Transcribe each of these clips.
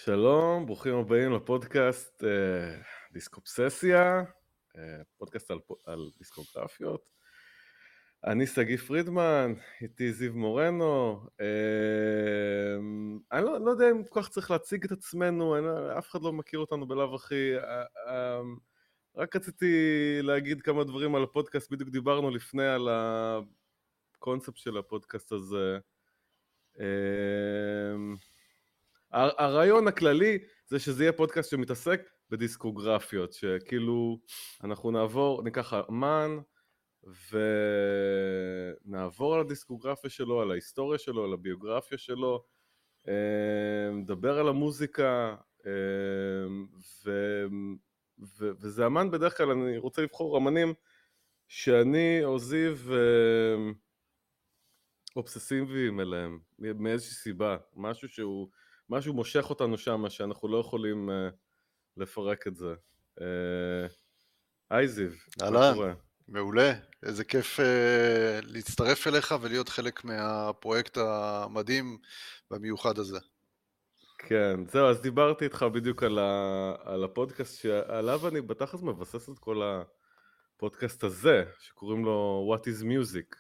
שלום, ברוכים הבאים לפודקאסט דיסקופססיה, פודקאסט על דיסקוגרפיות. אני סגי פרידמן, איתי זיו מורנו. אני לא יודע אם כל כך צריך להציג את עצמנו, אף אחד לא מכיר אותנו בלב אחי. רק רציתי להגיד כמה דברים על הפודקאסט, בדיוק דיברנו לפני על הקונספט של הפודקאסט הזה. הרעיון הכללי זה שזה יהיה פודקאסט שמתעסק בדיסקוגרפיות, שכאילו אנחנו ניקח אמן ונעבור על הדיסקוגרפיה שלו, על ההיסטוריה שלו, על הביוגרפיה שלו, נדבר על המוזיקה, וזה אמן בדרך כלל, אני רוצה לבחור אמנים שאני או זיו אובססיביים אליהם, מאיזושהי סיבה, משהו מושך אותנו שם, שאנחנו לא יכולים לפרק את זה. היי זיו, מה קורה? מעולה, איזה כיף להצטרף אליך ולהיות חלק מהפרויקט המדהים והמיוחד הזה. כן, זהו, אז דיברתי איתך בדיוק על הפודקאסט שעליו אני בתכלס מבסס את כל הפודקאסט הזה, שקוראים לו What is Music,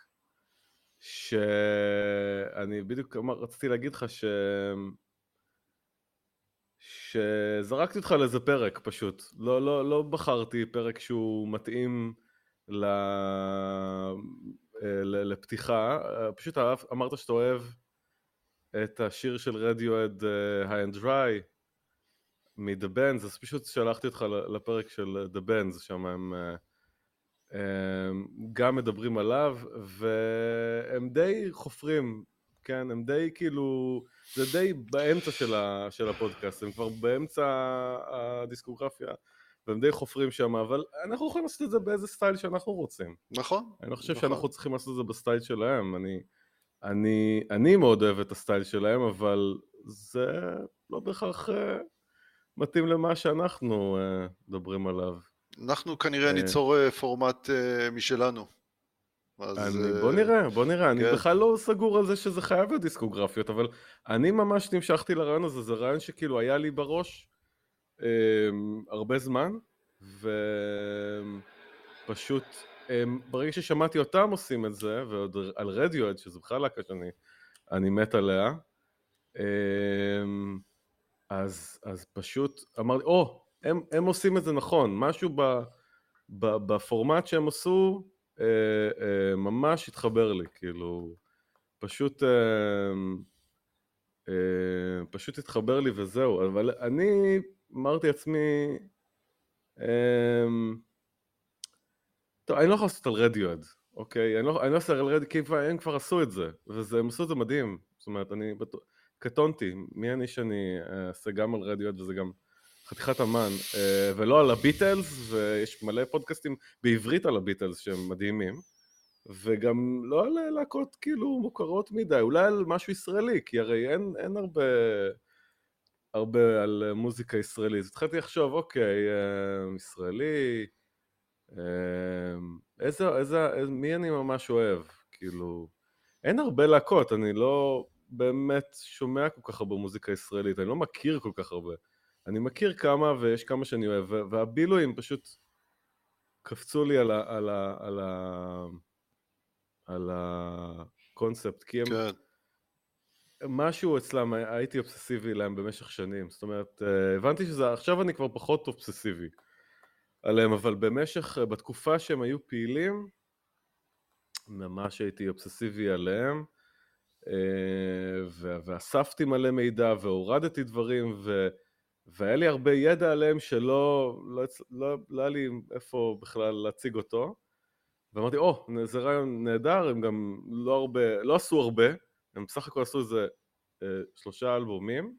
שאני בדיוק רציתי להגיד לך שזרקתי אותך לאיזה פרק פשוט, לא בחרתי פרק שהוא מתאים לפתיחה, פשוט אמרת שאתה אוהב את השיר של רדיואד High and Dry מ-The Bands, אז פשוט שלחתי אותך לפרק של The Bands, שם הם גם מדברים עליו, והם די חופרים, כן, הם די כאילו, זה די באמצע של הפודקאסט, הם כבר באמצע הדיסקוגרפיה, והם די חופרים שם, אבל אנחנו יכולים לעשות את זה באיזה סטייל שאנחנו רוצים. נכון. אני לא חושב שאנחנו צריכים לעשות את זה בסטייל שלהם, אני מאוד אוהב את הסטייל שלהם, אבל זה לא בהכרח מתאים למה שאנחנו מדברים עליו. אנחנו כנראה ניצור פורמט משלנו. בוא נראה, אני בכלל לא סגור על זה שזה חייב להיות דיסקוגרפיות, אבל אני ממש נמשכתי לרעיון הזה, זה רעיון שכאילו היה לי בראש הרבה זמן, ופשוט ברגע ששמעתי אותם עושים את זה, ועוד על רדיואד, שזה בכלל להקה שאני מת עליה, אז פשוט אמרתי, הם עושים את זה נכון, משהו בפורמט שהם עשו, ממש התחבר לי, כאילו, פשוט התחבר לי וזהו, אבל אני אמרתי לעצמי, טוב, אני לא יכול לעשות על רדיואד, אוקיי? אני לא אעשה על רדיואד, כי הם כבר עשו את זה, והם עשו את זה מדהים, זאת אומרת, אני קטונתי, מי אני שאני אעשה גם על רדיואד, וזה גם חתיכת אמן, ולא על הביטלס, ויש מלא פודקאסטים בעברית על הביטלס שהם מדהימים, וגם לא על להקות כאילו מוכרות מדי, אולי על משהו ישראלי, כי הרי אין הרבה על מוזיקה ישראלית. אז התחלתי לחשוב, אוקיי, ישראלי, מי אני ממש אוהב? כאילו, אין הרבה להקות, אני לא באמת שומע כל כך הרבה מוזיקה ישראלית, אני לא מכיר כל כך הרבה. אני מכיר כמה ויש כמה שאני אוהב, והבילויים פשוט קפצו לי על הקונספט, כי הם משהו אצלם, הייתי אובססיבי להם במשך שנים, זאת אומרת, הבנתי עכשיו אני כבר פחות אובססיבי עליהם, אבל בתקופה שהם היו פעילים, ממש הייתי אובססיבי עליהם, ואספתי מלא מידע, והורדתי דברים, והיה לי הרבה ידע עליהם שלא היה לי איפה בכלל להציג אותו, ואמרתי, זה רעיון נהדר, הם גם לא עשו הרבה, הם בסך הכל עשו איזה 3 אלבומים,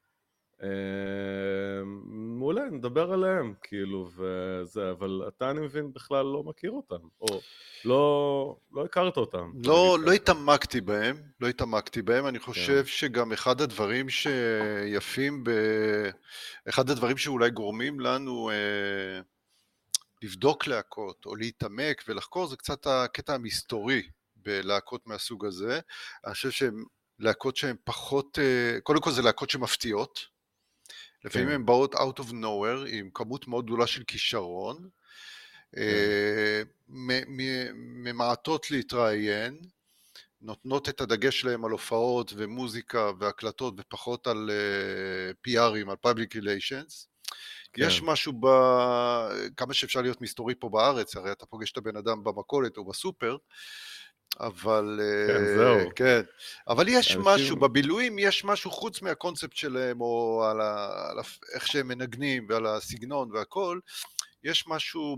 מעולה, נדבר עליהם, כאילו, וזה, אבל אתה, אני מבין, בכלל לא מכיר אותם, או לא הכרת אותם. לא התעמקתי בהם, אני חושב שגם אחד הדברים שיפים, אחד הדברים שאולי גורמים לנו לבדוק להקות, או להתעמק ולחקור, זה קצת הקטע המסתורי בלהקות מהסוג הזה. אני חושב שהן להקות שהן פחות, קודם כל זה להקות שמפתיעות, לפעמים כן, הן באות out of nowhere עם כמות מאוד גדולה של כישרון, כן, ממעטות להתראיין, נותנות את הדגש שלהם על הופעות ומוזיקה והקלטות ופחות על PRים, על Public Relations. כן, יש משהו כמה שאפשר להיות מסתורי פה בארץ, הרי אתה פוגש את הבן אדם במכולת או בסופר, אבל כן, זהו. כן, אבל יש משהו, אנשים, בבילויים יש משהו חוץ מהקונספט שלהם, או איך שהם מנגנים ועל הסגנון והכל, יש משהו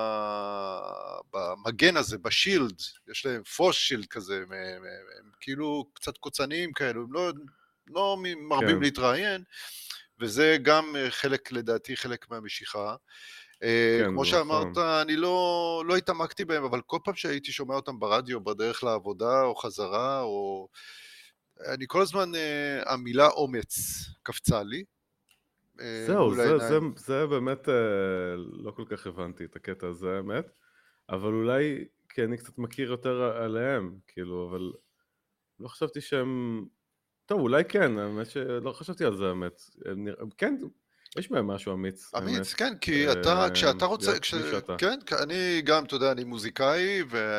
במגן הזה, בשילד, יש להם פוס שילד כזה, הם כאילו קצת קוצניים כאלו, הם לא מרבים כן, להתראיין, וזה גם חלק, לדעתי, חלק מהמשיכה. כן, כמו זה שאמרת, נכון. אני לא התעמקתי בהם, אבל כל פעם שהייתי שומע אותם ברדיו, בדרך לעבודה או חזרה, אני כל הזמן, המילה אומץ קפצה לי זהו, מול העיניים. זה באמת לא כל כך הבנתי את הקטע הזה, האמת, אבל אולי כי אני קצת מכיר יותר עליהם, כאילו, אבל לא חשבתי שהם... טוב, אולי כן, האמת שלא חשבתי על זה, האמת. כן, יש בהם משהו אמיץ, אמיץ, האמת. כן, כי כשאתה רוצה, להיות מי שאתה. כן, אני גם, אתה יודע, אני מוזיקאי,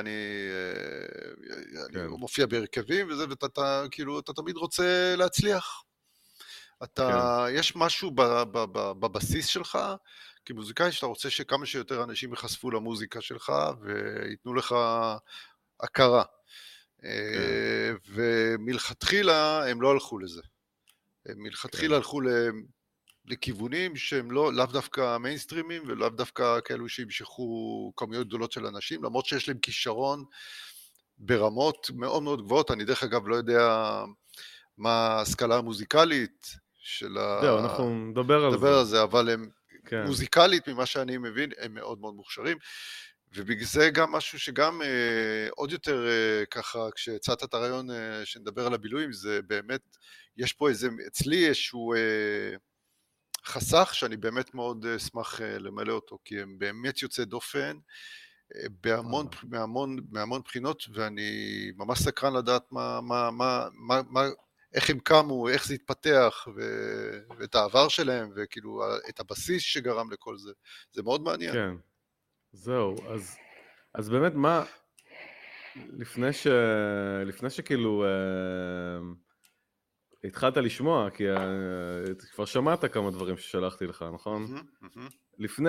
אני כן, מופיע בהרכבים וזה, ואתה כאילו, אתה תמיד רוצה להצליח. כן, יש משהו בבסיס שלך, כמוזיקאי, שאתה רוצה שכמה שיותר אנשים ייחשפו למוזיקה שלך, וייתנו לך הכרה. כן, ומלכתחילה הם לא הלכו לזה. הם כן, מלכתחילה הלכו לכיוונים שהם לאו דווקא מיינסטרימים, ולאו דווקא כאלו שימשכו כמויות גדולות של אנשים, למרות שיש להם כישרון ברמות מאוד מאוד גבוהות. אני דרך אגב לא יודע מה ההשכלה המוזיקלית של זהו, אנחנו נדבר על זה. לדבר על זה, אבל הם כן, מוזיקלית, ממה שאני מבין, הם מאוד מאוד מוכשרים, ובגלל זה גם משהו שגם עוד יותר ככה, כשהצעת את הרעיון שנדבר על הבילויים, זה באמת, יש פה אצלי איזשהו חסך שאני באמת מאוד אשמח למלא אותו, כי הם באמת יוצא דופן, וואלה. מהמון בחינות, ואני ממש סקרן לדעת איך הם קמו, איך זה התפתח, ואת העבר שלהם, וכאילו את הבסיס שגרם לכל זה. זה מאוד מעניין. כן, זהו, אז באמת מה, לפני שכאילו התחלת לשמוע, כי כבר שמעת כמה דברים ששלחתי לך, נכון? מהמם, מהמם. לפני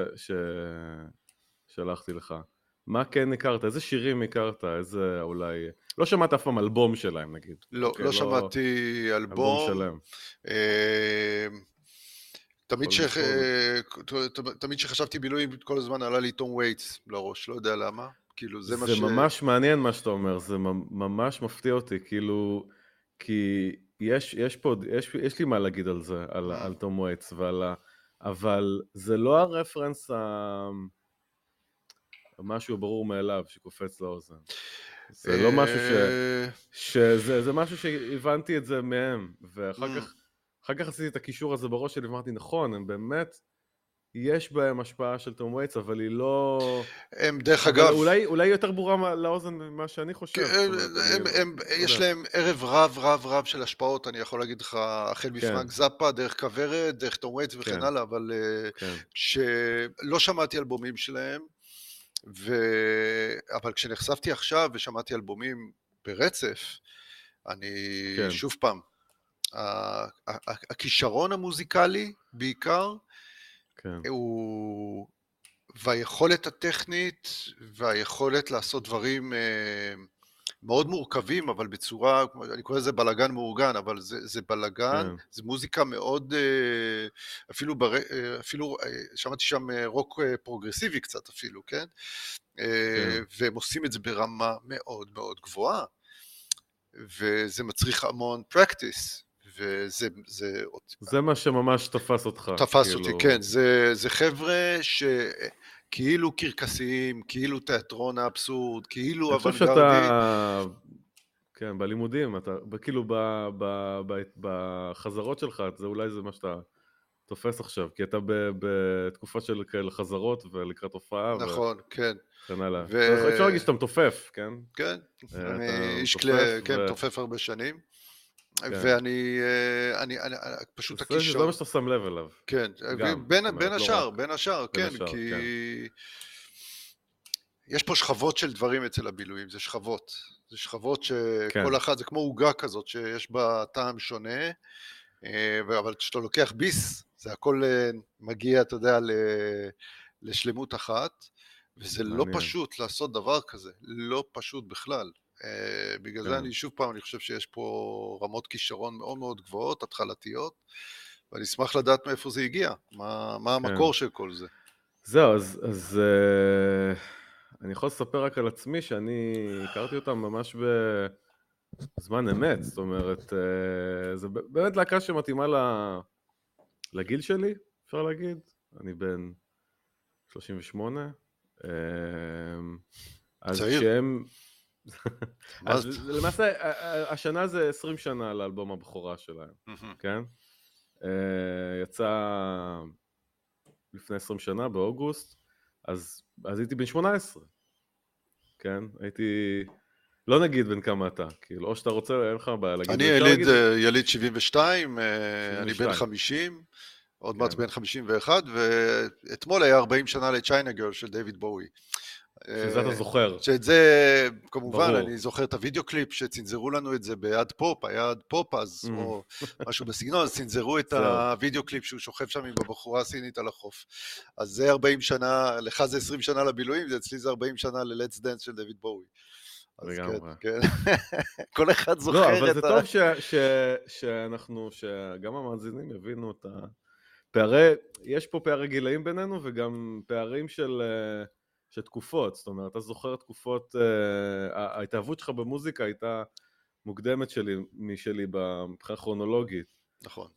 ששלחתי לך, מה כן הכרת? איזה שירים הכרת? איזה אולי... לא שמעת אף פעם אלבום שלהם, נגיד. לא, אוקיי, לא לא שמעתי אלבום אלבום. שלם. אה, תמיד יכול לבחור. תמיד שחשבתי בילויים, כל הזמן עלה לי תום וייטס לראש, לא יודע למה. כאילו זה מה זה ממש מעניין מה שאתה אומר, זה ממש מפתיע אותי, כאילו, כי יש לי מה להגיד על זה, על תום וייטס, אבל זה לא הרפרנס משהו ברור מאליו שקופץ לאוזן. זה לא משהו אה, זה משהו שהבנתי את זה מהם, אחר כך עשיתי את הקישור הזה בראש שלי, ואמרתי, נכון, הם באמת, יש בהם השפעה של תום וייטס, אבל היא לא... הם דרך אבל אגב, אולי יותר ברורה לאוזן ממה שאני חושב, זאת אומרת, אני לא יש יודע. להם ערב רב רב רב של השפעות, אני יכול להגיד לך, החל כן, מפרנק זאפה, דרך כוורת, דרך תום וייטס וכן כן, הלאה, אבל כן, שלא שמעתי אלבומים שלהם, אבל כשנחשפתי עכשיו ושמעתי אלבומים ברצף, אני כן, שוב פעם, הכישרון המוזיקלי בעיקר, כן, הוא, והיכולת הטכנית, והיכולת לעשות דברים מאוד מורכבים, אבל בצורה, אני קורא לזה בלגן מאורגן, אבל זה בלגן, כן, זה מוזיקה מאוד, אפילו שמעתי שם רוק פרוגרסיבי קצת אפילו, כן? כן. והם עושים את זה ברמה מאוד מאוד גבוהה, וזה מצריך המון practice, זה מה שממש תפס אותך, תפס אותי, כאילו... כן, זה חבר'ה שכאילו קרקסיים, כאילו תיאטרון האבסורד, כאילו אני חושב אוונגרדי. שאתה, כן, בלימודים, אתה, כאילו בחזרות שלך, אולי זה מה שאתה תופס עכשיו, כי אתה בתקופה של כאלה חזרות ולקראת הופעה נכון, כן. וכן הלאה. ו... אפשר להגיד שאתה מתופף, כן? כן, אני אתה איש מתופף כן, תופף הרבה שנים. כן. ואני פשוט זה מה הכישרון, שאתה שם לב אליו. כן, גם, זאת בין אומרת, לא השאר, רק בין השאר, בין כן, השאר, כי כן. יש פה שכבות של דברים אצל הבילויים, זה שכבות. זה שכבות כן, שכל אחת, זה כמו עוגה כזאת שיש בה טעם שונה, אבל כשאתה לוקח ביס, זה הכל מגיע, אתה יודע, לשלמות אחת, וזה לא מעניין. פשוט לעשות דבר כזה, לא פשוט בכלל. בגלל זה כן, אני שוב פעם, אני חושב שיש פה רמות כישרון מאוד מאוד גבוהות, התחלתיות, ואני אשמח לדעת מאיפה זה הגיע, מה כן. המקור של כל זה. זהו, אז אני יכול לספר רק על עצמי שאני הכרתי אותם ממש בזמן אמת, זאת אומרת, זה באמת להקה שמתאימה לגיל שלי, אפשר להגיד. אני בן 38, אז צעיר. כשהם... מה אז זה? למעשה, השנה זה 20 שנה לאלבום הבכורה שלהם, מהמם. כן? יצא לפני 20 שנה, באוגוסט, אז הייתי בן 18, כן? הייתי... לא נגיד בן כמה אתה, כאילו, או שאתה רוצה, אין לך בעיה להגיד, אני אפשר להגיד יליד 72, אני בן 72, 50, עוד מעט כן. בן 51, ואתמול היה 40 שנה לצ'יינה גרל של דיוויד בואי. שזה אתה זוכר, שאת זה, כמובן, אני ברור. זוכר את הוידאו קליפ שצנזרו לנו את זה ביד פופ, היה יד פופ אז, או משהו בסגנון, אז צנזרו את זהו. הוידאו קליפ שהוא שוכב שם עם הבחורה הסינית על החוף. אז זה 40 שנה, לך זה 20 שנה לבילויים, זה אצלי זה 40 שנה ל-Let's Dance של דיוויד בואי. אז כן, לגמרי. כן. כל אחד לא, זוכר אבל את זה ה... טוב שגם המאזינים יבינו את הפערי, יש פה פערי גילאים בינינו, וגם פערים של תקופות, זאת אומרת, אתה זוכר תקופות, ההתאהבות שלך במוזיקה הייתה מוקדמת משלי מבחינה כרונולוגית. נכון.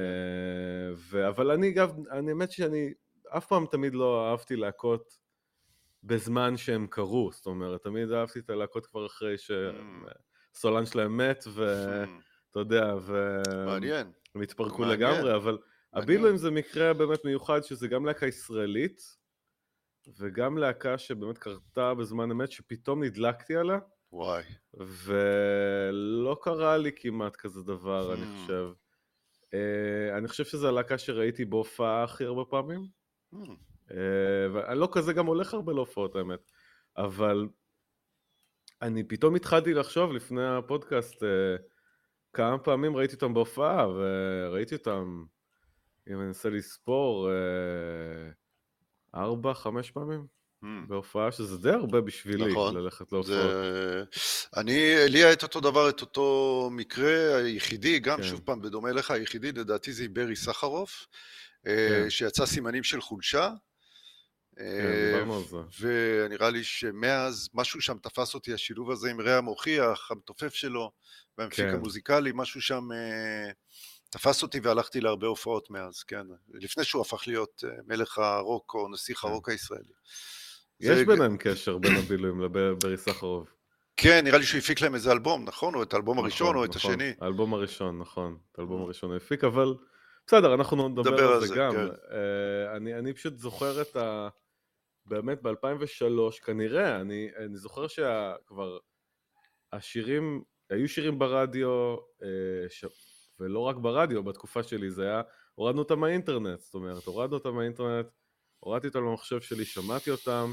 אבל אני האמת שאני אף פעם תמיד לא אהבתי להקות בזמן שהם קרו, זאת אומרת, תמיד אהבתי את הלהקות כבר אחרי שסולן שלהם מת, ואתה יודע, מעניין, הם התפרקו מעניין, לגמרי, אבל מעניין. הבילויים זה מקרה באמת מיוחד, שזה גם להקה ישראלית, וגם להקה שבאמת קרתה בזמן אמת, שפתאום נדלקתי עליה, וואי. ולא קרה לי כמעט כזה דבר, אני חושב. אני חושב שזו הלהקה שראיתי בהופעה הכי הרבה פעמים, ואני לא כזה גם הולך הרבה להופעות האמת, אבל אני פתאום התחלתי לחשוב לפני הפודקאסט כמה פעמים ראיתי אותם בהופעה, וראיתי אותם, אם אני אנסה לספור, 4-5 פעמים בהופעה, שזה די הרבה בשבילי נכון. ללכת להופעות. לי היה את אותו דבר, את אותו מקרה היחידי, גם כן, שוב פעם, בדומה לך, היחידי, לדעתי זה עם ברי סחרוף, כן, שיצא סימנים של חולשה, כן, דיברנו על זה. ונראה לי שמאז משהו שם תפס אותי, השילוב הזה עם רע מוכיח, המתופף שלו, והמפיק כן, המוזיקלי, משהו שם תפס אותי והלכתי להרבה הופעות מאז, כן, לפני שהוא הפך להיות מלך הרוק או נסיך כן. הרוק הישראלי. יש ביניהם קשר בין הבילויים לברי סחרוף. כן, נראה לי שהוא הפיק להם איזה אלבום, נכון? או את האלבום הראשון נכון, או את נכון. השני. האלבום הראשון, נכון. את האלבום הראשון הוא הפיק, אבל בסדר, אנחנו נדבר נדבר על על זה זה, גם. כן. אני פשוט זוכר באמת ב-2003, כנראה, אני זוכר שכבר השירים, היו שירים ברדיו, ולא רק ברדיו, בתקופה שלי זה היה, הורדנו אותם מהאינטרנט, זאת אומרת, הורדנו אותם מהאינטרנט, הורדתי אותם למחשב שלי, שמעתי אותם,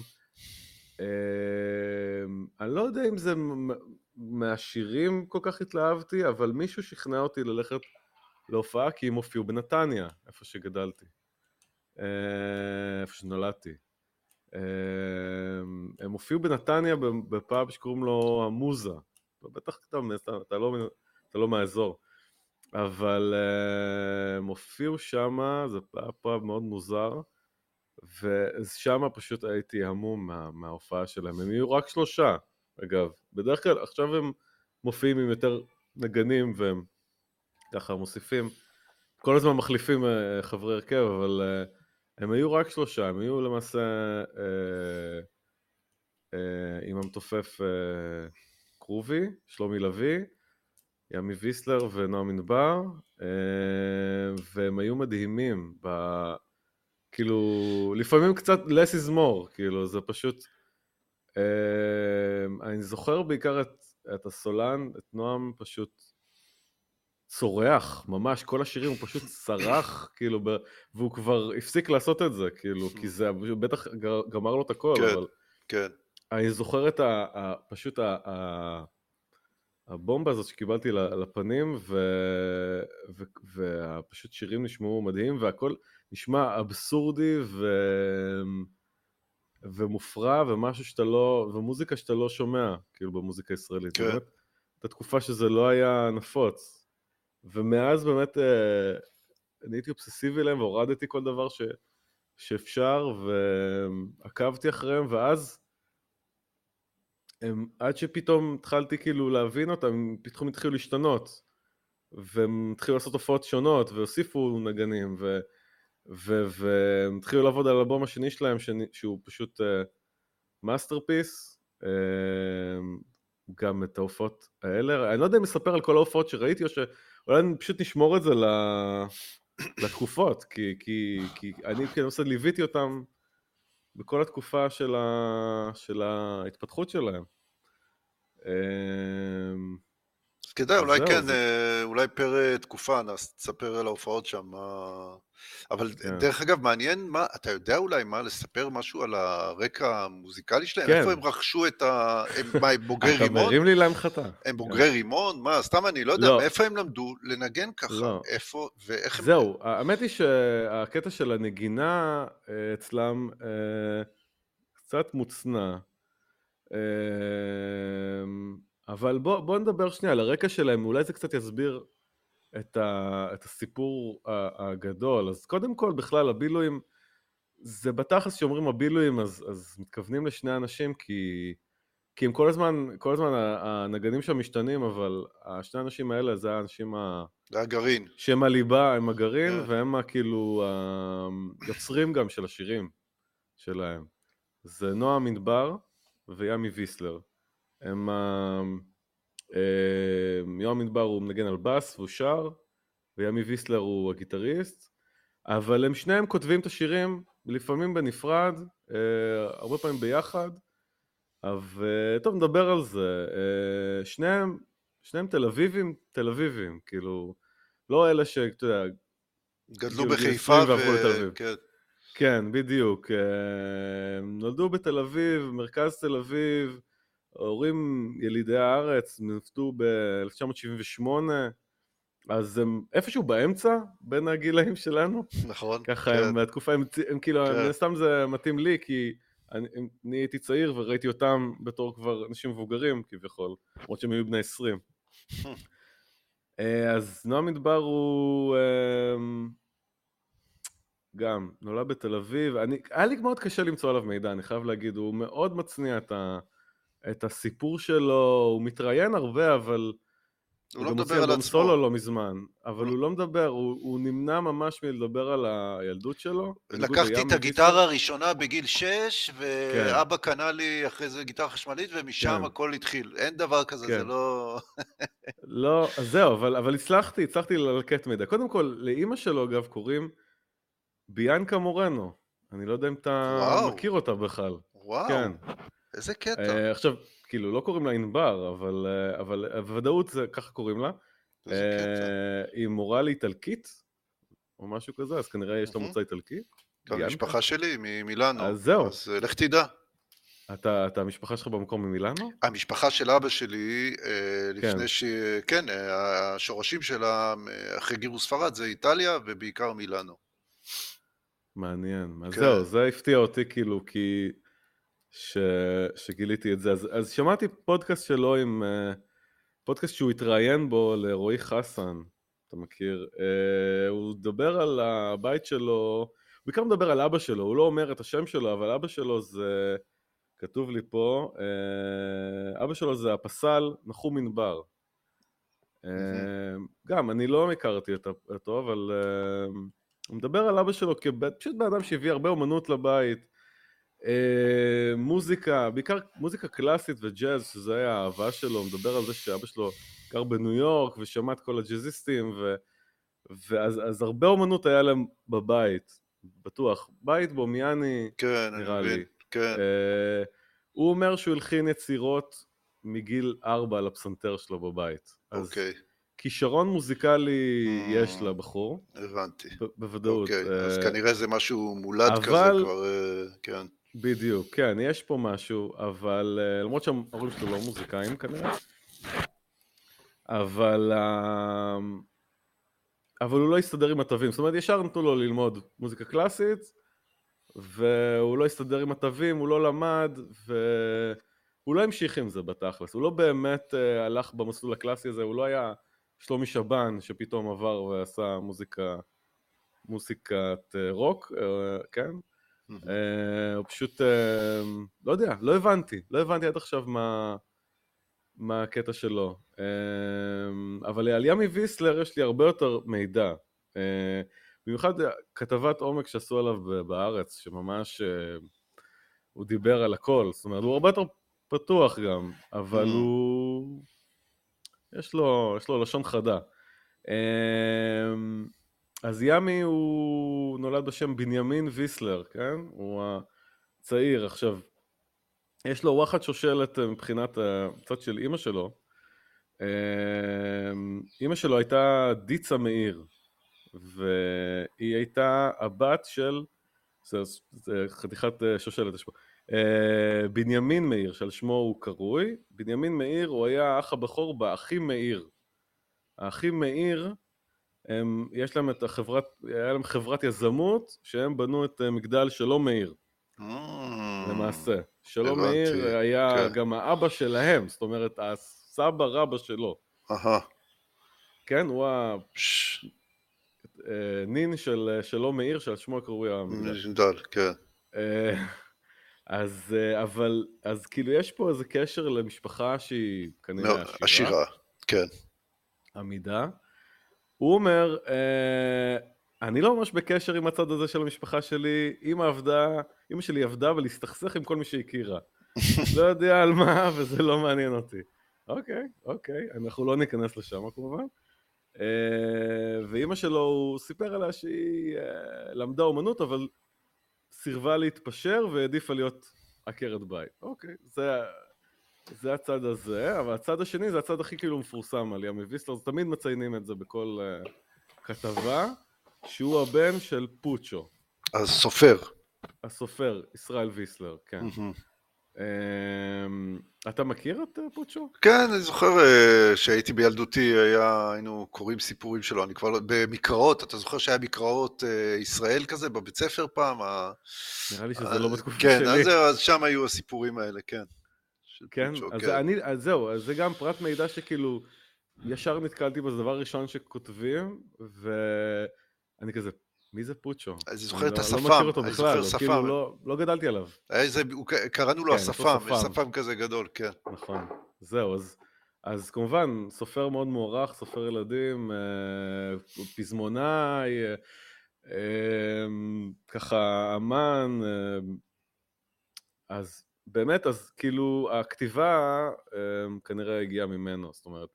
אני לא יודע אם זה מהשירים כל כך התלהבתי, אבל מישהו שכנע אותי ללכת להופעה, כי הם הופיעו בנתניה, איפה שגדלתי, איפה שנולדתי. הם הופיעו בנתניה בפאב שקוראים לו המוזה, בטח אתה לא מהאזור, אבל הם הופיעו שם, זה פאב מאוד מוזר, ושם פשוט הייתי המום מההופעה שלהם. הם יהיו רק 3, אגב. בדרך כלל, עכשיו הם מופיעים עם יותר נגנים, והם ככה מוסיפים. כל הזמן מחליפים חברי הרכב, אבל הם היו רק 3. הם היו למעשה עם המתופף קרובי, שלומי לוי, ימי ויסלר ונועם ענבר, והם היו מדהימים, כאילו, לפעמים קצת less is more, כאילו, זה פשוט, אני זוכר בעיקר את הסולן, את נועם, פשוט צורח, ממש, כל השירים הוא פשוט צרח, כאילו, והוא כבר הפסיק לעשות את זה, כאילו, כי זה בטח גמר לו את הכל, כן, אבל כן, אני זוכר את פשוט הבומבה הזאת שקיבלתי לפנים, ופשוט שירים נשמעו מדהים, והכל נשמע אבסורדי ומופרע, ומשהו שאתה לא, ומוזיקה שאתה לא שומע, כאילו, במוזיקה הישראלית. כן. באמת, את התקופה שזה לא היה נפוץ. ומאז באמת אני הייתי אובססיבי להם, והורדתי כל דבר שאפשר, ועקבתי אחריהם, ואז עד שפתאום התחלתי כאילו להבין אותם, הם פתאום התחילו להשתנות, והם התחילו לעשות הופעות שונות, והוסיפו נגנים, והם התחילו לעבוד על האלבום השני שלהם, שהוא פשוט מאסטרפיס, גם את ההופעות האלה, אני לא יודע אם אספר על כל ההופעות שראיתי, או שאולי אני פשוט נשמור את זה לתקופות, כי אני כנושא ליוויתי אותם בכל התקופה של ההתפתחות שלהם. אז כדאי, אז אולי זהו, כן, אולי פר תקופה, תספר על ההופעות שם. אבל כן. דרך אגב, מעניין, אתה יודע אולי לספר משהו על הרקע המוזיקלי שלהם? כן. איפה הם רכשו מה, הם בוגרי אתה רימון? מרים לי להנחתה. הם בוגרי רימון? מה, סתם אני לא יודע, לא, מאיפה הם למדו לנגן ככה? לא. איפה, ואיך הם... זהו, האמת היא שהקטע של הנגינה אצלם קצת מוצנע, אבל בוא נדבר שנייה על הרקע שלהם, אולי זה קצת יסביר את הסיפור הגדול. אז קודם כל בכלל הבילויים, זה בתכלס שאומרים הבילויים, אז מתכוונים לשני אנשים, כי הם כל הזמן הנגנים שם משתנים, אבל השני האנשים האלה זה האנשים זה הגרעין. שהם הליבה, הם הגרעין, כן. והם כאילו היוצרים גם של השירים שלהם. זה נועה מדבר וימי ויסלר. יועה מדבר הוא מנגן על בס והוא שר, וימי ויסלר הוא הגיטריסט, אבל הם שניהם כותבים את השירים, לפעמים בנפרד, הרבה פעמים ביחד, טוב, נדבר על זה. שניהם תל אביבים, כאילו, לא אלה שאתה יודע, גדלו גיל בחיפה 20 ועברו לתל אביב. כן. כן, בדיוק. נולדו בתל אביב, מרכז תל אביב, הורים ילידי הארץ, נולדו ב-1978, אז הם איפשהו באמצע בין הגילאים שלנו. נכון, ככה כן. הם מהתקופה, הם כאילו, כן. סתם זה מתאים לי, כי אני הייתי צעיר וראיתי אותם בתור כבר אנשים מבוגרים כביכול, למרות שהם היו בני 20. אז נועה מדבר הוא גם נולד בתל אביב, היה לי מאוד קשה למצוא עליו מידע, אני חייב להגיד, הוא מאוד מצניע את הסיפור שלו, הוא מתראיין הרבה, אבל הוא הוא לא גם הוציא מדבר על אלבום עצמו. סולו לא מזמן, אבל הוא לא מדבר, הוא נמנע ממש מלדבר על הילדות שלו. לקחתי את הגיטרה הראשונה בגיל 6, ואבא קנה לי אחרי זה גיטרה חשמלית, ומשם הכל התחיל. אין דבר כזה, זה לא... לא, אז זהו, אבל הצלחתי ללקט מידע. קודם כל, לאמא שלו, אגב, קוראים ביאנקה מורנו. אני לא יודע אם אתה מכיר אותה בכלל. וואו, איזה קטע. עכשיו, כאילו, לא קוראים לה ענבר, אבל בוודאות זה ככה קוראים לה. איזה קטע. היא מורה לאיטלקית, או משהו כזה, אז כנראה יש לה מוצא איטלקי. גם המשפחה שלי ממילאנו. אז זהו. אז לך תדע. אתה המשפחה שלך במקום ממילאנו? המשפחה של אבא שלי, לפני כן, השורשים שלה אחרי גירוש ספרד זה איטליה ובעיקר מילאנו. מעניין. אז זהו, זה הפתיע אותי כאילו, כי שגיליתי את זה. אז שמעתי פודקאסט שלו פודקאסט שהוא התראיין בו לרועי חסן, אתה מכיר? הוא מדבר על הבית שלו, הוא בעיקר מדבר על אבא שלו, הוא לא אומר את השם שלו, אבל אבא שלו זה, כתוב לי פה, אבא שלו זה הפסל נחום ענבר. גם, אני לא הכרתי אותו, אבל הוא מדבר על אבא שלו פשוט באדם שהביא הרבה אומנות לבית, מוזיקה, בעיקר מוזיקה קלאסית וג'אז, שזה היה האהבה שלו. הוא מדבר על זה שאבא שלו גר בניו יורק ושמע את כל הג'אזיסטים, ואז הרבה אומנות היה להם בבית, בטוח, בית בומיאני, נראה לי. הוא אומר שהוא הלחין יצירות מגיל 4 על הפסנתר שלו בבית. אוקיי. כישרון מוזיקלי יש Mm, לבחור, הבנתי. בוודאות. אוקיי, אז כנראה זה משהו מולד כזה אבל, כבר, כן. בדיוק, כן, יש פה משהו, אבל למרות שההורים שלו לא מוזיקאים כנראה, אבל אבל הוא לא הסתדר עם התווים, זאת אומרת ישר נתנו לו ללמוד מוזיקה קלאסית, והוא לא הסתדר עם התווים, הוא לא למד, והוא לא המשיך עם זה בתכלס, הוא לא באמת הלך במסלול הקלאסי הזה, הוא לא היה שלומי שבן שפתאום עבר ועשה מוזיקת רוק, כן? הוא פשוט, לא יודע, לא הבנתי עד עכשיו מה הקטע שלו, אבל על ימי ויסלר יש לי הרבה יותר מידע, במיוחד כתבת עומק שעשו עליו בארץ, שממש הוא דיבר על הכל, זאת אומרת הוא הרבה יותר פתוח גם, אבל יש לו לשון חדה. אז ימי הוא נולד בשם בנימין ויסלר, כן? הוא הצעיר. עכשיו, יש לו וואחד שושלת מבחינת הצד של אמא שלו. אמא שלו הייתה דיצה מאיר, והיא הייתה הבת של, זה חתיכת שושלת יש פה, בנימין מאיר, שעל שמו הוא קרוי. בנימין מאיר הוא היה האח הבכור באחים מאיר. האחים מאיר, יש להם את היה להם חברת יזמות, שהם בנו את מגדל שלום מאיר, למעשה. שלום מאיר הבנתי, היה כן. גם האבא שלהם, זאת אומרת, הסבא רבא שלו. כן, הוא הנין של שלום מאיר, שעל שמו קרוי המגדל. מגדל, כן. אז כאילו יש פה איזה קשר למשפחה שהיא כנראה עשירה. עשירה, כן. עמידה. הוא אומר, אני לא ממש בקשר עם הצד הזה של המשפחה שלי, אמא שלי עבדה ולהסתכסך עם כל מי שהכירה. לא יודע על מה, וזה לא מעניין אותי. אוקיי, אנחנו לא ניכנס לשם כמובן. ואמא שלו, הוא סיפר עליה שהיא למדה אומנות, אבל סירבה להתפשר והעדיפה להיות עקרת בית. אוקיי, זה הצד הזה, אבל הצד השני זה הצד הכי כאילו מפורסם על ימי ויסלר, אז תמיד מציינים את זה בכל כתבה, שהוא הבן של פוצ'ו. אז סופר. הסופר, ישראל ויסלר, כן. אתה מכיר את פוצ'ו? כן, אני זוכר שהייתי בילדותי, היינו קוראים סיפורים שלו, אני כבר במקראות, אתה זוכר שהיה מקראות ישראל כזה בבית ספר פעם? נראה לי שזה לא בתקופה כן, שלי. כן, אז שם היו הסיפורים האלה, כן. כן, אז זהו, אז זה גם פרט מידע שכאילו ישר נתקלתי בזה, דבר ראשון שכותבים, ואני כזה, מי זה פוצ'ו? אני זוכר את אני השפם, לא מכיר אותו אני בכלל, זוכר כאילו שפם. לא גדלתי עליו. קראנו לו כן, השפם, אותו שפם. שפם כזה גדול, כן. נכון, זהו, אז כמובן, סופר מאוד מוערך, סופר ילדים, פזמונאי, ככה אמן, אז באמת, אז כאילו הכתיבה כנראה הגיעה ממנו, זאת אומרת,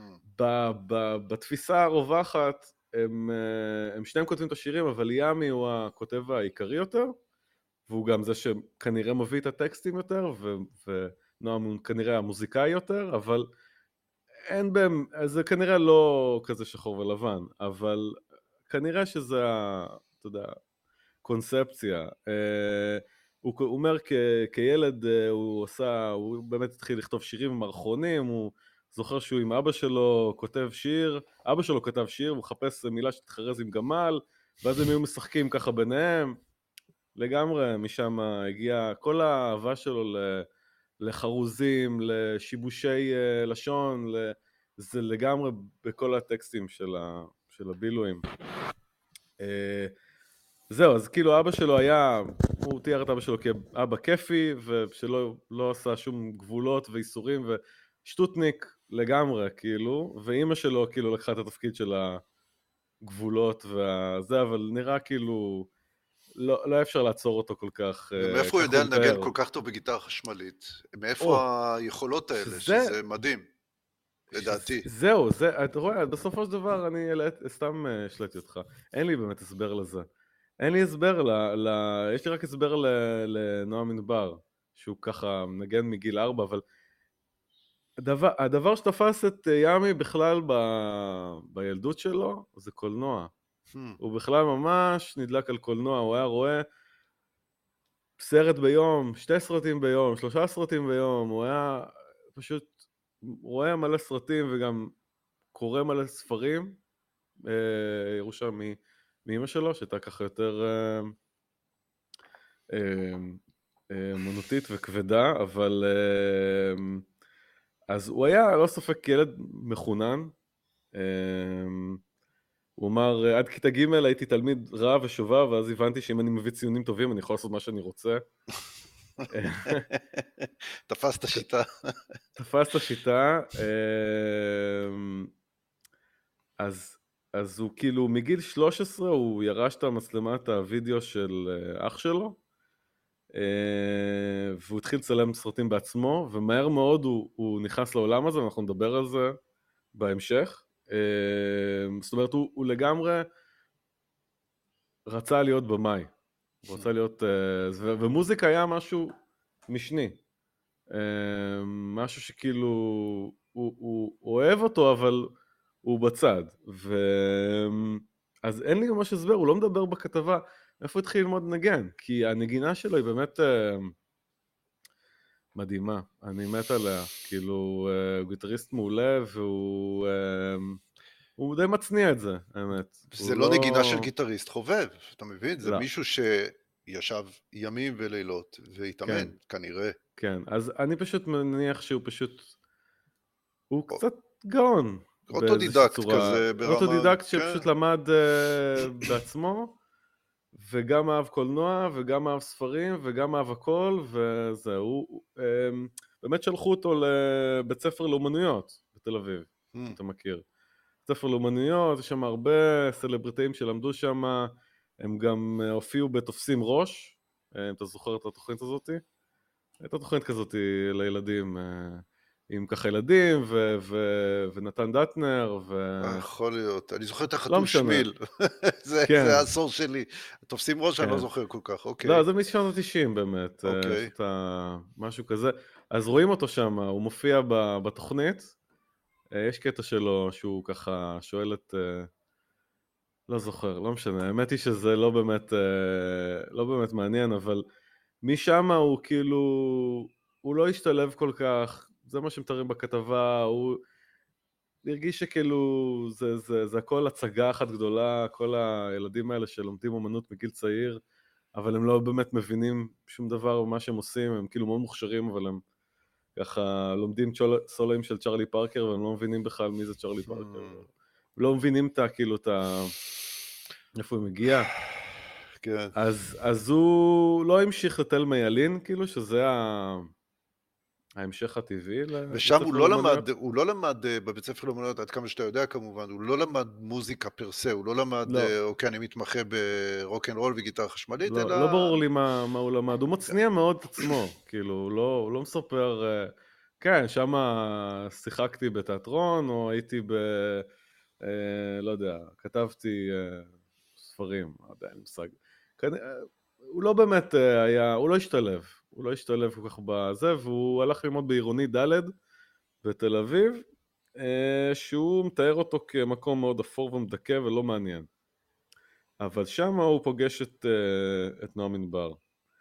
בתפיסה הרווחת, הם שניהם כותבים את השירים, אבל ימי הוא הכותב העיקרי יותר, והוא גם זה שכנראה מביא את הטקסטים יותר, ונועם הוא כנראה המוזיקאי יותר, אבל אין בהם, זה כנראה לא כזה שחור ולבן, אבל כנראה שזה, אתה יודע, קונספציה. הוא אומר כילד הוא באמת התחיל לכתוב שירים מערכונים, הוא זוכר שהוא עם אבא שלו כותב שיר, אבא שלו כתב שיר, הוא מחפש מילה שתתחרז עם גמל, ואז הם היו משחקים ככה ביניהם, לגמרי משם הגיעה כל האהבה שלו לחרוזים, לשיבושי לשון, זה לגמרי בכל הטקסטים של הבילויים. זהו, אז כאילו אבא שלו הוא תיאר את אבא שלו כאבא כיפי, ושלא לא עשה שום גבולות ואיסורים, ושטוטניק לגמרי, כאילו, ואימא שלו כאילו לקחה את התפקיד של הגבולות וזה, אבל נראה כאילו לא אפשר לעצור אותו כל כך. ומאיפה הוא יודע לנגן כל כך טוב בגיטרה חשמלית? מאיפה היכולות האלה? שזה מדהים, לדעתי. זהו, אתה רואה, בסופו של דבר אני סתם השלטתי אותך. אין לי באמת הסבר לזה. אין לי הסבר, יש לי רק הסבר לנועם ענבר, שהוא ככה מנגן מגיל 4, אבל הדבר שתפס את ימי בכלל בילדות שלו, זה קולנוע. הוא בכלל ממש נדלק על קולנוע, הוא היה רואה סרט ביום, 2 סרטים ביום, 3 סרטים ביום, הוא היה פשוט רואה מלא סרטים וגם קורא מלא ספרים, ירושה מאמא שלו, שהייתה ככה יותר מונוטית וכבדה, אבל אז הוא היה לא ספק ילד מחונן, הוא אמר, עד כיתה ג' הייתי תלמיד רע ושובב, ואז הבנתי שאם אני מביא ציונים טובים, אני יכול לעשות מה שאני רוצה. תפס את השיטה. תפס את השיטה. אז הוא כאילו, מגיל 13 הוא ירש את המצלמת הווידאו של אח שלו, והוא התחיל לצלם סרטים בעצמו, ומהר מאוד הוא נכנס לעולם הזה, ואנחנו נדבר על זה בהמשך. זאת אומרת, הוא לגמרי רצה להיות במאי, הוא רצה להיות, ומוזיקה היה משהו משני, משהו שכאילו הוא אוהב אותו, אבל הוא בצד, אז אין לי ממש הסבר, הוא לא מדבר בכתבה איפה התחיל ללמוד נגן, כי הנגינה שלו היא באמת מדהימה, אני מת עליה, כאילו הוא גיטריסט מעולה, והוא די מצניע את זה, האמת. זה לא נגינה של גיטריסט חובב, אתה מבין? זה מישהו שישב ימים ולילות והתאמן, כנראה. כן, אז אני פשוט מניח שהוא פשוט, הוא קצת גאון. אוטודידקט כזה ברמה... אוטודידקט שפשוט למד בעצמו, וגם אהב קולנוע, וגם אהב ספרים, וגם אהב הכל, וזהו. באמת שלחו אותו לבית ספר לאומנויות בתל אביב, אתה מכיר. בית ספר לאומנויות, יש שם הרבה סלבריטאים שלמדו שם, הם גם הופיעו בתופסים ראש, אתה זוכר את התוכנית הזאת? הייתה תוכנית כזאת לילדים, עם ככה ילדים, ונתן דטנר, יכול להיות, אני זוכר את החתול שמיל, זה העשור שלי, תופסים ראש, אני לא זוכר כל כך, אוקיי. לא, זה משנות ה-90 באמת, משהו כזה, אז רואים אותו שם, הוא מופיע בתוכנית, יש קטע שלו שהוא ככה שואל את, לא זוכר, לא משנה, האמת היא שזה לא באמת מעניין, אבל משם הוא כאילו, הוא לא השתלב כל כך, זה מה שמתארים בכתבה, הוא הרגיש שכאילו זה הכל הצגה אחת גדולה, כל הילדים האלה שלומדים אומנות מגיל צעיר, אבל הם לא באמת מבינים שום דבר במה שהם עושים, הם כאילו מאוד מוכשרים, אבל הם ככה לומדים סולואים של צ'רלי פארקר, והם לא מבינים בכלל מי זה צ'רלי פארקר, לא מבינים איפה הוא מגיע. כן. אז הוא לא המשיך לתלמה ילין, כאילו שזה ההמשך הטבעי. ושם הוא לא למד בבית ספר לאומנויות, עד כמה שאתה יודע כמובן, הוא לא למד מוזיקה פרסה, הוא לא למד, אוקיי, אני מתמחה ברוק אנד רול וגיטרה חשמלית, אלא... לא ברור לי מה הוא למד, הוא מצניע מאוד את עצמו, כאילו, הוא לא מספר, כן, שם שיחקתי בתיאטרון, או הייתי לא יודע, כתבתי ספרים, לא יודע, אין מושג. הוא לא באמת היה, הוא לא השתלב כל כך בזה, והוא הלך ללמוד בעירוני ד' בתל אביב, שהוא מתאר אותו כמקום מאוד אפור ומדכא ולא מעניין. אבל שם הוא פוגש את נועם ענבר,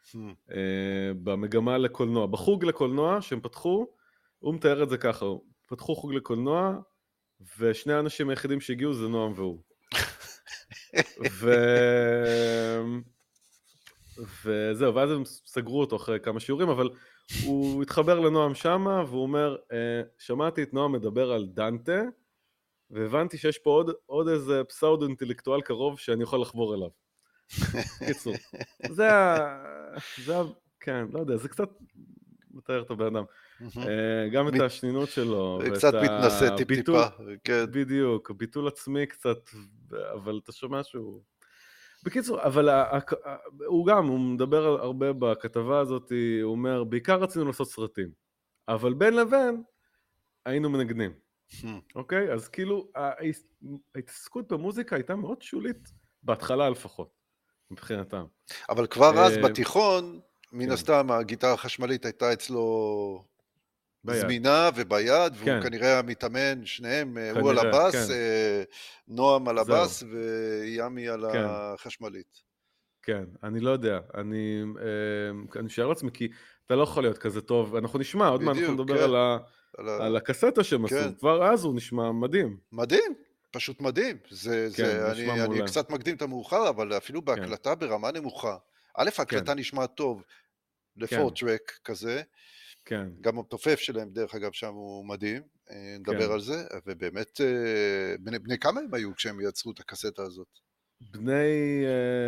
במגמה לקולנוע, בחוג לקולנוע שהם פתחו, הוא מתאר את זה ככה, פתחו חוג לקולנוע, ושני האנשים היחידים שהגיעו זה נועם והוא. וזהו, ואז הם סגרו אותו אחרי כמה שיעורים, אבל הוא התחבר לנועם שמה, והוא אומר, שמעתי את נועם מדבר על דנטה, והבנתי שיש פה עוד איזה פסאודו אינטלקטואל קרוב שאני יכול לחבור אליו. קיצור, כן, לא יודע, זה קצת מתאר את הבן אדם. גם את השנינות שלו. קצת מתנסה טיפ-טיפה, כן. בדיוק, ביטול עצמי קצת, אבל אתה שומע שהוא... בקיצור, אבל הוא מדבר הרבה בכתבה הזאת, הוא אומר, בעיקר רצינו לעשות סרטים, אבל בין לבין היינו מנגנים. אוקיי? אז כאילו, ההתעסקות במוזיקה הייתה מאוד שולית, בהתחלה לפחות, מבחינתם. אבל כבר אז בתיכון, מן הסתם, הגיטרה החשמלית הייתה אצלו ביד. זמינה וביד, והוא כן, כנראה המתאמן, שניהם, הוא על כנראה, הבאס, כן, נועם על זהו, הבאס וימי על כן, החשמלית. כן, אני לא יודע, אני משער לעצמי, כי אתה לא יכול להיות כזה טוב, אנחנו נשמע, עוד מעט אנחנו בדיוק, נדבר כן, על על על הקסטה שהם כן. עשו, כבר אז הוא נשמע מדהים, מדהים, פשוט מדהים. כן, נשמע אני מעולה, קצת מקדים את המאוחר, אבל אפילו כן, בהקלטה ברמה נמוכה. א', כן, ההקלטה נשמעת טוב כן, לפור-טרק כזה, כן, גם התופף שלהם, דרך אגב, שם הוא מדהים, כן. נדבר על זה, ובאמת, בני כמה הם היו כשהם יצרו את הקסטה הזאת? בני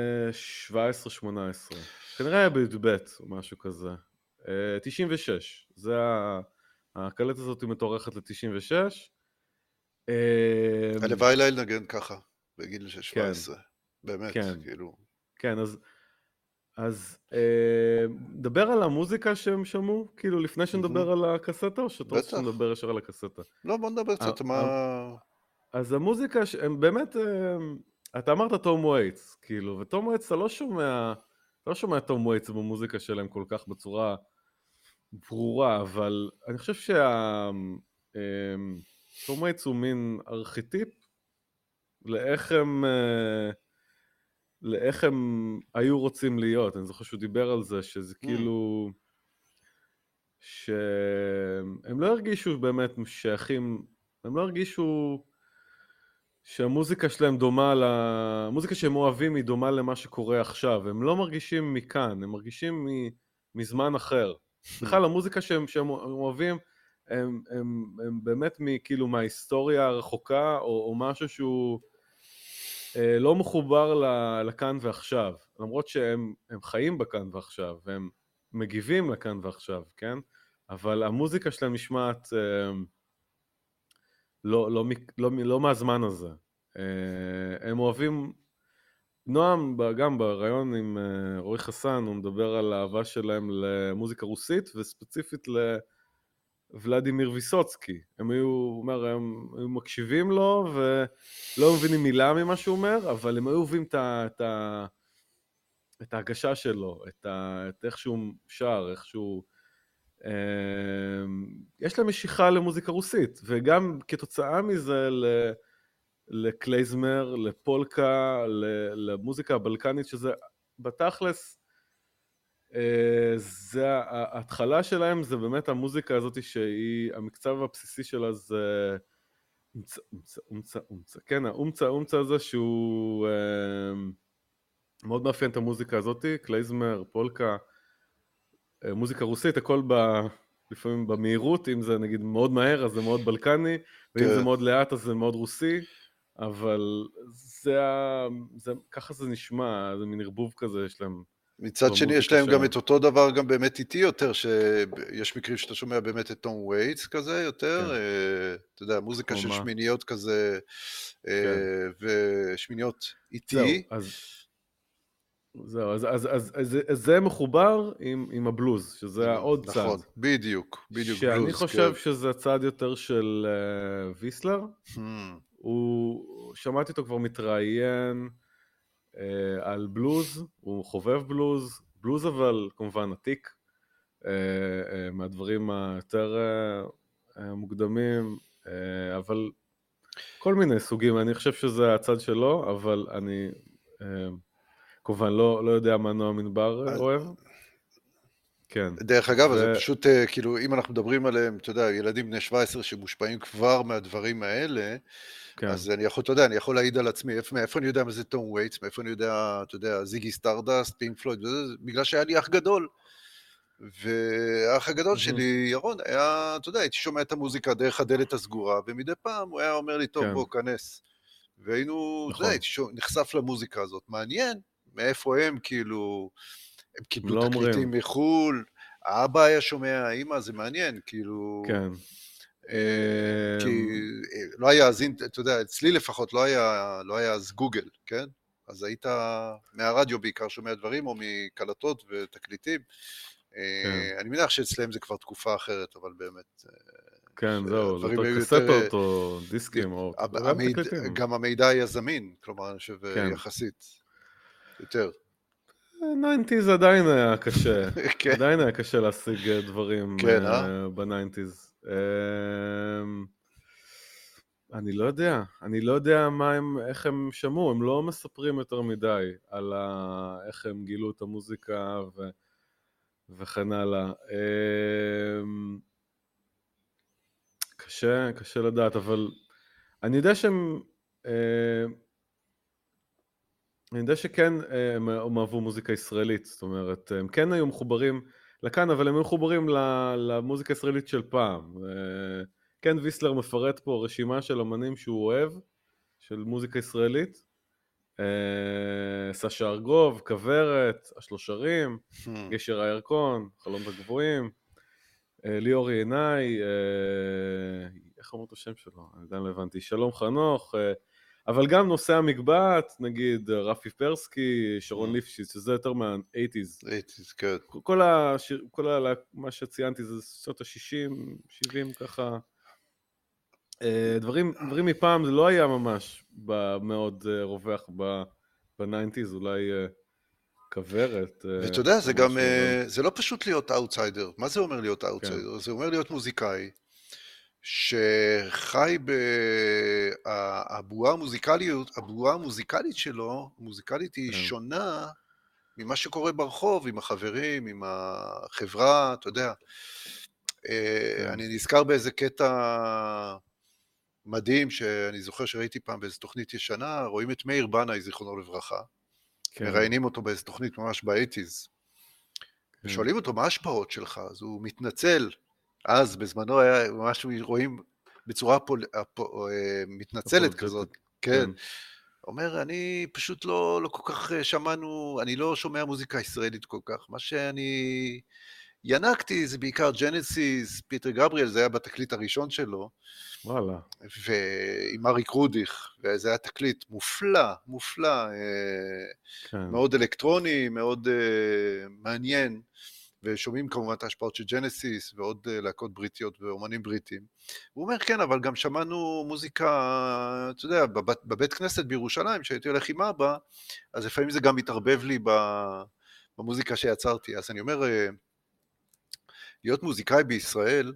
17-18, כנראה היה בי"ב או משהו כזה, 96, הקלטת הזאת היא מתוארכת ל-96, הלוואי לה לנגן ככה, בגיל כן, 17, באמת, כן, כאילו. כן, אז נדבר על המוזיקה שהם שמעו, כאילו לפני מהמם, שנדבר על הקסטה, או שאתה רוצה בטח. שנדבר ישר על הקסטה? לא, בוא נדבר קצת, ה- ה- אז המוזיקה, הם באמת, אתה אמרת תום וייטס, כאילו, ותום וייטס אתה לא שומע את תום וייטס במוזיקה שלהם כל כך בצורה ברורה, אבל אני חושב תום וייטס הוא מין ארכיטיפ לאיך הם, לאיך הם היו רוצים להיות. אני זוכר שהוא דיבר על זה, שזה כאילו, שהם לא הרגישו באמת שייכים, הם לא הרגישו שהמוזיקה שלהם דומה, המוזיקה שהם אוהבים היא דומה למה שקורה עכשיו, הם לא מרגישים מכאן, הם מרגישים מזמן אחר. בכלל המוזיקה שהם אוהבים הם באמת כאילו מההיסטוריה הרחוקה, או משהו שהוא לא מחובר לכאן ועכשיו, למרות שהם חיים בכאן ועכשיו, והם מגיבים לכאן ועכשיו, כן? אבל המוזיקה שלהם נשמעת לא מהזמן הזה. הם אוהבים, נועם גם ברעיון עם רועי חסן, הוא מדבר על האהבה שלהם למוזיקה רוסית, וספציפית לוולדימיר ויסוצקי. הוא אומר, הם היו מקשיבים לו, ולא מבינים מילה ממה שהוא אומר, אבל הם היו אוהבים את ההגשה שלו, את איך שהוא שר, איך שהוא... יש להם משיכה למוזיקה רוסית, וגם כתוצאה מזה לקלייזמר, לפולקה, למוזיקה הבלקנית, שזה בתכלס, זה ההתחלה שלהם, זה באמת המוזיקה הזאת שהיא, המקצב הבסיסי שלה זה אומצה, כן, האומצה הזה שהוא מאוד מאפיין את המוזיקה הזאת, קלייזמר, פולקה, מוזיקה רוסית, הכל לפעמים במהירות, אם זה נגיד מאוד מהר אז זה מאוד בלקני, ואם זה כן. מאוד לאט אז זה מאוד רוסי, אבל ככה זה נשמע, זה מין ערבוב כזה יש להם מצד שני, יש במוזיקה להם גם שלהם. את אותו דבר, גם באמת איטי יותר, שיש מקרים שאתה שומע באמת את תום וייטס כזה יותר, כן, אתה יודע, מוזיקה כמו של מה? שמיניות כזה, כן. ושמיניות זהו, איטי. אז זה מחובר עם הבלוז, שזה העוד צד, נכון, בדיוק, בדיוק שאני בלוז, כן. חושב שזה הצד יותר של ויסלר, שמעתי אותו כבר מתראיין על בלוז, הוא חובב בלוז, בלוז אבל כמובן עתיק, מהדברים היותר מוקדמים, אבל כל מיני סוגים, אני חושב שזה הצד שלו, אבל אני כמובן לא יודע מה נועם ענבר אוהב, כן. דרך אגב, זה פשוט, כאילו, אם אנחנו מדברים עליהם, אתה יודע, ילדים בני 17 שמושפעים כבר מהדברים האלה, כן. אז אני יכול להעיד על עצמי, מאיפה אני יודע מה זה תום וייטס, מאיפה אני יודע, אתה יודע, זיגי סטארדסט, פינק פלויד, בגלל שהיה לי אח גדול. והאח הגדול שלי, ירון, היה, אתה יודע, הייתי שומע את המוזיקה דרך הדלת הסגורה, ומדי פעם הוא היה אומר לי, טוב, כן. בוא, כנס. והיינו, אתה נכון. יודע, הייתי נחשף למוזיקה הזאת. מעניין, מאיפה הם, כאילו, הם קיבלו לא תקליטים מחול, האבא היה שומע, האמא, זה מעניין, כאילו... כן. כי לא היה, אז אתה יודע, אצלי לפחות לא היה אז גוגל, כן? אז היית מהרדיו בעיקר שומע דברים, או מקלטות ותקליטים. אני מניח שאצלם זה כבר תקופה אחרת, אבל באמת... כן, זהו, זה הדברים היו יותר יותר... קסטות או דיסקים, או גם תקליטים. גם המידע היה זמין, כלומר, אני חושב, כן. יחסית, יותר. ניינטיז עדיין היה קשה, כן, עדיין היה קשה להשיג דברים כן, בניינטיז. אני לא יודע איך הם שמעו, הם לא מספרים יותר מדי על איך הם גילו את המוזיקה וכן הלאה. קשה לדעת, אבל אני יודע שהם, אני יודע שכן הם אהבו מוזיקה ישראלית, זאת אומרת, הם כן היו מחוברים לכאן, אבל הם היו מחוברים למוזיקה הישראלית של פעם. כן, ויסלר מפרט פה רשימה של אמנים שהוא אוהב, של מוזיקה ישראלית. סשה ארגוב, כוורת, השלושרים, גשר הירקון, חלומות הגבוהים, ליאור עיניי, איך אמרו את השם שלו? אני עדיין לא הבנתי, שלום חנוך, אבל גם נושא המקבט, נגיד רפי פרסקי, שרון ליפשיץ, שזה יותר מה-80's. 80's, כן. מה שציינתי זה שנות ה-60, 70 ככה. דברים מפעם זה לא היה ממש מאוד רווח ב-90's, אולי כוורת. ואתה יודע, זה גם, זה לא פשוט להיות אאוטסיידר. מה זה אומר להיות אאוטסיידר? זה אומר להיות מוזיקאי שחי הבועה המוזיקלית שלו, המוזיקלית היא שונה ממה שקורה ברחוב, עם החברים, עם החברה, אתה יודע. אני נזכר באיזה קטע מדהים שאני זוכר שראיתי פעם באיזו תוכנית ישנה, רואים את מאיר בנאי, זיכרונו לברכה, מראיינים אותו באיזו תוכנית ממש ב-80's, ושואלים אותו מה ההשפעות שלך, אז הוא מתנצל, אז בזמנו היה ממש רואים בצורה מתנצלת כזאת, כן, אומר אני פשוט לא כל כך שמענו, אני לא שומע מוזיקה ישראלית כל כך, מה שאני ינקתי זה בעיקר ג'נסיס, פיטר גבריאל, זה היה בתקליט הראשון שלו, וואלה. ועם אריק רודיך, וזה היה תקליט מופלא, מאוד אלקטרוני, מאוד מעניין, ושומעים כמובן את ההשפעות של ג'נסיס, ועוד להקות בריטיות ואומנים בריטים. הוא אומר, כן, אבל גם שמענו מוזיקה, אתה יודע, בבית כנסת בירושלים, שהייתי הולך עם אבא, אז לפעמים זה גם מתערבב לי במוזיקה שיצרתי. אז אני אומר, להיות מוזיקאי בישראל,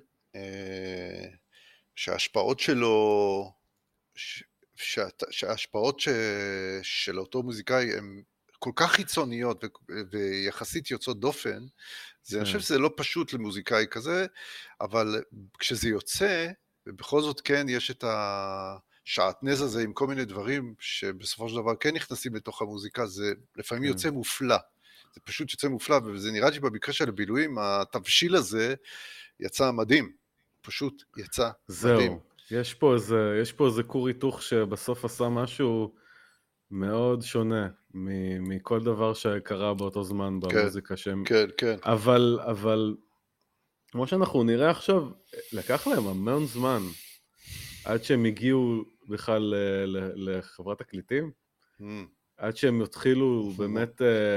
שההשפעות שלו, שההשפעות של אותו מוזיקאי הן כל כך חיצוניות ויחסית יוצאות דופן, אני חושב שזה לא פשוט למוזיקאי כזה, אבל כשזה יוצא, ובכל זאת כן יש את השעטנז הזה עם כל מיני דברים שבסופו של דבר כן נכנסים לתוך המוזיקה, זה לפעמים יוצא מופלא. זה פשוט יוצא מופלא, וזה נראה לי במקרה של הבילויים, התבשיל הזה יצא מדהים. פשוט יצא מדהים. יש פה איזה כור היתוך שבסוף עשה משהו מאוד שונה מכל דבר שקרה באותו זמן במוזיקה שהם... כן. אבל כמו שאנחנו נראה עכשיו, לקח להם המון זמן עד שהם הגיעו בכלל לחברת תקליטים, עד שהם התחילו באמת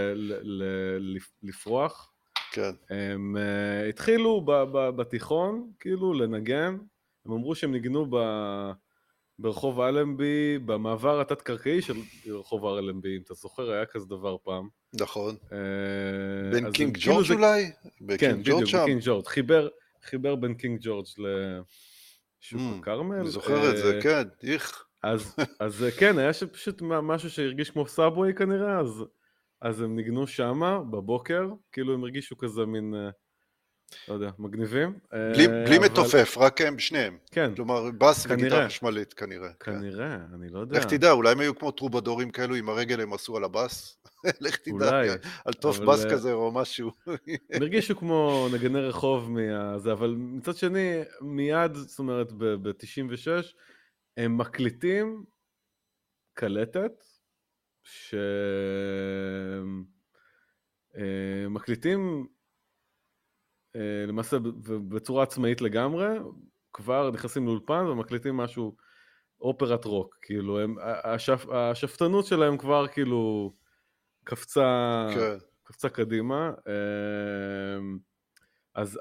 לפרוח. כן. הם התחילו בתיכון, כאילו, לנגן. הם אמרו שהם ניגנו ברחוב אלנבי, במעבר התת-קרקעי של רחוב אלנבי, אם אתה זוכר, היה כזה דבר פעם. נכון. בין קינג ג'ורג' אולי? כן, בדיוק, בקינג ג'ורג'. חיבר בין קינג ג'ורג' לשוק הכרמל. אני זוכר את זה, כן, איך. אז כן, היה פשוט משהו שהרגיש כמו סאבווי כנראה, אז הם ניגנו שמה בבוקר, כאילו הם הרגישו כזה מין, לא יודע, מגניבים. בלי מתופף, רק הם שניהם. כן. כלומר, בס וגיטרה חשמלית כנראה. כנראה, אני לא יודע. לך תדע, אולי הם היו כמו טרובדורים כאלו עם הרגל הם עשו על הבס. לך תדע, אולי. על תוף בס כזה או משהו. הם הרגישו כמו נגני רחוב מהזה, אבל מצד שני, מיד, זאת אומרת, ב-96, הם מקליטים קלטת, שמקליטים למעשה בצורה עצמאית לגמרי, כבר נכנסים לאולפן ומקליטים משהו אופרת רוק, כאילו השפטנות שלהם כבר כאילו קפצה קדימה, אז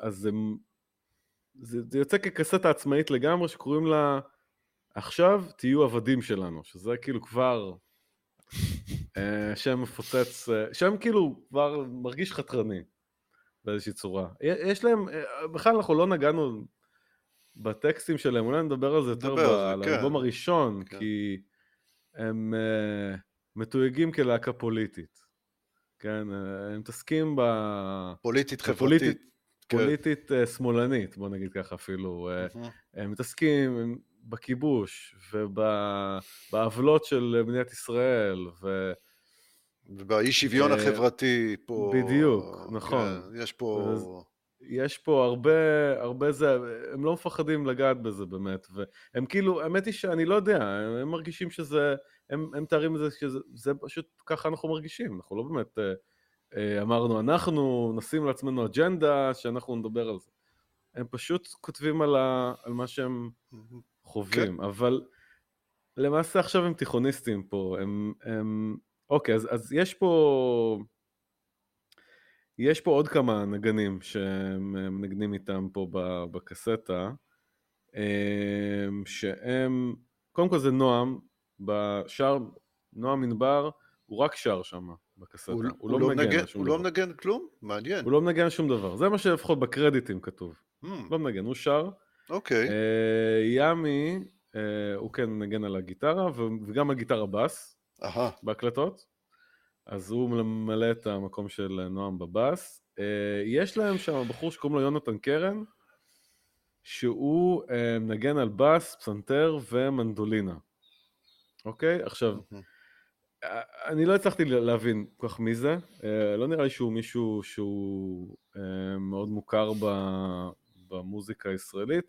זה יוצא כקסטה עצמאית לגמרי שקוראים לה עכשיו תהיו עבדים שלנו, שזה כאילו כבר שם מפוצץ, שם כאילו כבר מרגיש חתרני באיזושהי צורה. יש להם, בכלל אנחנו לא נגענו בטקסטים שלהם, אולי נדבר על זה יותר נדבר על זה, כן. באלבום הראשון, כן. כי הם מתויגים כלהקה פוליטית, כן? הם מתעסקים פוליטית בפוליטית, חברתית. כן. פוליטית שמאלנית, בוא נגיד ככה אפילו. הם מתעסקים בכיבוש ובעוולות של מדינת ישראל, ובאי שוויון החברתי פה... בדיוק, נכון. כן, יש פה... יש פה הרבה זה, הם לא מפחדים לגעת בזה באמת, והם כאילו, האמת היא שאני לא יודע, הם מרגישים שזה, הם תארים את זה שזה פשוט ככה אנחנו מרגישים, אנחנו לא באמת אמרנו, אנחנו נשים לעצמנו אג'נדה שאנחנו נדבר על זה. הם פשוט כותבים על מה שהם חווים, אבל למעשה עכשיו הם תיכוניסטים פה, אוקיי, אז יש פה עוד כמה נגנים שהם מנגנים איתם פה בקסטה, שהם, קודם כל זה נועם, בשר, נועם מנבר, הוא רק שר שם בקסטה, הוא לא מנגן על שום דבר. הוא לא מנגן כלום? מעניין. הוא לא מנגן על שום דבר, זה מה שלפחות בקרדיטים כתוב. לא מנגן, הוא שר. אוקיי. ימי, הוא כן מנגן על הגיטרה, וגם על גיטרה בס, בהקלטות. אז הוא ממלא את המקום של נועם בבאס. יש להם שם בחור שקוראים לו יונתן קרן, שהוא מנגן על באס, פסנתר ומנדולינה. אוקיי? עכשיו, אני לא הצלחתי להבין כל כך מי זה. לא נראה לי שהוא מישהו שהוא מאוד מוכר במוזיקה הישראלית.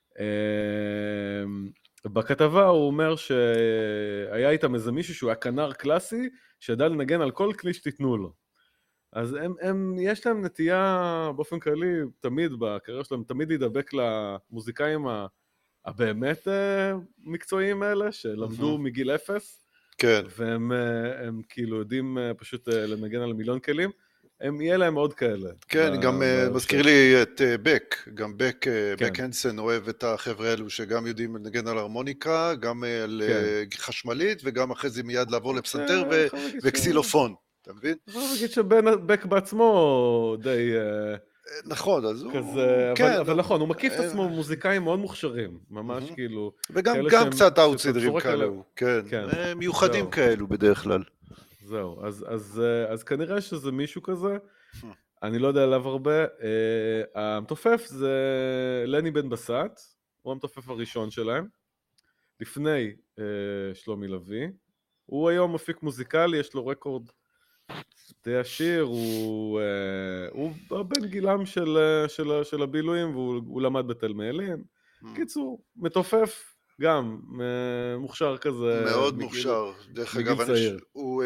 בכתבה הוא אומר שהיה איתם איזה מישהו שהוא היה כנר קלאסי, שידע לנגן על כל כלי שתיתנו לו. אז יש להם נטייה באופן כללי, תמיד בקריירה שלהם, תמיד להידבק למוזיקאים הבאמת מקצועיים האלה, שלמדו מגיל 0, כן. והם כאילו יודעים פשוט לנגן על מיליון כלים, יהיה להם עוד כאלה. כן, גם מזכיר לי את בק, גם בק הנסן אוהב את החבר'ה האלו שגם יודעים לנגן על הרמוניקה, גם על חשמלית, וגם אחרי זה מיד לעבור לפסנתר וקסילופון, אתה מבין? אני יכול להגיד שבק בעצמו די... נכון, אז הוא... אבל נכון, הוא מקיף את עצמו מוזיקאים מאוד מוכשרים, ממש כאילו... וגם קצת אאוטסידרים כאלו, כן, מיוחדים כאלו בדרך כלל. זהו, אז כנראה שזה מישהו כזה, אני לא יודע עליו הרבה. המתופף זה לני בן בסט, הוא המתופף הראשון שלהם, לפני שלומי לוי. הוא היום מפיק מוזיקלי, יש לו רקורד די עשיר, הוא בן גילם של הבילויים, והוא למד בתל מעלים. קיצור, מתופף גם, מוכשר כזה. מאוד מוכשר, דרך אגב, הוא...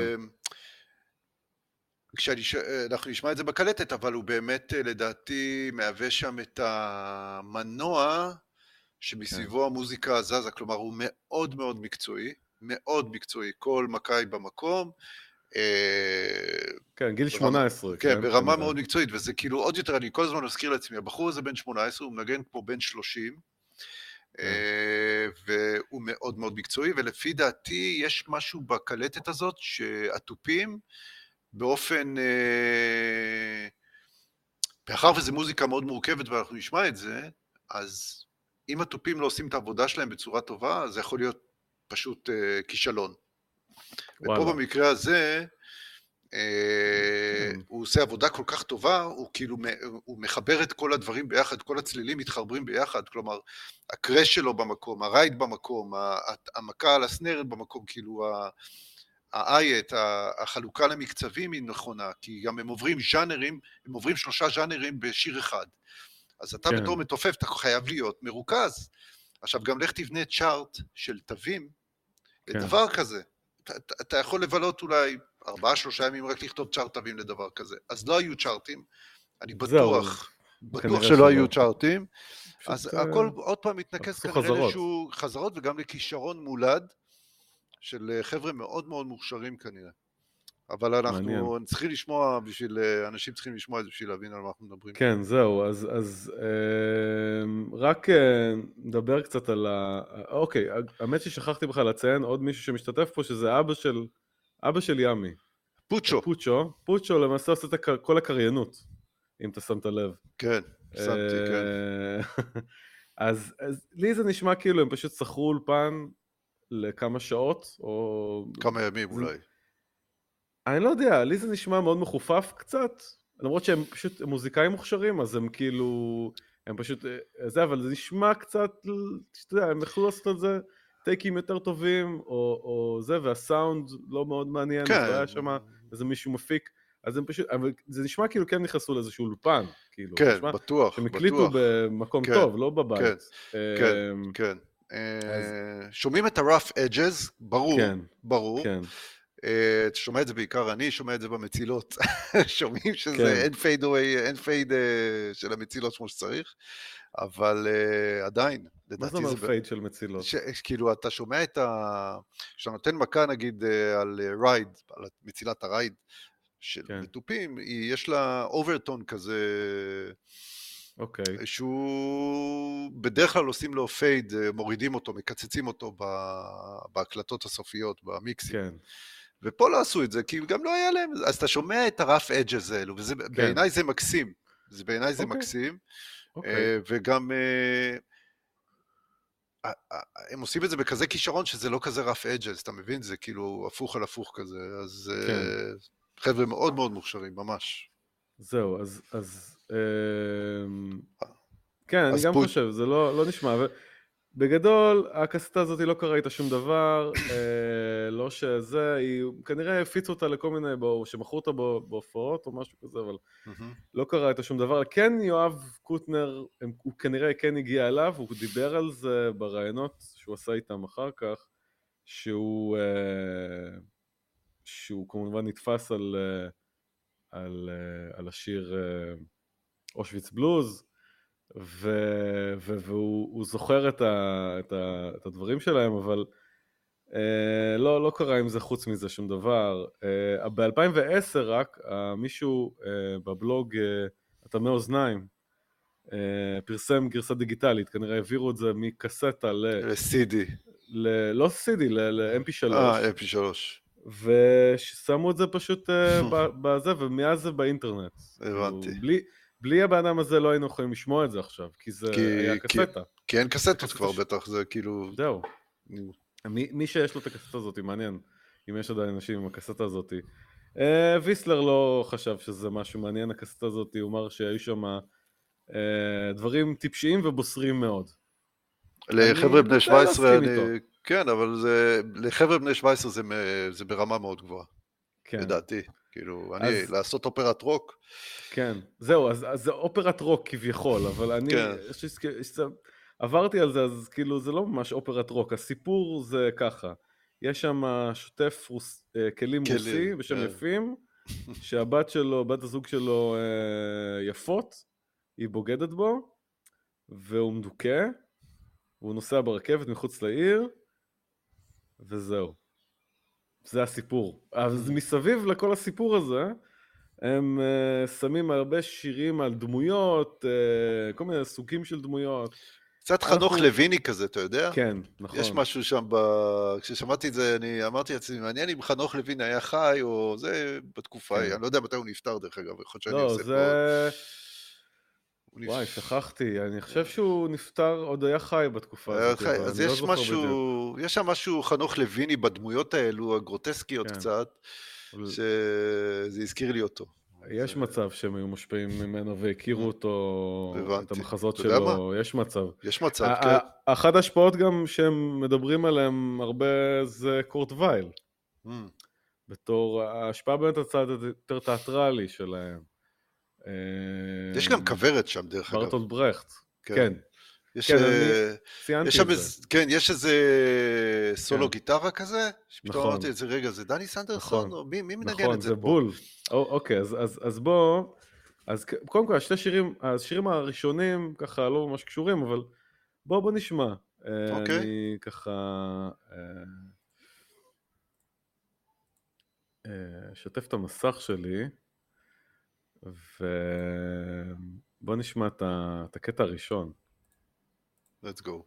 אנחנו נשמע את זה בקלטת, אבל הוא באמת לדעתי מהווה שם את המנוע שמסביבו המוזיקה זזה, כלומר הוא מאוד מאוד מקצועי, מאוד מקצועי, כל מקאי במקום. כן, גיל 18. כן, ברמה מאוד מקצועית, וזה כאילו עוד יותר, אני כל הזמן מזכיר לעצמי, הבחור הזה בן 18, הוא מנגן פה בן 30, והוא מאוד מאוד מקצועי, ולפי דעתי יש משהו בקלטת הזאת שהטופים באופן, מאחר וזו מוזיקה מאוד מורכבת ואנחנו נשמע את זה, אז אם הטופים לא עושים את העבודה שלהם בצורה טובה, זה יכול להיות פשוט כישלון. ופה במקרה הזה, הוא עושה עבודה כל כך טובה, הוא כאילו, הוא מחבר את כל הדברים ביחד, כל הצלילים מתחברים ביחד, כלומר, הקרש שלו במקום, הרייט במקום, המכה על הסנרת במקום, כאילו האייט, החלוקה למקצבים היא נכונה, כי גם הם עוברים ז'אנרים, הם עוברים 3 ז'אנרים בשיר אחד. אז אתה בתור מתופף, אתה חייב להיות מרוכז. עכשיו גם לך תבנה צ'ארט של תווים, לדבר כזה. אתה יכול לבלות אולי 4-3 ימים רק לכתוב צ'ארט תווים לדבר כזה. אז לא היו צ'ארטים, אני בטוח שלא היו צ'ארטים. אז הכל עוד פעם מתנקז כנראה לאיזשהו חזרות וגם לכישרון מולד, של חבר'ה מאוד מאוד מוכשרים כנראה. אבל אנחנו צריכים לשמוע אנשים צריכים לשמוע את זה בשביל להבין על מה אנחנו מדברים. כן, זהו, אז רק נדבר קצת על אוקיי, האמת ששכחתי בכלל לציין עוד מישהו שמשתתף פה, שזה אבא של אבא של ימי. פוצ'ו. פוצ'ו למעשה עושה את כל הקריינות, אם אתה שמת לב. כן, שמתי, כן. אז לי זה נשמע כאילו הם פשוט שכרו אולפן לכמה שעות, או... כמה ימים אולי. אני לא יודע, לי זה נשמע מאוד מחופף קצת, למרות שהם פשוט מוזיקאים מוכשרים, אז הם כאילו, הם פשוט, זה, אבל זה נשמע קצת, אתה יודע, הם יכלו לעשות על זה טייקים יותר טובים, או זה, והסאונד לא מאוד מעניין, אז לא היה שם איזה מישהו מפיק, אז הם פשוט, אבל זה נשמע כאילו כן נכנסו לאיזשהו אולפן, כאילו, כן, נשמע, בטוח, שהם הקליטו במקום טוב, לא בבית. כן. שומעים את ה-rough edges, ברור. אתה שומע את זה בעיקר, אני שומע את זה במצילות, שומעים שזה אין פייד של המצילות כמו שצריך, אבל עדיין, מה זה אומר פייד של מצילות? כאילו אתה שומע כשאתה נותן מכה נגיד על רייד, על מצילת הרייד של מטופים, יש לה אוברטון כזה, שהוא בדרך כלל עושים לו פייד, מורידים אותו, מקצצים אותו בהקלטות הסופיות, במיקסים. ופה לא עשו את זה, כי גם לא היה להם, אז אתה שומע את הרף אדג' האלו, ובעיניי זה מקסים, וגם הם עושים את זה בכזה כישרון שזה לא כזה רף אדג', אתה מבין? זה כאילו הפוך על הפוך כזה, אז חבר'ה מאוד מאוד מוכשרים, ממש. זהו, אז כן, אני גם חושב, זה לא נשמע, בגדול, הקסטה הזאת לא קרא איתה שום דבר, לא שזה, כנראה הפיצו אותה לכל מיני, שמכרו אותה בהופעות או משהו כזה, אבל לא קרא איתה שום דבר. כן, יואב קוטנר, הוא כנראה כן הגיע אליו, הוא דיבר על זה ברעיונות שהוא עשה איתם אחר כך, שהוא כמובן נתפס על השיר אושוויץ בלוז, והוא זוכר את הדברים שלהם, אבל לא קרה עם זה חוץ מזה שום דבר. ב-2010 רק, מישהו בבלוג אטמי אוזניים פרסם גרסה דיגיטלית, כנראה העבירו את זה מקסטה ל-CD. לא CD, ל-MP3. MP3. ושמו את זה פשוט בזה, ומאז זה באינטרנט. הבנתי. בלי הבאדם הזה לא היינו יכולים לשמוע את זה עכשיו, כי זה היה קסטה. כי אין קסטות כבר בטח, זה כאילו... זהו. מי שיש לו את הקסטה הזאת, מעניין, אם יש עדיין אנשים עם הקסטה הזאת. ויסלר לא חשב שזה משהו מעניין, הקסטה הזאת, הוא אמר שהיו שם דברים טיפשיים ובוסרים מאוד. לחבר'ה בני 17, כן, אבל לחבר'ה בני 17 זה ברמה מאוד גבוהה, לדעתי. כאילו, לעשות אופרת רוק. כן, זהו, אז זה אופרת רוק כביכול, אבל אני עברתי על זה, אז כאילו זה לא ממש אופרת רוק, הסיפור זה ככה, יש שם שוטף כלים רוסי בשם יפים, שהבת הזוג שלו יפות, היא בוגדת בו, והוא מדוכא, והוא נוסע ברכבת מחוץ לעיר, וזהו. זה הסיפור. אז מסביב לכל הסיפור הזה, הם שמים הרבה שירים על דמויות, כל מיני סוגים של דמויות. קצת חנוך לויני כזה, אתה יודע? כן, נכון. יש משהו שם, כששמעתי את זה, אני אמרתי לעצמי, מעניין אם חנוך לויני היה חי, או זה בתקופה, אני לא יודע מתי הוא נפטר דרך אגב, יכול שאני עושה פה... וואי, שכחתי, אני חושב שהוא נפטר, עוד היה חי בתקופה הזאת, אז יש משהו, יש שם משהו חנוך לויני בדמויות האלו, הגרוטסקיות קצת, שזה הזכיר לי אותו. יש מצב שהם היו מושפעים ממנו והכירו אותו, את המחזות שלו, יש מצב. יש מצב, כן. אחת ההשפעות גם שהם מדברים עליהם הרבה זה קורט וייל, בתור ההשפעה באמת הצד יותר תיאטרלי שלהם. יש גם כברת שם דרך אגב. ברטולד ברכט, כן. יש איזה סולו גיטרה כזה, שפתאום אמרתי את זה, רגע, זה דני סנדרסון, או מי מנגן את זה פה? נכון, זה בול. אוקיי, אז בוא, אז קודם כל, השירים הראשונים ככה לא ממש קשורים, אבל בוא נשמע. אני ככה אשתף את המסך שלי, ובוא נשמע את הקטע הראשון. Let's go.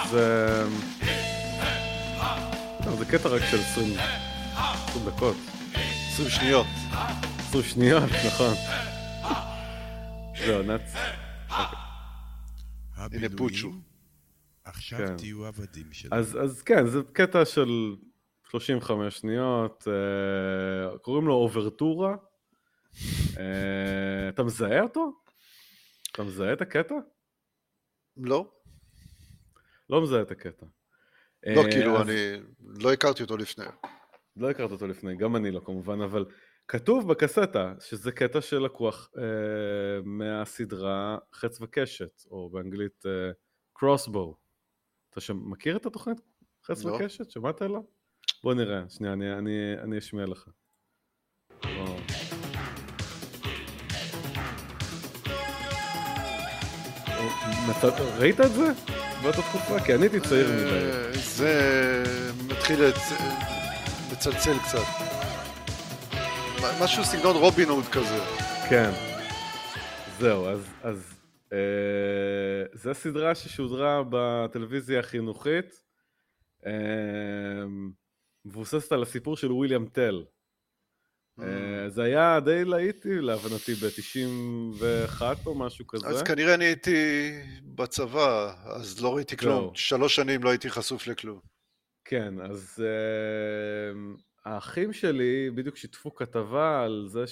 זה קטע רק של 20 דקות. 20 שניות. 20 שניות, נכון. זהו, נץ. הנה פוצ'ו. עכשיו תהיו עבדים שלנו. אז כן, זה קטע של 35 שניות, קוראים לו אוברטורה. אתה מזהה אותו? אתה מזהה את הקטע? לא. לא מזהה את הקטע. לא, כאילו, אני לא הכרתי אותו לפני. לא הכרת אותו לפני, גם אני לא כמובן, אבל כתוב בקסטה שזה קטע שלקוח מהסדרה חץ וקשת, או באנגלית קרוסבו. אתה מכיר את התוכנית חץ וקשת? שמעת עליו? בוא נראה, שנייה, אני אשמיע לך. ראית את זה? באותה תקופה? כי אני הייתי צעיר מדי. זה מתחיל לצלצל קצת. משהו סגנון רובין הוד כזה. כן. זהו, אז זו סדרה ששודרה בטלוויזיה החינוכית, מבוססת על הסיפור של וויליאם טל. זה היה די להיטי להבנתי ב-91 או משהו כזה. אז כנראה אני הייתי בצבא, אז לא ראיתי כלום. 3 שנים לא הייתי חשוף לכלום. כן, אז האחים שלי בדיוק שיתפו כתבה על זה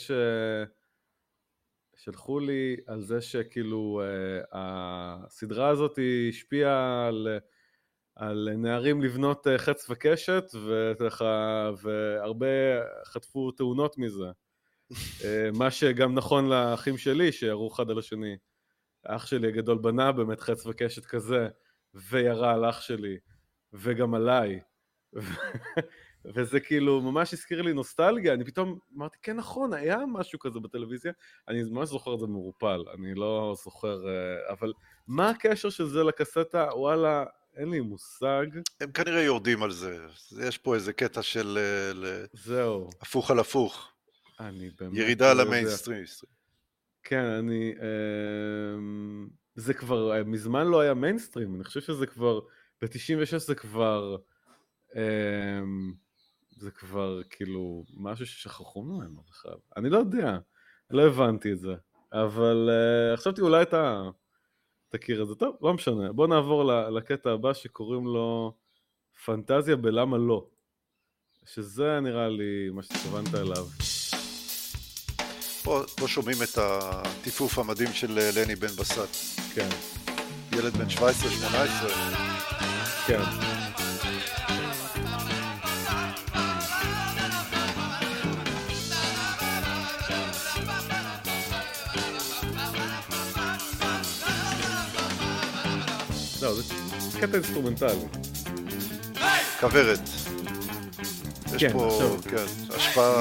שלחו לי על זה שכאילו הסדרה הזאת השפיעה על נערים לבנות חץ וקשת, והרבה חטפו תאונות מזה. מה שגם נכון לאחים שלי, שירו אחד על השני. האח שלי הגדול בנה באמת חץ וקשת כזה, וירה על אח שלי, וגם עליי. וזה כאילו ממש הזכיר לי נוסטלגיה, אני פתאום אמרתי, כן נכון, היה משהו כזה בטלוויזיה, אני ממש זוכר את זה מרופל, אני לא זוכר, אבל מה הקשר של זה לקסטה? וואלה, אין לי מושג. הם כנראה יורדים על זה, יש פה איזה קטע של זהו. הפוך על הפוך. אני באמת ירידה על המיינסטרים. כן, זה כבר מזמן לא היה מיינסטרים, אני חושב שזה כבר, ב-96 זה כבר כאילו משהו ששכחו ממנו בכלל. אני לא יודע, לא הבנתי את זה, אבל חשבתי אולי אתה תכיר את זה. טוב, לא משנה. בוא נעבור לקטע הבא שקוראים לו פנטזיה בלמה לא, שזה נראה לי מה שתכוונת אליו. פה שומעים את הטיפוף המדהים של לני בן בסט. כן. ילד בן 17-18. כן. לא, זה קטע אינסטרומנטלי. כברת. יש פה, כן, השפעה...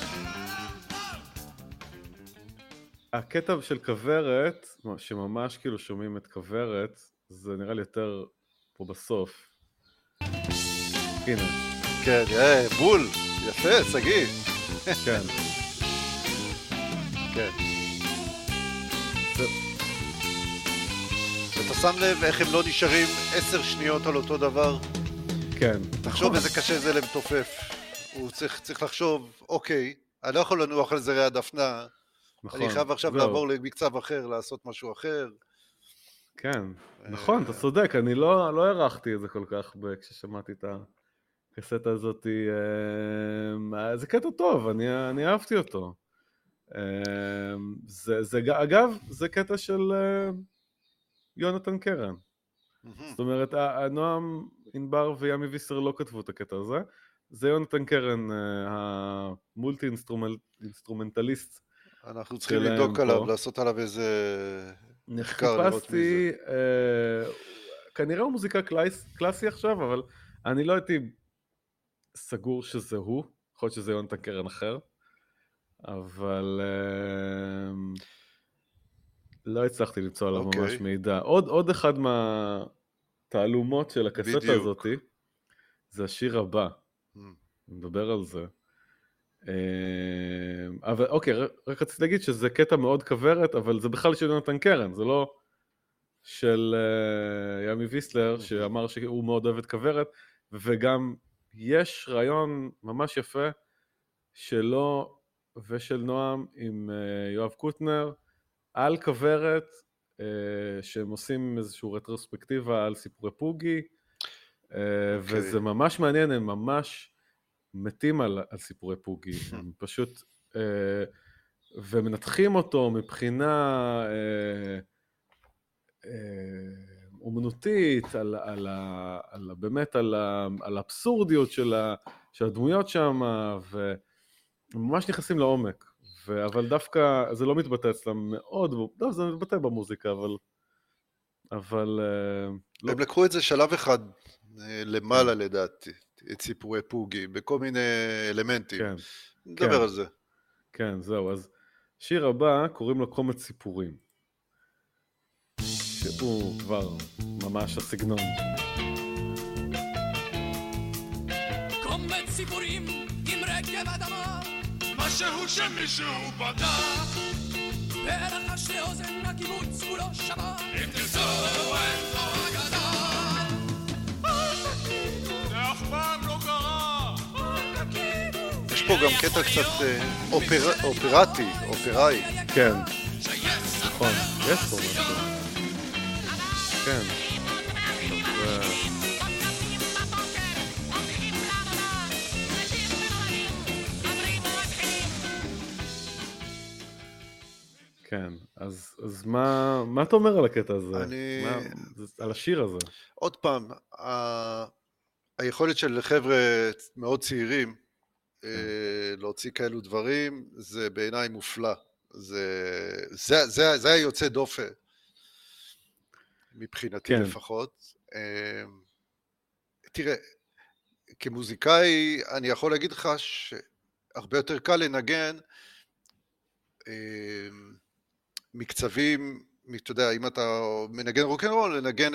הקטע של כברת, שממש כאילו שומעים את כברת, זה נראה לי יותר פה בסוף. הנה. כן, בול, יפה, סגי. כן. כן. אתה שם לב איך הם לא נשארים 10 שניות על אותו דבר? כן. תחשוב איזה קשה זה למתופף. הוא צריך לחשוב, אוקיי, אני לא יכול לנוח על זרי הדפנה, אני חייב עכשיו לעבור למקצב אחר, לעשות משהו אחר. כן, נכון, אתה צודק, אני לא הרחתי את זה כל כך כששמעתי את הקסטה הזאת. זה קטע טוב, אני אהבתי אותו. אגב, זה קטע של יונתן קרן. זאת אומרת, נועם ענבר וימי ויסר לא כתבו את הקטע הזה, זה יונתן קרן, המולטי אינסטרומנטליסט. אנחנו צריכים לבדוק עליו, לעשות עליו איזה מחקר, לראות מי זה. כנראה הוא מוזיקה קלאסי עכשיו, אבל אני לא הייתי סגור שזה הוא, יכול להיות שזה יונתן קרן אחר, אבל לא הצלחתי למצוא עליו ממש מידע. עוד אחד מהתעלומות של הקסטה הזאת, זה השיר הבא, נדבר על זה. אבל אוקיי, רק רציתי להגיד שזה קטע מאוד כברת, אבל זה בכלל של יונתן קרן, זה לא של ימי ויסלר, שאמר שהוא מאוד אוהב את כוורת, וגם יש רעיון ממש יפה שלו ושל נועם עם יואב קוטנר, על כוורת, שהם עושים איזשהו רטרוספקטיבה על סיפורי פוגי, וזה ממש מעניין, הם ממש מתים על סיפורי פוגי, הם פשוט, ומנתחים אותו מבחינה אומנותית, באמת על האבסורדיות של הדמויות שם, וממש נכנסים לעומק. אבל דווקא זה לא מתבטא אצלם מאוד, זה מתבטא במוזיקה, אבל הם לקחו את זה שלב אחד למעלה לדעתי, את סיפורי פוגי, בכל מיני אלמנטים. נדבר על זה. כן, זהו. אז שיר הבא קוראים לו קומץ סיפורים, שהוא כבר ממש הסגנון. קומץ סיפורים עם רגב אדמה, משהו שמישהו בדק, ולחש לאוזן הקיבוץ כולו שמע, אם תרצו את זו אגדה. זה אף פעם לא קרה. יש פה גם קטע קצת אופרטי, אופראי. כן, נכון, יש פה משהו. כן. כן, אז מה אתה אומר על הקטע הזה? על השיר הזה? עוד פעם, היכולת של חבר'ה מאוד צעירים להוציא כאלו דברים, זה בעיניי מופלא. זה היוצא דופן, מבחינתי לפחות. תראה, כמוזיקאי אני יכול להגיד לך שהרבה יותר קל לנגן מקצבים, אתה יודע, אם אתה מנגן רוק'נ'רול, לנגן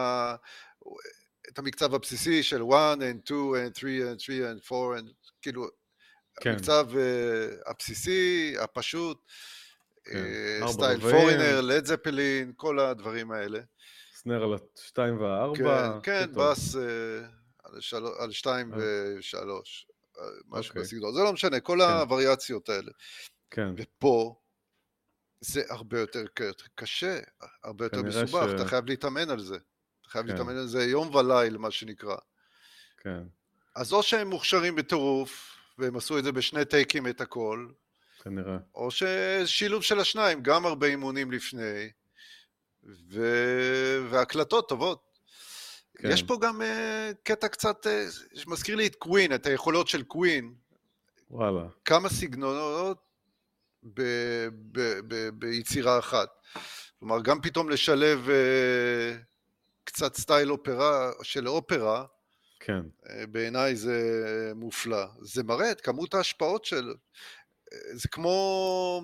את המקצב הבסיסי של 1 and 2 and 3 and 3 and 4, כאילו, המקצב הבסיסי, הפשוט, סטייל פורינר, לד זפלין, כל הדברים האלה. סנר על 2 ו-4. כן, בס על 2 ו-3, משהו בסגנון. זה לא משנה, כל הווריאציות האלה. ופה, זה הרבה יותר קשה, הרבה יותר מסובך, אתה חייב להתאמן על זה. אתה חייב להתאמן על זה יום וליל, מה שנקרא. כן. אז או שהם מוכשרים בטירוף, והם עשו את זה בשני טייקים את הכל, כנראה. או ששילוב של השניים, גם הרבה אימונים לפני, והקלטות טובות. כן. יש פה גם קטע קצת, שמזכיר לי את קווין, את היכולות של קווין. וואלה. כמה סגנונות ביצירה אחת. כלומר, גם פתאום לשלב קצת סטייל אופרה, של אופרה, כן. בעיניי זה מופלא. זה מראה את כמות ההשפעות של... זה כמו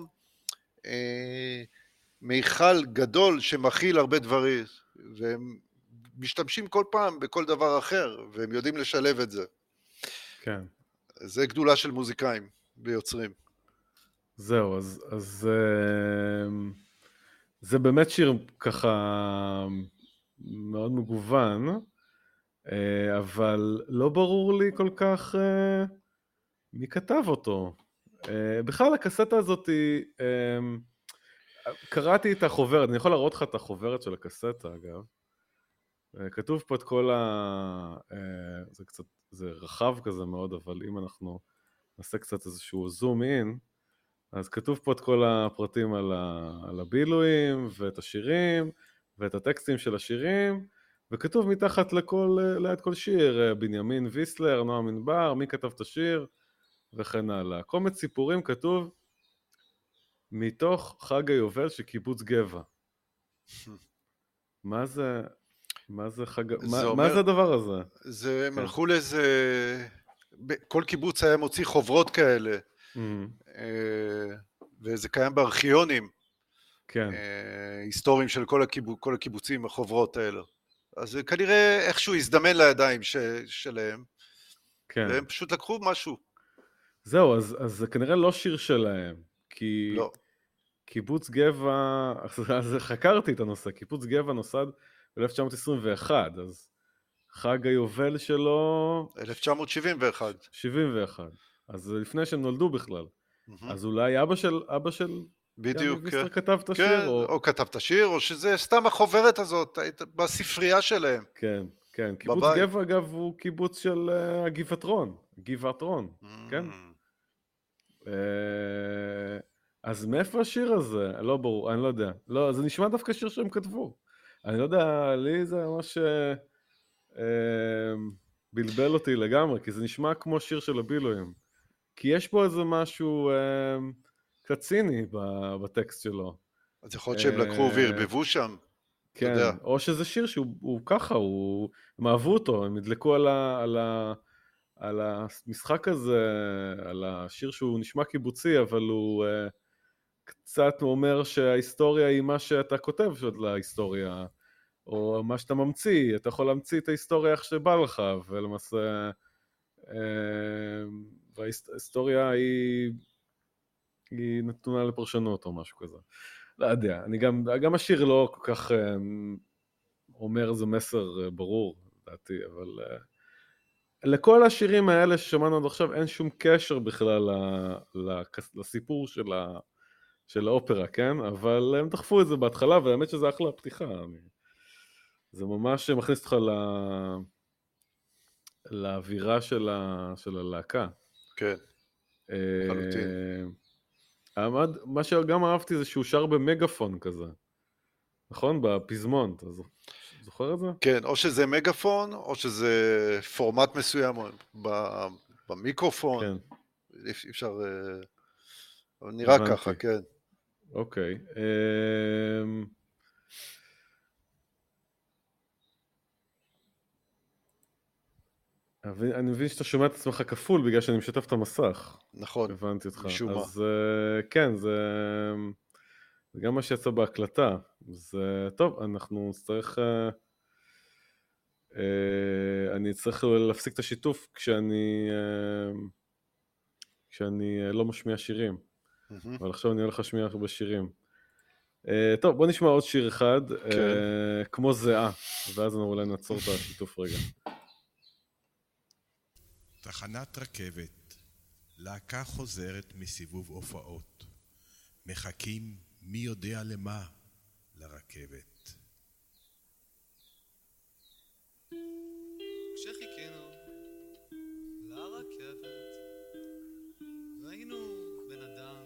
מיכל גדול שמכיל הרבה דברים, והם משתמשים כל פעם בכל דבר אחר, והם יודעים לשלב את זה. כן. זה גדולה של מוזיקאים ויוצרים. זהו, אז זה באמת שיר ככה מאוד מגוון, אבל לא ברור לי כל כך מי כתב אותו. בכלל הקסטה הזאת, קראתי את החוברת, אני יכול להראות לך את החוברת של הקסטה אגב, כתוב פה את כל זה קצת, זה רחב כזה מאוד, אבל אם אנחנו נעשה קצת איזשהו זום אין, אז כתוב פה את כל הפרטים על הבילויים ואת השירים ואת הטקסטים של השירים, וכתוב מתחת ליד כל שיר, בנימין ויסלר, נועם ענבר, מי כתב את השיר וכן הלאה. קומץ סיפורים כתוב מתוך חג היובל של קיבוץ גבע. מה זה הדבר הזה? זה הם הלכו לאיזה, כל קיבוץ היה מוציא חוברות כאלה, וזה קיים בארכיונים, היסטוריים של כל הקיבוצים, החוברות האלה. אז זה כנראה איכשהו הזדמן לידיים שלהם, והם פשוט לקחו משהו. זהו, אז זה כנראה לא שיר שלהם, כי... לא. קיבוץ גבע, אז חקרתי את הנושא, קיבוץ גבע נוסד ב-1921, אז חג היובל שלו... 1971. 71, אז לפני שהם נולדו בכלל. אז אולי אבא של בדיוק, ויסטר כתב את השיר? כן, או כתב את השיר, או שזה סתם החוברת הזאת, בספרייה שלהם. כן, כן. קיבוץ גבע, אגב, הוא קיבוץ של הגבעתרון, כן? אז מאיפה השיר הזה? לא ברור, אני לא יודע. לא, זה נשמע דווקא שיר שהם כתבו. אני לא יודע, לי זה ממש בלבל אותי לגמרי, כי זה נשמע כמו שיר של הבילויים. כי יש פה איזה משהו קצת ציני בטקסט שלו. אז יכול להיות שהם לקחו והרבבו שם. כן, או שזה שיר שהוא ככה, הם אהבו אותו, הם הדלקו על המשחק הזה, על השיר שהוא נשמע קיבוצי, אבל הוא קצת אומר שההיסטוריה היא מה שאתה כותב להיסטוריה, או מה שאתה ממציא, אתה יכול להמציא את ההיסטוריה איך שבא לך, ולמעשה וההיסטוריה היא נתונה לפרשנות או משהו כזה. לא יודע, גם השיר לא כל כך אומר איזה מסר ברור, לדעתי, אבל לכל השירים האלה ששמענו עד עכשיו אין שום קשר בכלל לסיפור של האופרה, כן? אבל הם דחפו את זה בהתחלה, והאמת שזה אחלה פתיחה. זה ממש מכניס אותך לאווירה של הלהקה. כן, חלוטין. מה שגם אהבתי זה שהוא שר במגפון כזה, נכון? בפזמון, אתה זוכר את זה? כן, או שזה מגפון, או שזה פורמט מסוים, במיקרופון. כן. אפשר, נראה ככה, כן. אוקיי. אני מבין שאתה שומע את עצמך כפול בגלל שאני משתף את המסך. נכון. הבנתי אותך. משום מה. אז כן, זה גם מה שיצא בהקלטה. זה טוב, אנחנו נצטרך... אני צריך להפסיק את השיתוף כשאני לא משמיע שירים. אבל עכשיו אני הולך להשמיע הרבה שירים. טוב, בוא נשמע עוד שיר אחד, כמו זהה, ואז אנחנו אולי נעצור את השיתוף רגע. תחנת רכבת, להקה חוזרת מסיבוב הופעות, מחכים מי יודע למה לרכבת. כשחיכינו לרכבת ראינו בן אדם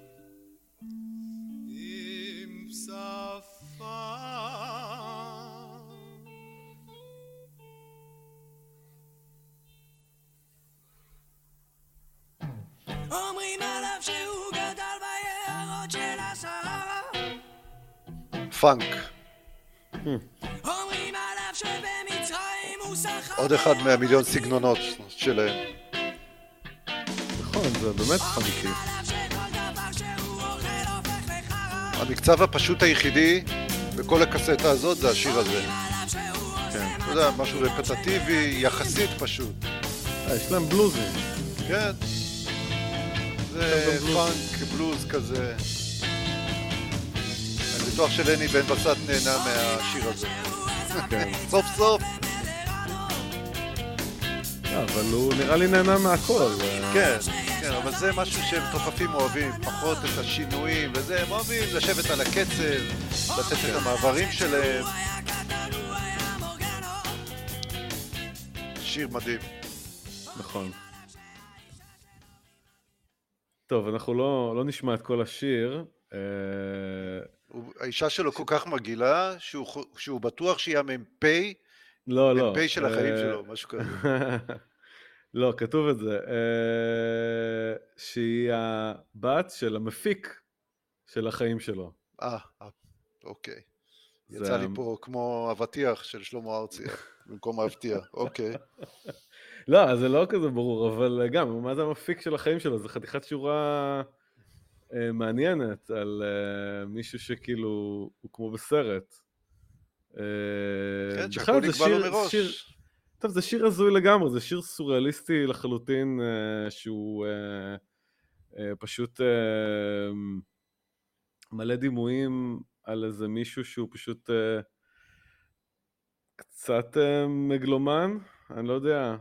עם שפה, אומרים עליו שהוא גדל ביערות של הסהרה, פאנק. אומרים עליו שבמצרים הוא שכר עוד אחד מהמיליון סגנונות שלהם. נכון, זה באמת פאנקי. המקצב הפשוט היחידי בכל הקסטה הזאת זה השיר הזה. כן. אתה יודע, משהו רפטטיבי, יחסית פשוט. יש להם בלוזים. כן. זה פאנק, בלוז כזה. אני בטוח שלני בן בסט נהנה מהשיר הזה. סוף סוף. אבל הוא נראה לי נהנה מהכל. כן, כן, אבל זה משהו שהם תופפים אוהבים, פחות את השינויים וזה, הם אוהבים לשבת על הקצב, לתת את המעברים שלהם. שיר מדהים. נכון. טוב, אנחנו לא נשמע את כל השיר. האישה שלו כל כך מגעילה, שהוא בטוח שהיא המ"פ, לא. מ"פ של החיים שלו, משהו כזה. לא, כתוב את זה. שהיא הבת של המפיק של החיים שלו. אוקיי. יצא לי פה כמו אבטיח של שלמה ארצי, במקום האבטיח, אוקיי. לא, זה לא כזה ברור, אבל גם, מה זה המפיק של החיים שלו? זה חתיכת שורה מעניינת על מישהו שכאילו הוא כמו בסרט. כן, שהכל נקבע לו מראש. טוב, זה שיר הזוי לגמרי, זה שיר סוריאליסטי לחלוטין, שהוא פשוט מלא דימויים על איזה מישהו שהוא פשוט קצת מגלומן, אני לא יודע,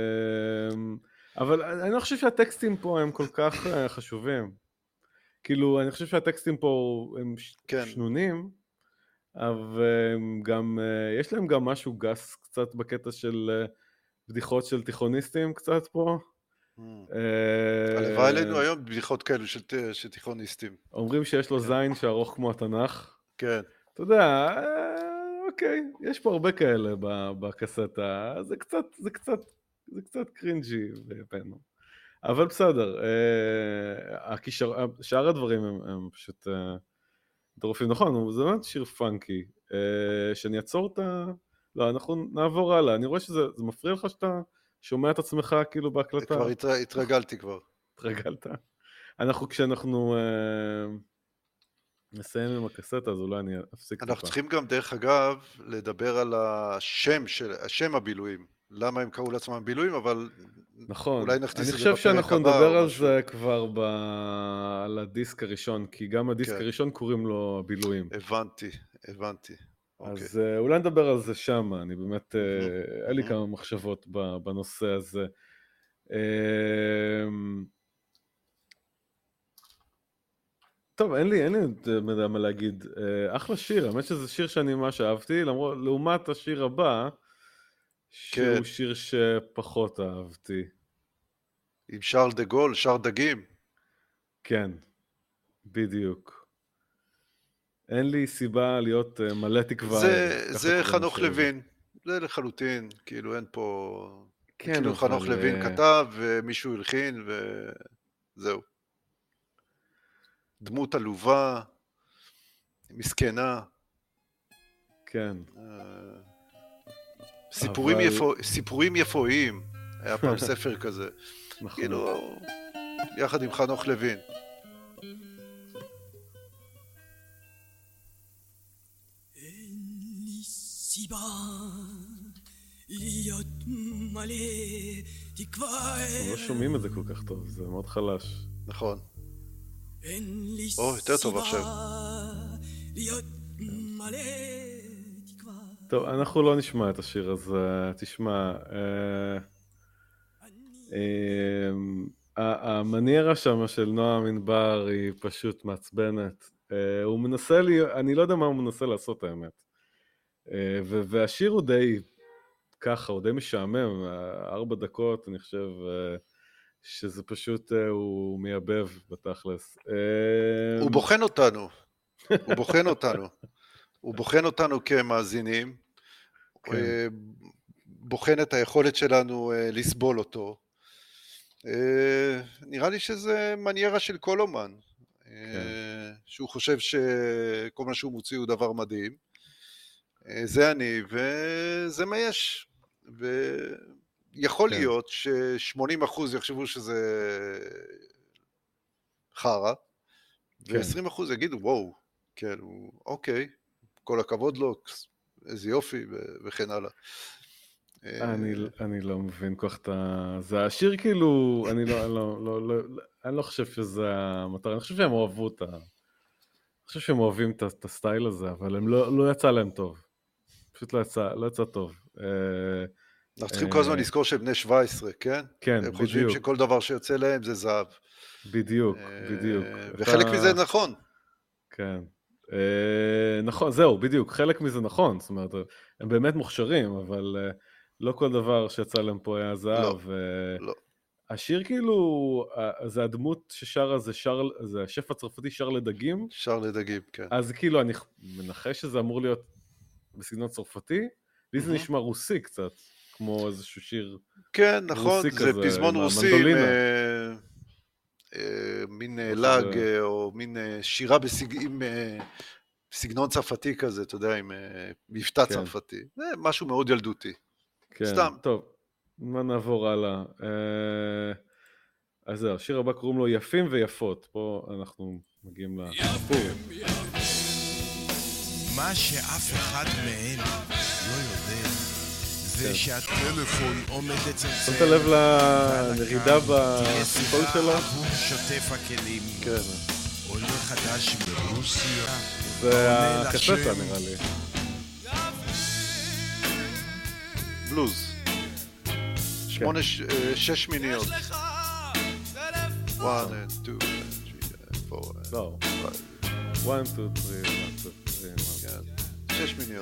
אבל אני לא חושב שהטקסטים פה הם כל כך חשובים. כאילו, אני חושב שהטקסטים פה הם שנונים, אבל גם, יש להם גם משהו גס קצת בקטע של בדיחות של תיכוניסטים קצת פה. הלוואי עלינו היום בדיחות כאלו של תיכוניסטים. אומרים שיש לו זין שארוך כמו התנ"ך. כן. אתה יודע, אוקיי, יש פה הרבה כאלה בקסטה, זה קצת קרינג'י בפנו. אבל בסדר, שאר הדברים הם פשוט דרופים. נכון, זה באמת שיר פאנקי. שאני אעצור את ה... לא, אנחנו נעבור הלאה. אני רואה שזה מפריע לך שאתה שומע את עצמך כאילו בהקלטה. כבר התרגלתי כבר. התרגלת? כשאנחנו נסיים עם הקסטה, אז אולי אני אפסיק. אנחנו צריכים גם דרך אגב לדבר על השם הבילויים. למה הם קראו לעצמם בילויים, אבל נכון. אולי נכניס את זה בפרק הבא. אני חושב שאנחנו נדבר על זה כבר על הדיסק הראשון, כי גם הדיסק הראשון קוראים לו בילויים. הבנתי. אז אולי נדבר על זה שם, אני באמת, היה לי כמה מחשבות בנושא הזה. טוב, אין לי מה להגיד. אחלה שיר, האמת שזה שיר שאני ממש אהבתי, לעומת השיר הבא, שהוא שיר שפחות אהבתי. עם שרל דה גול, שר דגים. כן, בדיוק. אין לי סיבה להיות מלא תקווה. זה חנוך לוין, זה לחלוטין, כאילו אין פה... כן, כאילו חנוך לוין כתב, ומישהו הלחין, וזהו. דמות עלובה, מסכנה. כן. סיפורים יפואים, היה פעם ספר כזה. נכון. כאילו, יחד עם חנוך לוין. סיבה להיות מלא תקווה. לא שומעים את זה כל כך טוב, זה מאוד חלש. נכון. יותר טוב עכשיו. טוב, אנחנו לא נשמע את השיר הזה, תשמע. המניירה שם של נועם ענבר היא פשוט מעצבנת. הוא מנסה אני לא יודע מה הוא מנסה לעשות האמת. והשיר הוא די ככה, הוא די משעמם, 4 דקות אני חושב שזה פשוט, הוא מייבב בתכלס. הוא בוחן אותנו כמאזינים, בוחן את היכולת שלנו לסבול אותו. נראה לי שזה מניירה של כל אומן, שהוא חושב שכל מה שהוא מוציא הוא דבר מדהים. זה אני, וזה מה יש. ויכול להיות ש80% יחשבו שזה חרא, ו20% יגידו, וואו, כן, אוקיי, כל הכבוד לו, איזה יופי, וכן הלאה. אני לא מבין כל כך את זה. השיר כאילו, אני לא חושב שזה המטרה, אני חושב שהם אוהבו אותה. אני חושב שהם אוהבים את הסטייל הזה, אבל הם לא יצא להם טוב. פשוט לא יצא טוב. אנחנו צריכים כל הזמן לזכור שהם בני 17, כן? כן, בדיוק. הם חושבים שכל דבר שיוצא להם זה זהב. בדיוק. וחלק מזה נכון. כן. נכון, זהו, בדיוק. חלק מזה נכון. זאת אומרת, הם באמת מוכשרים, אבל לא כל דבר שיצא להם פה היה זהב. לא. השיר כאילו, זה הדמות ששרה, זה השף הצרפתי שר לדגים. שר לדגים, כן. אז כאילו, אני מנחש שזה אמור להיות בסגנון צרפתי, לי זה נשמע רוסי קצת, כמו איזשהו שיר כן, נכון, זה פזמון רוסי, מין לג, או מין שירה עם סגנון צרפתי כזה, אתה יודע, עם מבטא צרפתי. זה משהו מאוד ילדותי. סתם. טוב, מה נעבור הלאה? אז זה, השיר הבא קוראים לו יפים ויפות. פה אנחנו מגיעים לסיפור. מה שאף אחד מהם לא יודע זה שהטלפון עומד לצלצל. שמת לב לנרידה בסיפור שלו? שוטף הכלים. כן. או עולה חדש ברוסיה. זה עונה הקסטה לשם. נראה לי. בלוז. 6 שמיניות. 1, 2, 3, 4, לא. 1, 2, 3, 1, 2, 3, 6 שמיניות.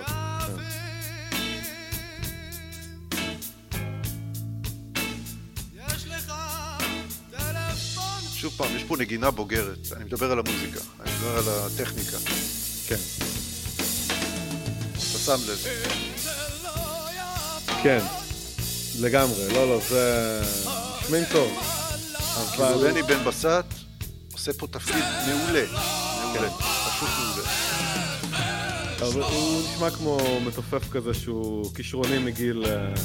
שוב פעם, יש פה נגינה בוגרת. אני מדבר על המוזיקה, אני מדבר על הטכניקה. כן. אתה שם לב. כן. לגמרי. לא, זה שמיין טוב. כאילו בני בן בסט עושה פה תפקיד מעולה. מעולה. פשוט מעולה. אבל הוא נשמע כמו מתופף כזה שהוא כישרוני מגיל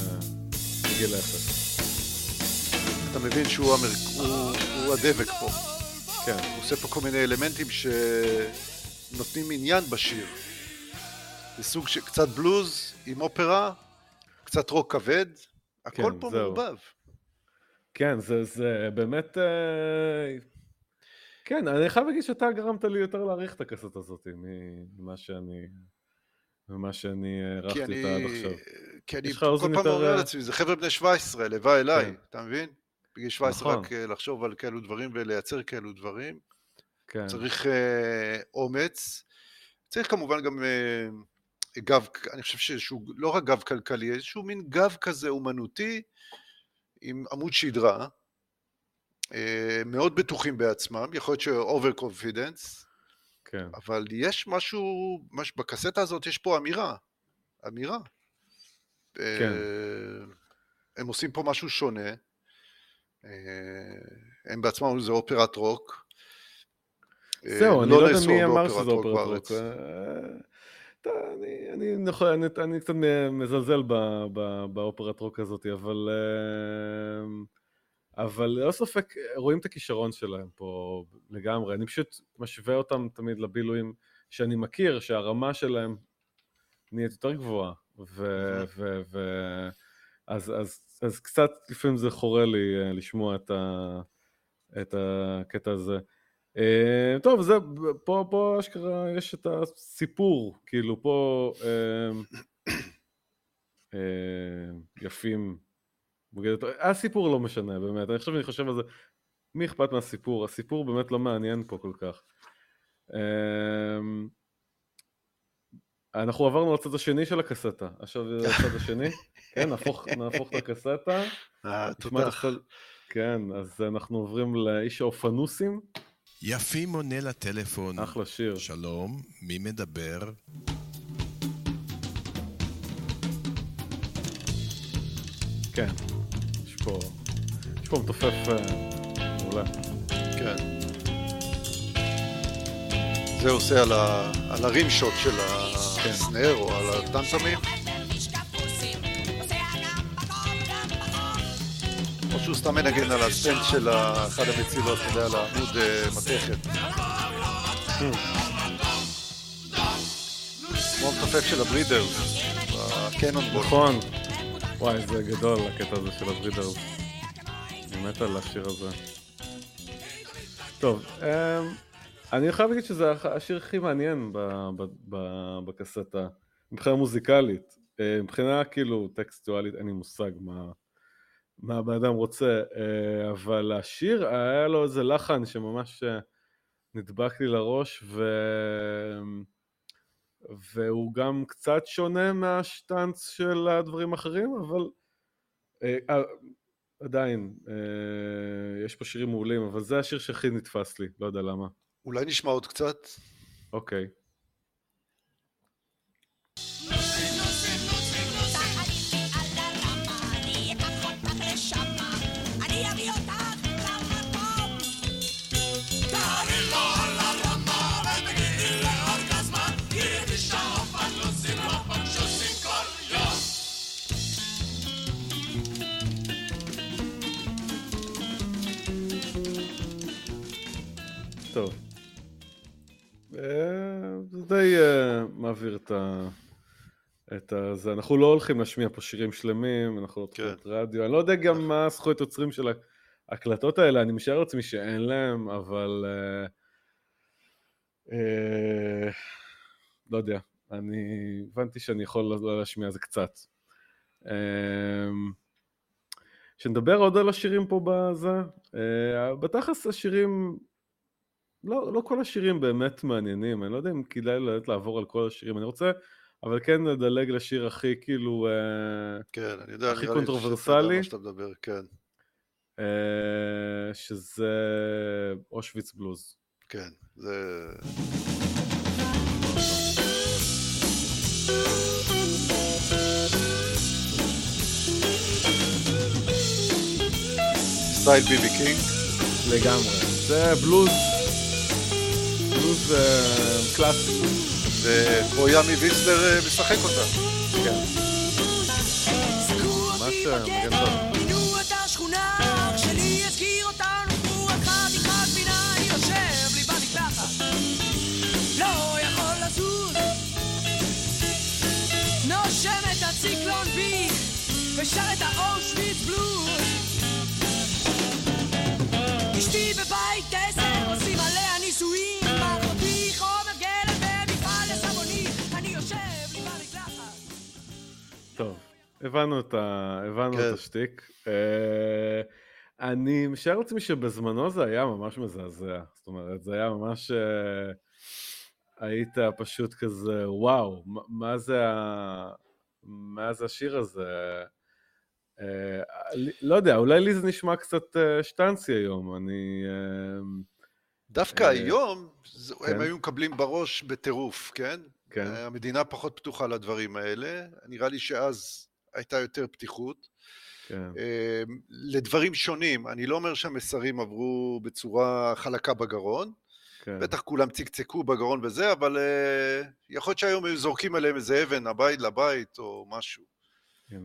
0. אתה מבין שהוא הדבק פה. כן. הוא עושה פה כל מיני אלמנטים שנותנים עניין בשיר. זה סוג של קצת בלוז עם אופרה, קצת רוק כבד, הכל פה מעובב. כן, זה באמת... כן, אני חייב להגיד שאתה גרמת לי יותר להעריך את הקסט הזאת ממה שאני ערכתי אותה עד עכשיו. כי אני כל פעם אומר לעצמי, זה חבר'ה בני 17, לבא אליי, אתה מבין? בגיל 17 רק לחשוב על כאלו דברים ולייצר כאלו דברים. צריך אומץ. צריך כמובן גם גב, אני חושב שהוא לא רק גב כלכלי, איזשהו מין גב כזה אומנותי, עם עמוד שדרה, מאוד בטוחים בעצמם, יכול להיות ש-over confidence, כן. אבל יש משהו, בקסטה הזאת יש פה אמירה. כן. הם עושים פה משהו שונה, הם בעצמם זה אופרת רוק. זהו, אני לא יודע מי אמר שזה אופרת רוק. אני קצת מזלזל באופרת רוק הזאת, אבל לא ספק, רואים את הכישרון שלהם פה לגמרי. אני פשוט משווה אותם תמיד לבילויים שאני מכיר, שהרמה שלהם נהיית יותר גבוהה, אז קצת לפעמים זה חורה לי לשמוע את הקטע הזה. טוב, זה, פה אשכרה יש את הסיפור, כאילו פה יפים, הסיפור לא משנה באמת, אני חושב על זה, מי אכפת מהסיפור? הסיפור באמת לא מעניין פה כל כך. אנחנו עברנו לצד השני של הקסטה, עכשיו זה הצד השני, כן, נהפוך את הקסטה. תודה. כן, אז אנחנו עוברים לאיש האופנוסים. יפים עונה לטלפון. אחלה שיר. שלום, מי מדבר? כן, יש פה מתופף מעולה. כן. זה עושה על הרים שוט של הסנר או על הטנטמים. או שהוא סתם מנגן על הסטנד של אחד המצילות, אתה יודע, על העמוד מתכת. כמו המתופף של הברידרס, בקנונבול. נכון. וואי, זה גדול הקטע הזה של הברידרס. אני מת על השיר הזה. טוב, אני חייב להגיד שזה השיר הכי מעניין בקסטה, מבחינה מוזיקלית. מבחינה כאילו טקסטואלית, אין לי מושג מה הבאדם רוצה, אבל השיר היה לו איזה לחן שממש נדבק לי לראש, והוא גם קצת שונה מהשטנץ של הדברים האחרים, אבל עדיין יש פה שירים מעולים, אבל זה השיר שהכי נתפס לי, לא יודע למה. אולי נשמע עוד קצת? אוקיי. טוב. זה די מעביר את זה. אנחנו לא הולכים להשמיע פה שירים שלמים, אנחנו לא הולכים את רדיו. אני לא יודע גם מה הזכויות יוצרים של ההקלטות האלה, אני משער לעצמי שאין להם, אבל לא יודע, אני הבנתי שאני יכול להשמיע זה קצת. שנדבר עוד על השירים פה בזה, בתכלס השירים, לא כל השירים באמת מעניינים, אני לא יודע אם כדאי לעבור על כל השירים, אני רוצה, אבל כן לדלג לשיר הכי כאילו, כן, אני יודע, הכי נראה לי שאתה יודע קונטרוברסלי, מה שאתה מדבר, כן, שזה אושוויץ בלוז. כן, זה... סטייל ביבי קינג. לגמרי, זה בלוז קלאסי. ופה ימי ויסלר משחק אותה. כן. ממש מגן טוב. פינו את השכונה, אח שלי הזכיר אותנו, הוא אחד בינה, אני יושב לי במקלחת, לא יכול לזוז, נושם את הציקלון בי, ושר את האושוויץ בלוז. אשתי בבית 10, עושים עליה ניסויים, אחותי חומר גלם במפעל לסבוני, אני יושב לי במקלחת. טוב, הבנו את השטיק. אני משער לעצמי שבזמנו זה היה ממש מזעזע. זאת אומרת, זה היה ממש... היית פשוט כזה, וואו, מה זה השיר הזה? לא יודע, אולי לי זה נשמע קצת שטנצי היום. דווקא היום, כן. הם היו מקבלים בראש בטירוף, כן? כן. המדינה פחות פתוחה לדברים האלה. נראה לי שאז הייתה יותר פתיחות. כן. לדברים שונים, אני לא אומר שהמסרים עברו בצורה חלקה בגרון, כן. בטח כולם צקצקו בגרון וזה, אבל יכול להיות שהיום היו זורקים עליהם איזה אבן, הבית לבית או משהו. כן.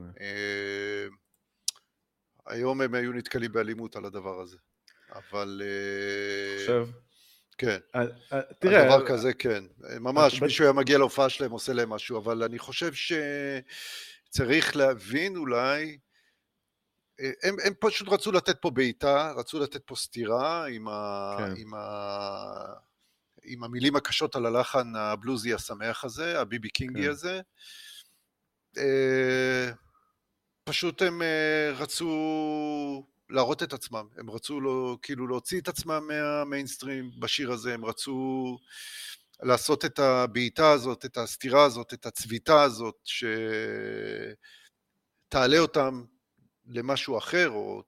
היום הם היו נתקלים באלימות על הדבר הזה. אבל... חושב? כן. תראה... הדבר כזה, כן. ממש, מישהו היה מגיע להופעה שלהם, עושה להם משהו, אבל אני חושב שצריך להבין אולי... הם פשוט רצו לתת פה בעיטה, רצו לתת פה סתירה עם המילים הקשות על הלחן הבלוזי השמח הזה, הביבי קינגי הזה. פשוט הם רצו להראות את עצמם, הם רצו כאילו להוציא את עצמם מהמיינסטרים בשיר הזה, הם רצו לעשות את הבעיטה הזאת, את הסתירה הזאת, את הצביטה הזאת, שתעלה אותם למשהו אחר, או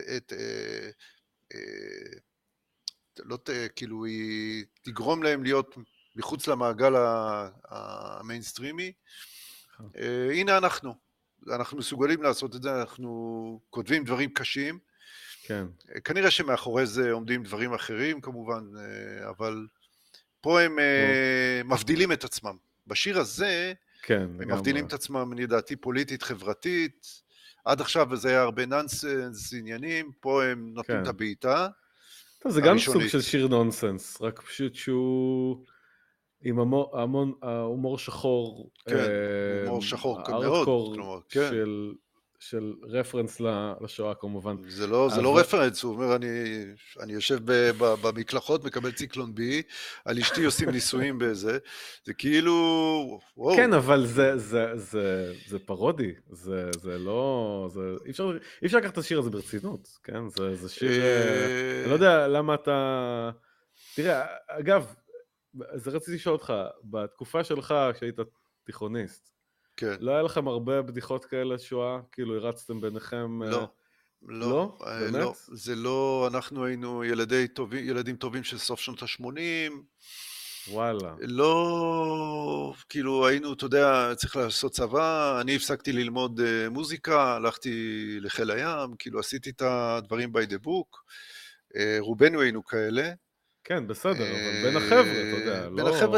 כאילו היא תגרום להם להיות מחוץ למעגל המיינסטרימי. הנה אנחנו מסוגלים לעשות את זה, אנחנו כותבים דברים קשים. כן. כנראה שמאחורי זה עומדים דברים אחרים כמובן, אבל פה הם מבדילים את עצמם. בשיר הזה, כן, הם מבדילים את עצמם, אני דעתי פוליטית, חברתית, עד עכשיו זה היה הרבה נונסנס, עניינים, פה הם נותנים את הבעיטה. זה גם סוג של שיר נונסנס, רק פשוט שהוא עם המון הומור שחור, כן, הומור שחור מאוד, של רפרנס לשואה כמובן. זה לא רפרנס, הוא אומר, אני יושב במקלחות, מקבל ציקלון בי, על אשתי עושים ניסויים בזה, זה כאילו, וואו. כן, אבל זה פרודי, זה לא, אי אפשר לקחת את השיר הזה ברצינות, כן? זה שיר, אני לא יודע למה אתה, תראה, אגב, זה רציתי לשאול אותך, בתקופה שלך, כשהיית תיכוניסט, כן. לא היה לכם הרבה בדיחות כאלה שואה? כאילו הרצתם ביניכם? לא, זה לא, אנחנו היינו ילדים טובים של סוף שנות ה-80. וואלה. לא, כאילו היינו, אתה יודע, צריך לעשות צבא, אני הפסקתי ללמוד מוזיקה, הלכתי לחיל הים, כאילו עשיתי את הדברים by the book, רובנו היינו כאלה. כן, בסדר, אבל בין החבר'ה, אתה יודע. בין החבר'ה,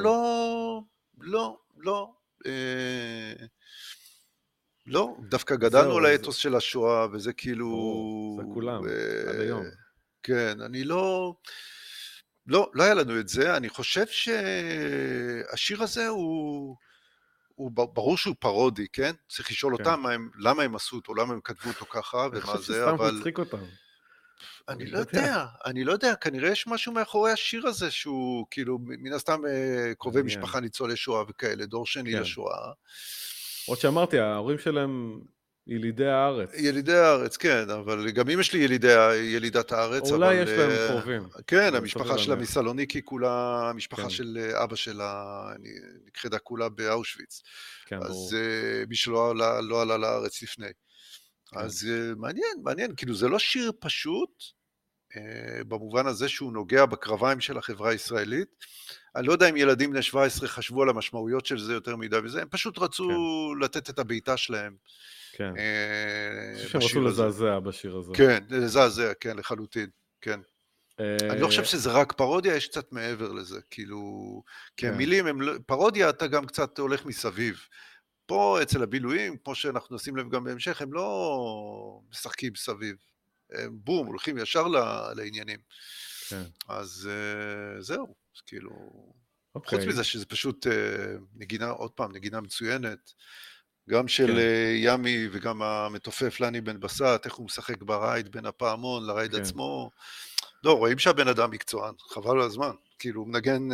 לא, דווקא גדלנו על האתוס של השואה, וזה כאילו... זה כולם, עד היום. כן, אני לא היה לנו את זה, אני חושב שהשיר הזה הוא ברור שהוא פרודי, כן? צריך לשאול אותם למה הם עשו אותו, למה הם כתבו אותו ככה, ומה זה, אבל... אני חושב שסתם מצחיק אותם. אני לא יודע, כנראה יש משהו מאחורי השיר הזה, שהוא כאילו, מן הסתם קרובי משפחה ניצולי שואה וכאלה, דור שני לשואה. עוד שאמרתי, ההורים שלהם ילידי הארץ. ילידי הארץ, כן, אבל גם אמא שלי ילידת הארץ. אולי יש להם קרובים. כן, המשפחה שלה מסלוניקי, כולה, המשפחה של אבא שלה נכחדה כולה באושוויץ. אז מי שלא עלה לארץ לפני. אז מעניין, כאילו זה לא שיר פשוט, במובן הזה שהוא נוגע בקרביים של החברה הישראלית. אני לא יודע אם ילדים בני 17 חשבו על המשמעויות של זה יותר מדי וזה, הם פשוט רצו לתת את הביתה שלהם. כן, שהם רצו לזעזע בשיר הזה. כן, לזעזע, כן, לחלוטין, כן. אני לא חושב שזה רק פרודיה, יש קצת מעבר לזה, כאילו, כי המילים, פרודיה אתה גם קצת הולך מסביב. פה אצל הבילויים, כמו שאנחנו נשים לב גם בהמשך, הם לא משחקים סביב. הם בום, הולכים ישר לעניינים. אז זהו, כאילו... חוץ מזה שזה פשוט נגינה, עוד פעם, נגינה מצוינת, גם של ימי וגם המתופף לני בן בסט, איך הוא משחק ברייד בין הפעמון לרייד עצמו. לא, רואים שהבן אדם מקצוען, חבל על הזמן. כאילו, הוא מנגן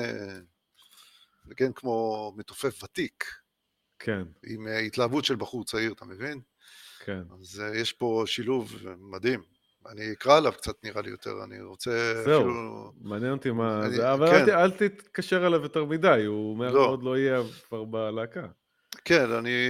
כמו מתופף ותיק. כן. עם התלהבות של בחור צעיר, אתה מבין? כן. אז יש פה שילוב מדהים. אני אקרא עליו קצת נראה לי יותר, אני רוצה... זהו, מעניין אותי מה זה, אבל אל תתקשר עליו יותר מדי, הוא אומר עוד לא יהיה כבר בלהקה. כן, אני...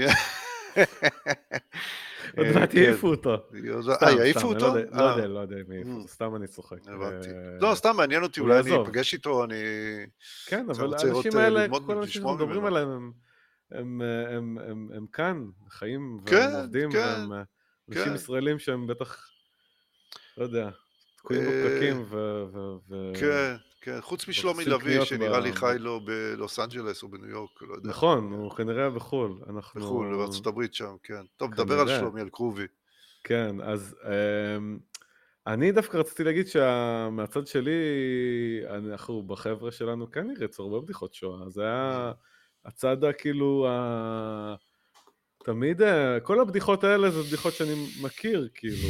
עוד מעט יעיפו אותו. יעיפו אותו? לא יודע אם יעיפו אותו, סתם אני צוחק. לא, סתם מעניין אותי, אולי אני אפגש איתו, אני... כן, אבל האנשים האלה, כל האנשים שמדברים עליהם, הם כאן, חיים והם עובדים, והם אנשים ישראלים שהם בטח, לא יודע, תקועים בפקקים כן, כן, חוץ משלומי לוי, שנראה לי חי לו בלוס אנג'לס או בניו יורק, לא יודע. נכון, הוא כנראה בחול. בחול, בארצות הברית שם, כן. טוב, דבר על שלומי, על קרובי. כן, אז אני דווקא רציתי להגיד שמהצד שלי, אנחנו בחבר'ה שלנו כן נרצו הרבה בדיחות שואה, זה היה הצד כאילו, תמיד, כל הבדיחות האלה זה בדיחות שאני מכיר, כאילו,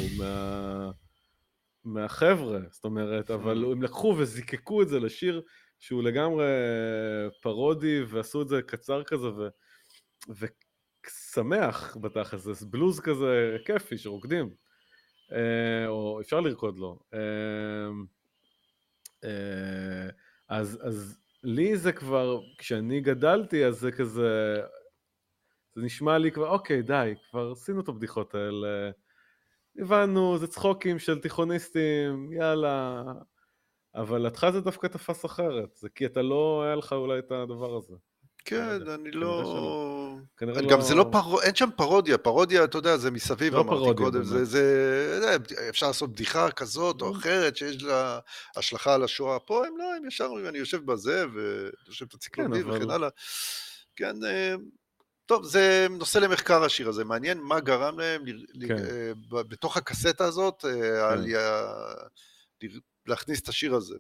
מהחבר'ה, זאת אומרת, אבל הם לקחו וזיקקו את זה לשיר שהוא לגמרי פרודי, ועשו את זה קצר כזה, ושמח בתכלס, זה בלוז כזה כיפי שרוקדים, או אפשר לרקוד לו. אז לי זה כבר, כשאני גדלתי, אז זה כזה, זה נשמע לי כבר, אוקיי, די, כבר עשינו את הבדיחות האלה, הבנו, זה צחוקים של תיכוניסטים, יאללה, אבל התך זה דווקא תפס אחרת, זה כי אתה לא, היה לך אולי את הדבר הזה. כן, אני לא... גם זה לא אין שם פרודיה, פרודיה, אתה יודע, זה מסביב, אמרתי קודם, אפשר לעשות בדיחה כזאת או אחרת, שיש לה השלכה על השואה, פה הם לא, הם ישר, אני יושב בזה, ויושב את הציקלודי וכן הלאה. כן, טוב, זה נושא למחקר השיר הזה, מעניין מה גרם להם בתוך הקסטה הזאת, להכניס את השיר הזה,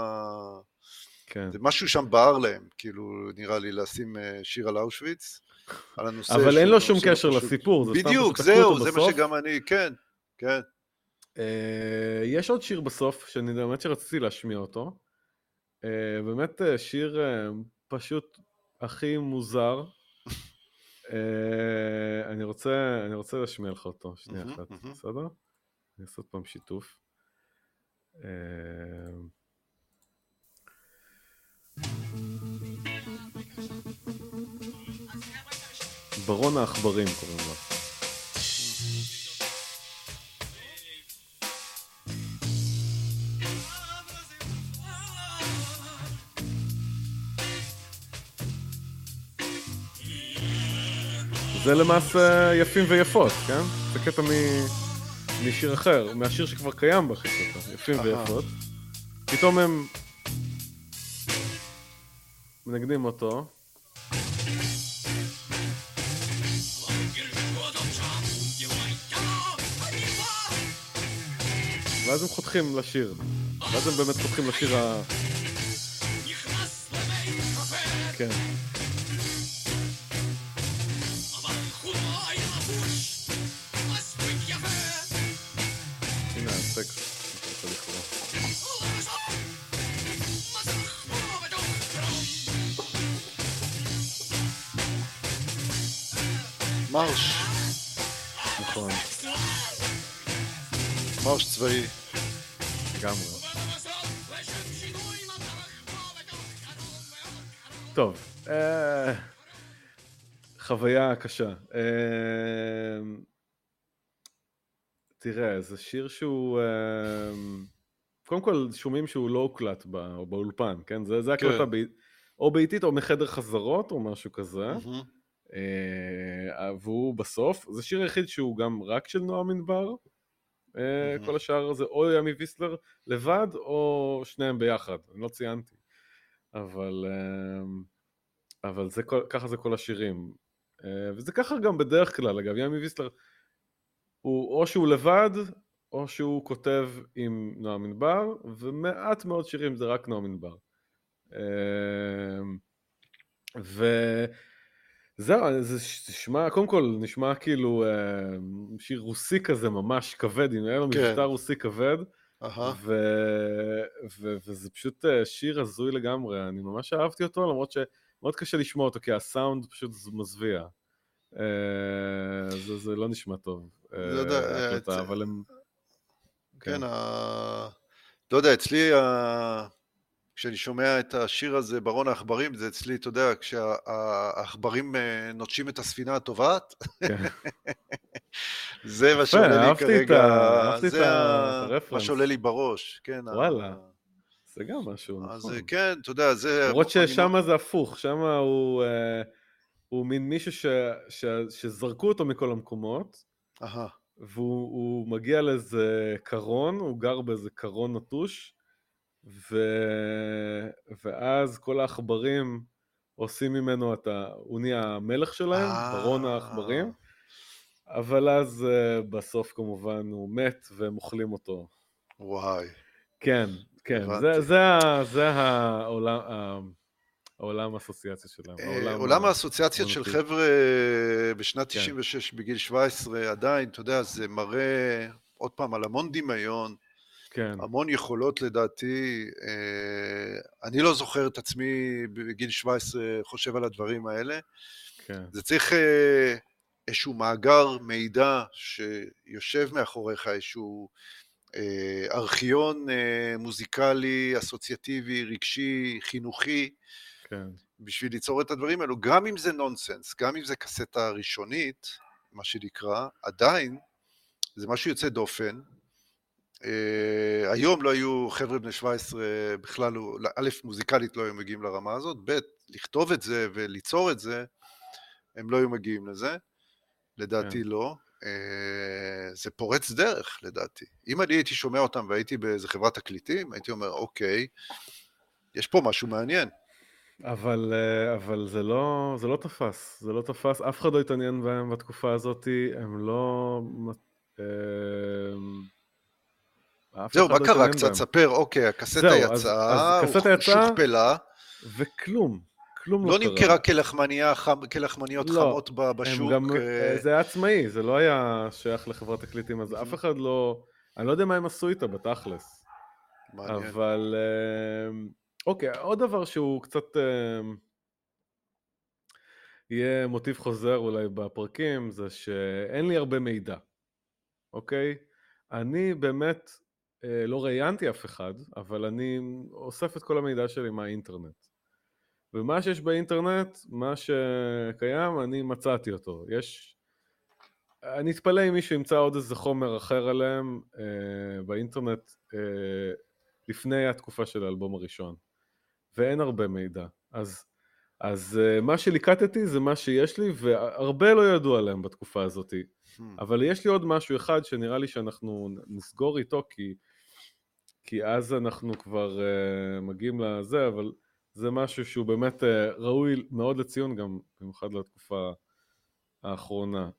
זה משהו שם בער להם, כאילו נראה לי לשים שיר על אושוויץ, על הנושא. אבל אין לו שום קשר לסיפור, בדיוק, זהו, זה מה שגם אני, כן, כן. יש עוד שיר בסוף, שאני באמת שרציתי להשמיע אותו, באמת שיר פשוט הכי מוזר, אני רוצה להשמיע לך אותו, שנייה אחת, בסדר? אני אעשה עוד פעם שיתוף. ברון העכברים קוראים לו. זה למעשה יפים ויפות, כן? זה קטע משיר אחר, מהשיר שכבר קיים בחיסות, יפים ויפות. פתאום הם מנגנים אותו. ואז הם חותכים לשיר. ואז הם באמת חותכים לשיר כן. הנה, הטקסט. יכול לקרוא. מרש. נכון, מרש צבאי. לגמרי. טוב, חוויה קשה. תראה, זה שיר שהוא, קודם כל שומעים שהוא לא הוקלט באולפן, כן? זה הקלטה או ביתית או מחדר חזרות או משהו כזה. והוא בסוף, זה שיר היחיד שהוא גם רק של נועם ענבר, כל השאר זה או ימי ויסלר לבד או שניהם ביחד, אני לא ציינתי. אבל ככה זה כל השירים. וזה ככה גם בדרך כלל, אגב, ימי ויסלר, או שהוא לבד, או שהוא כותב עם נועם ענבר, ומעט מאוד שירים זה רק נועם ענבר. וזהו, זה נשמע, קודם כל נשמע כאילו שיר רוסי כזה ממש כבד, אם היה לו מבטא רוסי כבד, וזה פשוט שיר הזוי לגמרי, אני ממש אהבתי אותו, למרות שמאוד קשה לשמוע אותו, כי הסאונד פשוט מזוויע. זה לא נשמע טוב, ההקלטה, אבל הם... כן, לא יודע, אצלי, כשאני שומע את השיר הזה, ברון העכברים, זה אצלי, אתה יודע, כשהעכברים נוטשים את הספינה הטובעת, זה מה שעולה לי כרגע, זה מה שעולה לי בראש, כן. וואלה, זה גם משהו, נכון. אז כן, אתה יודע, זה... למרות ששם זה הפוך, שם הוא מין מישהו שזרקו אותו מכל המקומות, והוא מגיע לאיזה קרון, הוא גר באיזה קרון נטוש, ואז כל העכברים עושים ממנו הוא נהיה המלך שלהם, ברון העכברים, אבל אז בסוף כמובן הוא מת והם אוכלים אותו. וואי. כן, כן, זה העולם האסוציאציה שלהם. עולם האסוציאציות של חבר'ה בשנת 96 בגיל 17 עדיין, אתה יודע, זה מראה עוד פעם על המון דמיון, המון יכולות לדעתי, אני לא זוכר את עצמי בגיל 17 חושב על הדברים האלה, זה צריך איזשהו מאגר מידע שיושב מאחוריך, איזשהו ארכיון מוזיקלי, אסוציאטיבי, רגשי, חינוכי, בשביל ליצור את הדברים האלו, גם אם זה נונסנס, גם אם זה קסטה ראשונית, מה שנקרא, עדיין זה משהו יוצא דופן. היום לא היו חבר'ה בני 17 בכלל, א', מוזיקלית לא היו מגיעים לרמה הזאת, ב', לכתוב את זה וליצור את זה, הם לא היו מגיעים לזה, לדעתי לא. זה פורץ דרך לדעתי. אם אני הייתי שומע אותם והייתי באיזה חברת תקליטים, הייתי אומר, אוקיי, יש פה משהו מעניין. אבל זה לא תפס, זה לא תפס, אף אחד לא התעניין בהם בתקופה הזאת, הם לא... זהו, מה קרה? קצת ספר, אוקיי, הקסטה יצאה, שוכפלה. וכלום, כלום לא קרה. לא נמכרה כלחמניות חמות בשוק. זה היה עצמאי, זה לא היה שייך לחברת תקליטים, אז אף אחד לא... אני לא יודע מה הם עשו איתה בתכלס. מעניין. אבל... אוקיי, עוד דבר שהוא קצת יהיה מוטיב חוזר אולי בפרקים, זה שאין לי הרבה מידע, אוקיי? אני באמת לא ראיינתי אף אחד, אבל אני אוסף את כל המידע שלי מהאינטרנט. ומה שיש באינטרנט, מה שקיים, אני מצאתי אותו. אני אתפלא אם מישהו ימצא עוד איזה חומר אחר עליהם באינטרנט, לפני התקופה של האלבום הראשון, ואין הרבה מידע. אז מה שליקטתי זה מה שיש לי, והרבה לא ידעו עליהם בתקופה הזאת. אבל יש לי עוד משהו אחד שנראה לי שאנחנו נסגור איתו, כי אז אנחנו כבר מגיעים לזה, אבל זה משהו שהוא באמת ראוי מאוד לציון, גם במיוחד לתקופה האחרונה.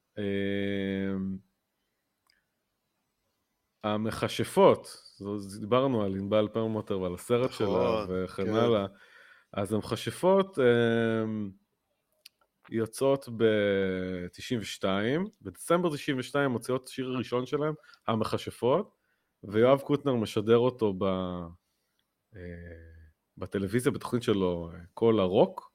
המכשפות, דיברנו על ענבל פרלמוטר ועל הסרט שלה וכן הלאה, אז המכשפות יוצאות ב-92, בדצמבר 92 מוציאות שיר הראשון שלהם, המכשפות, ויואב קוטנר משדר אותו בטלוויזיה, בתוכנית שלו, כל הרוק,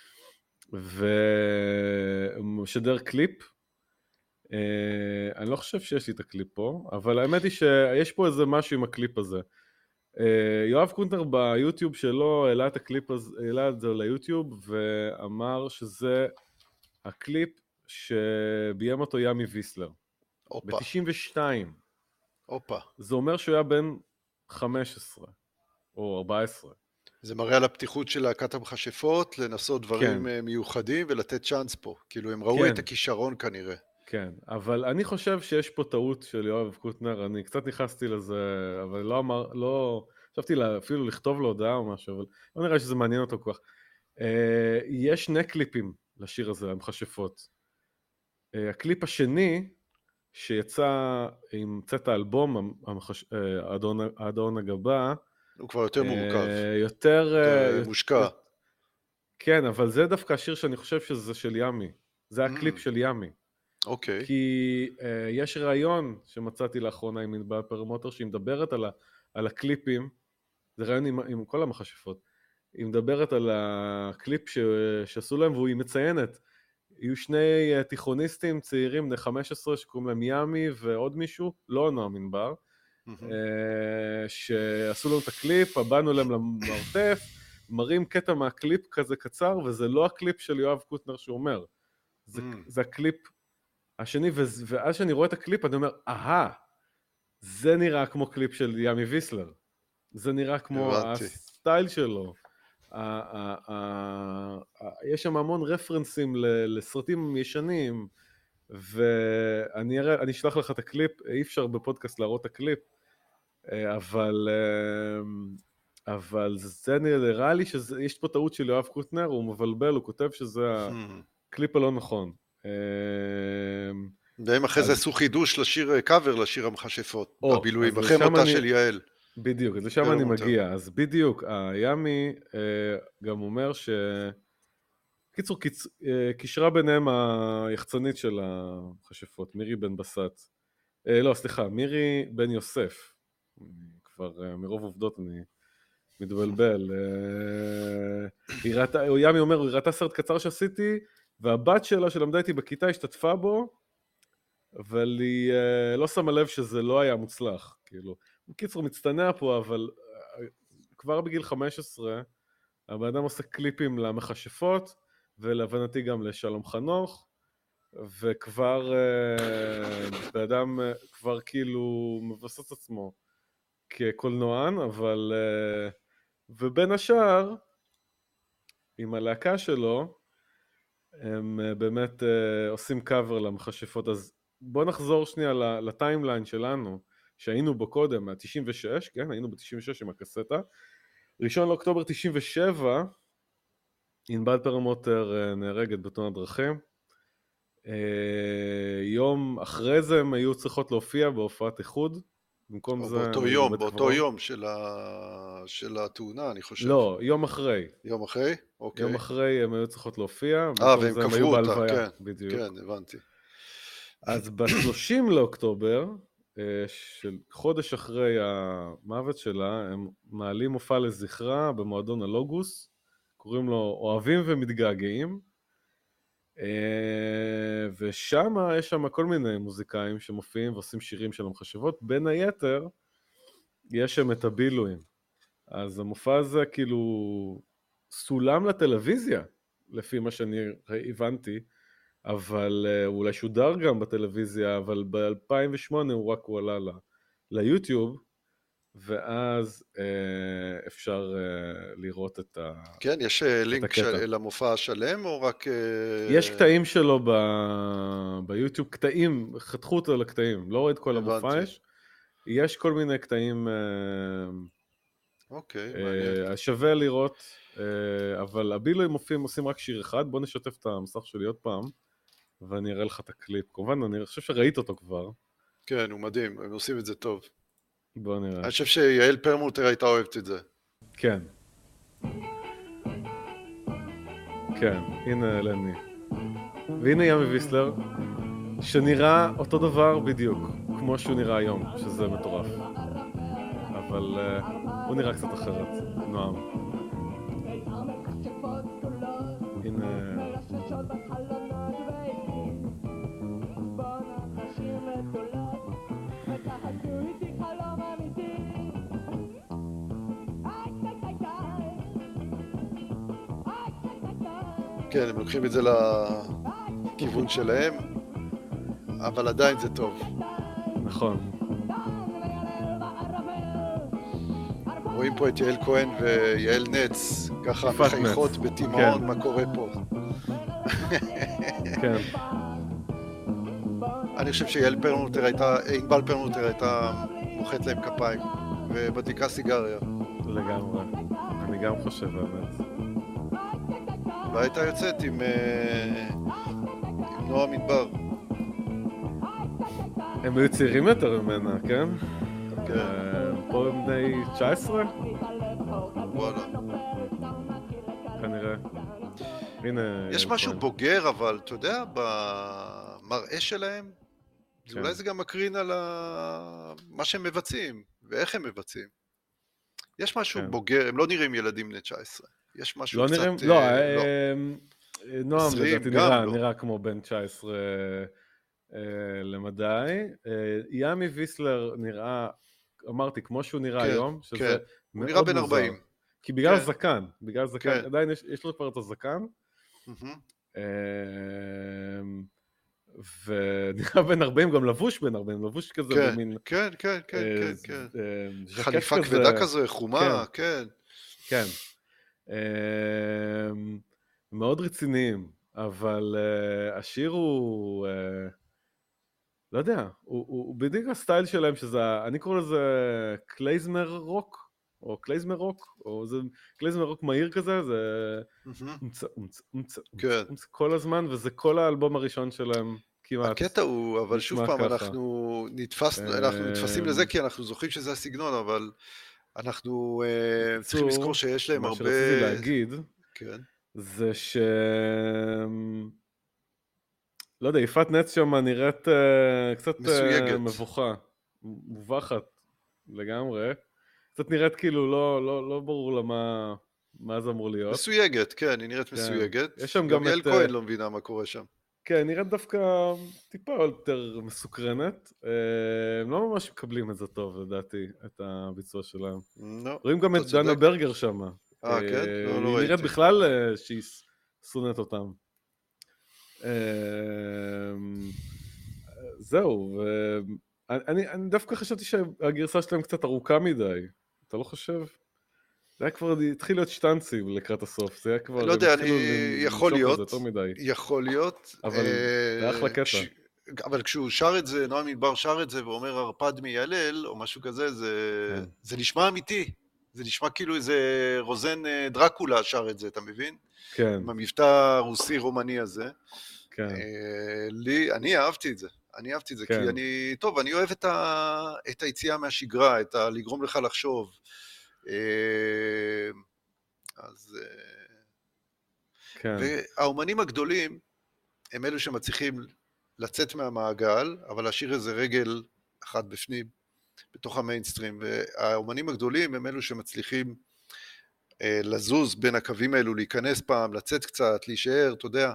והוא משדר קליפ. אני לא חושב שיש לי את הקליפ פה, אבל האמת היא שיש פה איזה משהו עם הקליפ הזה. יואב קוטנר ביוטיוב שלו העלה את הקליפ הזה, העלה את זה ליוטיוב, ואמר שזה הקליפ שביים אותו ימי ויסלר. אופה, ב-92. אופה. זה אומר שהוא היה בן 15 או 14. זה מראה על הפתיחות של להקת המכשפות, לנסות דברים מיוחדים ולתת צ'אנס פה. כאילו הם ראו את הכישרון כנראה. כן, אבל אני חושב שיש פה טעות של יואב קוטנר, אני קצת נכנסתי לזה, אבל לא חשבתי אפילו לכתוב לו הודעה או משהו, אבל לא נראה שזה מעניין אותו כל כך. יש שני קליפים לשיר הזה, המכשפות. הקליפ השני, שיצא עם צאת האלבום, האדון הגבה, הוא כבר יותר מורכב. יותר מושקע. כן, אבל זה דווקא השיר שאני חושב שזה של ימי. זה הקליפ של ימי. אוקיי. כי יש רעיון שמצאתי לאחרונה עם ענבל פרמוטר, שהיא מדברת על הקליפים, זה רעיון עם כל המכשפות, היא מדברת על הקליפ שעשו להם, והיא מציינת, יהיו שני תיכוניסטים צעירים, בני 15, שקוראים להם ימי ועוד מישהו, לא נועם ענבר, שעשו לנו את הקליפ, באנו להם למרתף, מראים קטע מהקליפ כזה קצר, וזה לא הקליפ של יואב קוטנר שאומר, זה הקליפ השני, ואז שאני רואה את הקליפ, אני אומר, זה נראה כמו קליפ של ימי ויסלר, זה נראה כמו הסטייל שלו, יש שם המון רפרנסים לסרטים ישנים, ואני אשלח לך את הקליפ, אי אפשר בפודקאסט להראות את הקליפ, אבל זה נראה לי שיש פה טעות של יואב קוטנר, הוא מבלבל, הוא כותב שזה הקליפ הלא נכון. והם אחרי זה עשו חידוש לשיר קאבר, לשיר המכשפות, בבילויים, אחרי מותה של יעל. בדיוק, אז לשם אני מגיע. אז בדיוק, הימי גם אומר קיצור, קישרה ביניהם היחצנית של המכשפות, מירי בן בסט. לא, סליחה, מירי בן יוסף. כבר מרוב עובדות אני מתבלבל. ימי אומר, היא ראתה סרט קצר שעשיתי, והבת שלה שלמדה איתי בכיתה השתתפה בו, אבל היא לא שמה לב שזה לא היה מוצלח, כאילו. בקיצור, מצטנע פה, אבל כבר בגיל 15, הבאדם עושה קליפים למכשפות, ולהבנתי גם לשלום חנוך, וכבר באדם כבר כאילו מבסס עצמו כקולנוען, אבל ובין השאר, עם הלהקה שלו, הם באמת עושים קאבר למכשפות. אז בוא נחזור שנייה לטיימליין שלנו, שהיינו בו קודם, מה-96, כן, היינו ב-96 עם הקסטה. 1 לאוקטובר 97, ענבל פרמוטר נהרגת בתאונת דרכים. יום אחרי זה הם היו צריכות להופיע בהופעת איחוד, במקום זה... באותו יום של התאונה, אני חושב. לא, יום אחרי. יום אחרי? אוקיי. יום אחרי הם היו צריכות להופיע, והם קבעו אותה, כן. בדיוק. כן, הבנתי. אז ב-30 לאוקטובר, של חודש אחרי המוות שלה, הם מעלים מופע לזכרה במועדון הלוגוס, קוראים לו אוהבים ומתגעגעים, ושם יש שם כל מיני מוזיקאים שמופיעים ועושים שירים של המכשפות, בין היתר יש שם את הבילויים. אז המופע הזה כאילו סולם לטלוויזיה, לפי מה שאני הבנתי, אבל הוא אולי שודר גם בטלוויזיה, אבל ב-2008 הוא רק עלה ליוטיוב, ואז אפשר לראות את הקטע. כן, יש לינק למופע השלם או רק... יש קטעים שלו ביוטיוב, קטעים, חתכו אותו לקטעים, לא רואה את כל המופע יש כל מיני קטעים, אוקיי, מעניין. שווה לראות, אבל הבילויים עושים רק שיר אחד, בוא נשתף את המסך שלי עוד פעם, ואני אראה לך את הקליפ. כמובן, אני חושב שראית אותו כבר. כן, הוא מדהים, הם עושים את זה טוב. בוא נראה. אני חושב שיעל פרמוטר הייתה אוהבת את זה. כן. כן, הנה לני. והנה ימי ויסלר, שנראה אותו דבר בדיוק, כמו שהוא נראה היום, שזה מטורף. אבל הוא נראה קצת אחרת, נועם. הנה... כן, הם לוקחים את זה לכיוון שלהם, אבל עדיין זה טוב. נכון. רואים פה את יעל כהן ויעל נץ, ככה יפת מחייכות נץ. בתימהון כן. מה קורה פה. כן. אני חושב שענבל פרלמוטר הייתה מוחאת להם כפיים, ובדליקה סיגריה. לגמרי. אני גם חושב באמת. והייתה יוצאת עם נועה מדבר. הם היו צעירים יותר ממנה, כן? כן. פה הם בני 19? וואלה. כנראה. הנה... יש משהו כהן. בוגר, אבל אתה יודע, במראה שלהם, כן. אולי זה גם מקרין על מה שהם מבצעים, ואיך הם מבצעים. יש משהו כן. בוגר, הם לא נראים ילדים בני 19. יש משהו לא קצת... נראים... לא, נועם 20 לדעתי גם לא. נראה כמו בן 19 למדי. ימי ויסלר נראה, אמרתי, כמו שהוא נראה כן, היום, שזה כן. הוא מאוד נראה בן מוזר. 40. כי בגלל כן. זקן, בגלל זקן, כן. עדיין יש לו כבר את הזקן, מהמם. ונראה בן 40, גם לבוש בן 40, לבוש כזה כן, במין... כן, כן, כן, כן, כן. ז'קט חליפה כזה- כבדה כזו, חומה, כן. כן. מאוד רציניים, אבל השיר הוא, לא יודע, הוא בדיוק הסטייל שלהם, שזה, אני קורא לזה קלייזמר רוק, או קלייזמר רוק, או זה קלייזמר רוק מהיר כזה, זה מהמם. אומצ, כן. כל הזמן, וזה כל האלבום הראשון שלהם כמעט. הקטע הוא, אבל שוב נשמע פעם, ככה. אנחנו נתפסים לזה כי אנחנו זוכרים שזה הסגנון, אבל אנחנו צריכים לזכור שיש להם מה הרבה... שרציתי להגיד, כן. זה ש... לא יודע, יפת נץ שם נראית קצת מסויגת. מבוכה, מובכת לגמרי. קצת נראית כאילו לא ברור לה מה זה אמור להיות. מסויגת, כן, היא נראית כן. מסויגת. יש שם גם גם יעל את... כהן לא מבינה מה קורה שם. כן, נראית דווקא טיפה יותר מסוקרנת. הם לא ממש מקבלים את זה טוב, לדעתי, את הביצוע שלהם. לא. רואים גם את אתה צודק. דנה ברגר שם. כן? לא היא נראית ראיתי. בכלל שהיא שונאת אותם. זהו, אני דווקא חשבתי שהגרסה שלהם קצת ארוכה מדי. אתה לא חושב? זה היה כבר, התחיל להיות שטנצי לקראת הסוף. זה היה כבר... לא יודע, הם התחילו יכול למשוך את זה להיות. יותר מדי. יכול להיות. אבל זה אחלה קטע. אבל כשהוא שר את זה, נועם מדבר שר את זה ואומר הרפד מיילל, או משהו כזה, כן. זה נשמע אמיתי. זה נשמע כאילו איזה רוזן דרקולה שר את זה, אתה מבין? כן, עם המבטא הרוסי-רומני הזה. כן. אני אהבתי את זה. אני אהבתי את זה, כן. כי אני אוהב את היציאה מהשגרה, את לגרום לך לחשוב. אז... כן. והאומנים הגדולים הם אלו שמצליחים לצאת מהמעגל, אבל להשאיר איזה רגל אחת בפנים, בתוך המיינסטרים, והאומנים הגדולים הם אלו שמצליחים לזוז בין הקווים האלו, להיכנס פעם, לצאת קצת, להישאר, אתה יודע,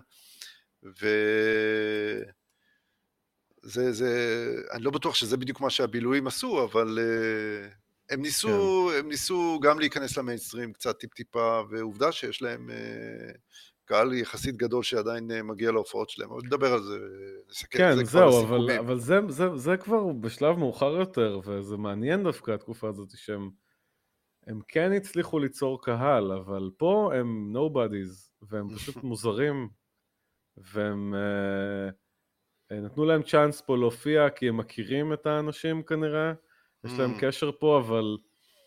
אני לא בטוח שזה בדיוק מה שהבילויים עשו, אבל הם ניסו גם להיכנס למיינסטרים קצת טיפ-טיפה, ועובדה שיש להם קהל יחסית גדול שעדיין מגיע להופעות שלהם, אבל נדבר על זה, נסכם, כן, זה כבר זהו, הסיכומים. אבל זה כבר בשלב מאוחר יותר, וזה מעניין דווקא התקופה הזאת שהם כן הצליחו ליצור קהל, אבל פה הם nobodies, והם פשוט מוזרים, והם נתנו להם צ'אנס פה להופיע, כי הם מכירים את האנשים כנראה, יש להם קשר פה, אבל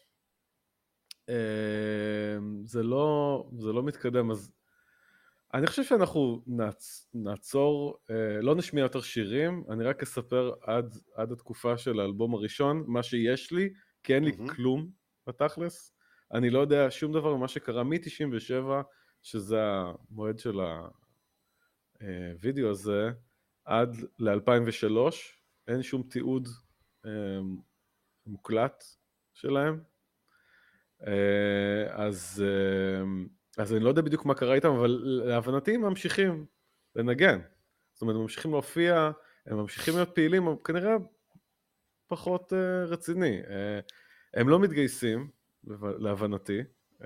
זה לא מתקדם, אז אני חושב שאנחנו נעצור, לא נשמיע יותר שירים, אני רק אספר עד התקופה של האלבום הראשון, מה שיש לי, כי אין לי כלום בתכלס, אני לא יודע שום דבר ממה שקרה מ-97, שזה המועד של הווידאו הזה, עד ל-2003, אין שום תיעוד מוקלט שלהם. אז אני לא יודע בדיוק מה קרה איתם, אבל להבנתי הם ממשיכים לנגן. זאת אומרת, הם ממשיכים להופיע, הם ממשיכים להיות פעילים, אבל כנראה פחות רציני. הם לא מתגייסים, להבנתי.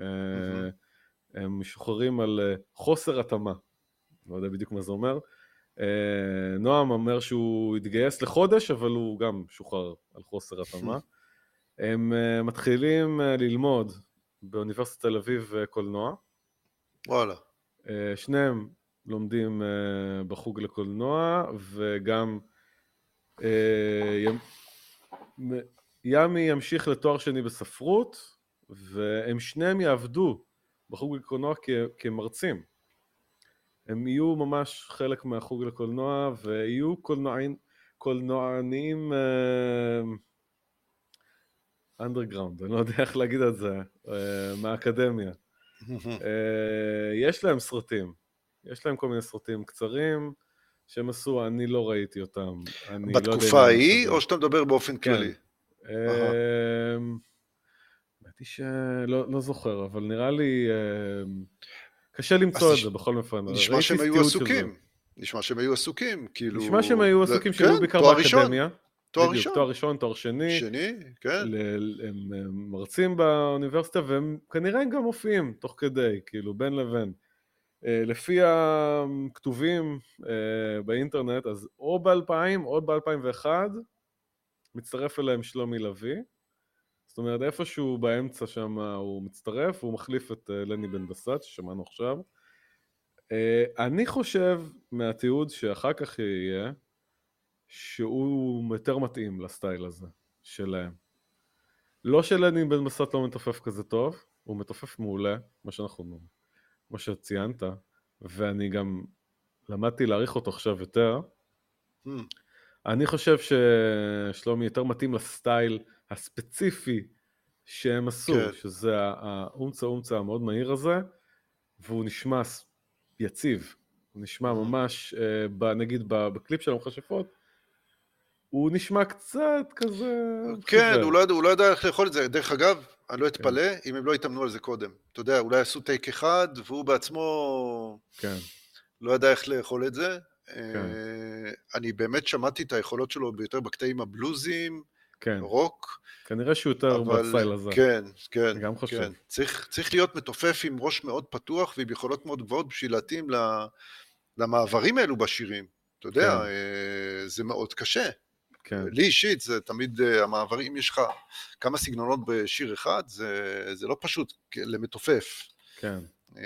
הם משוחררים על חוסר התאמה. לא יודע בדיוק מה זה אומר. נועם אומר שהוא התגייס לחודש, אבל הוא גם שוחרר על חוסר התאמה. הם מתחילים ללמוד באוניברסיטת תל אביב קולנוע. וואלה. שניהם לומדים בחוג לקולנוע, וגם ימי ימשיך לתואר שני בספרות, והם שניהם יעבדו בחוג לקולנוע כמרצים. הם יהיו ממש חלק מהחוג לקולנוע, ויהיו קולנוענים אנדרגראונד, אני לא יודע איך להגיד את זה, מהאקדמיה. יש להם סרטים, יש להם כל מיני סרטים קצרים שהם עשו, אני לא ראיתי אותם. בתקופה ההיא, או שאתה מדבר באופן כללי? באתי שלא זוכר, אבל נראה לי קשה למצוא את זה בכל מפן. נשמע שהם היו עסוקים. נשמע שהם היו עסוקים, כאילו... נשמע שהם היו עסוקים שהיו בעיקר באקדמיה. תואר ראשון. תואר ראשון, תואר שני. שני, כן. הם מרצים באוניברסיטה, והם כנראה גם מופיעים תוך כדי, כאילו, בין לבין. לפי הכתובים באינטרנט, אז או ב-2000 או ב-2001, מצטרף אליהם שלומי לוי. זאת אומרת, איפשהו באמצע שם הוא מצטרף, הוא מחליף את לני בן בסט, ששמענו עכשיו. אני חושב מהתיעוד שאחר כך יהיה, שהוא יותר מתאים לסטייל הזה שלהם. לא שלני בן בסט לא מתופף כזה טוב, הוא מתופף מעולה, כמו שציינת, ואני גם למדתי להעריך אותו עכשיו יותר. אני חושב ששלומי יותר מתאים לסטייל הספציפי שהם עשו, שזה האומצה המאוד מהיר הזה, והוא נשמע יציב, הוא נשמע ממש, נגיד בקליפ של המכשפות, הוא נשמע קצת כזה... כן, הוא לא יודע איך לאכול את זה. דרך אגב, אני לא אתפלא אם הם לא התאמנו על זה קודם. אתה יודע, אולי עשו טייק אחד, והוא בעצמו לא יודע איך לאכול את זה. אני באמת שמעתי את היכולות שלו ביותר בקטעים הבלוזיים, רוק. כנראה שהוא יותר בסייל הזה. כן. גם חושב. צריך להיות מתופף עם ראש מאוד פתוח, ועם יכולות מאוד גבוהות בשביל להתאים למעברים האלו בשירים. אתה יודע, זה מאוד קשה. לי אישית זה תמיד המעברים, יש לך כמה סגנונות בשיר אחד, זה לא פשוט למתופף. כן.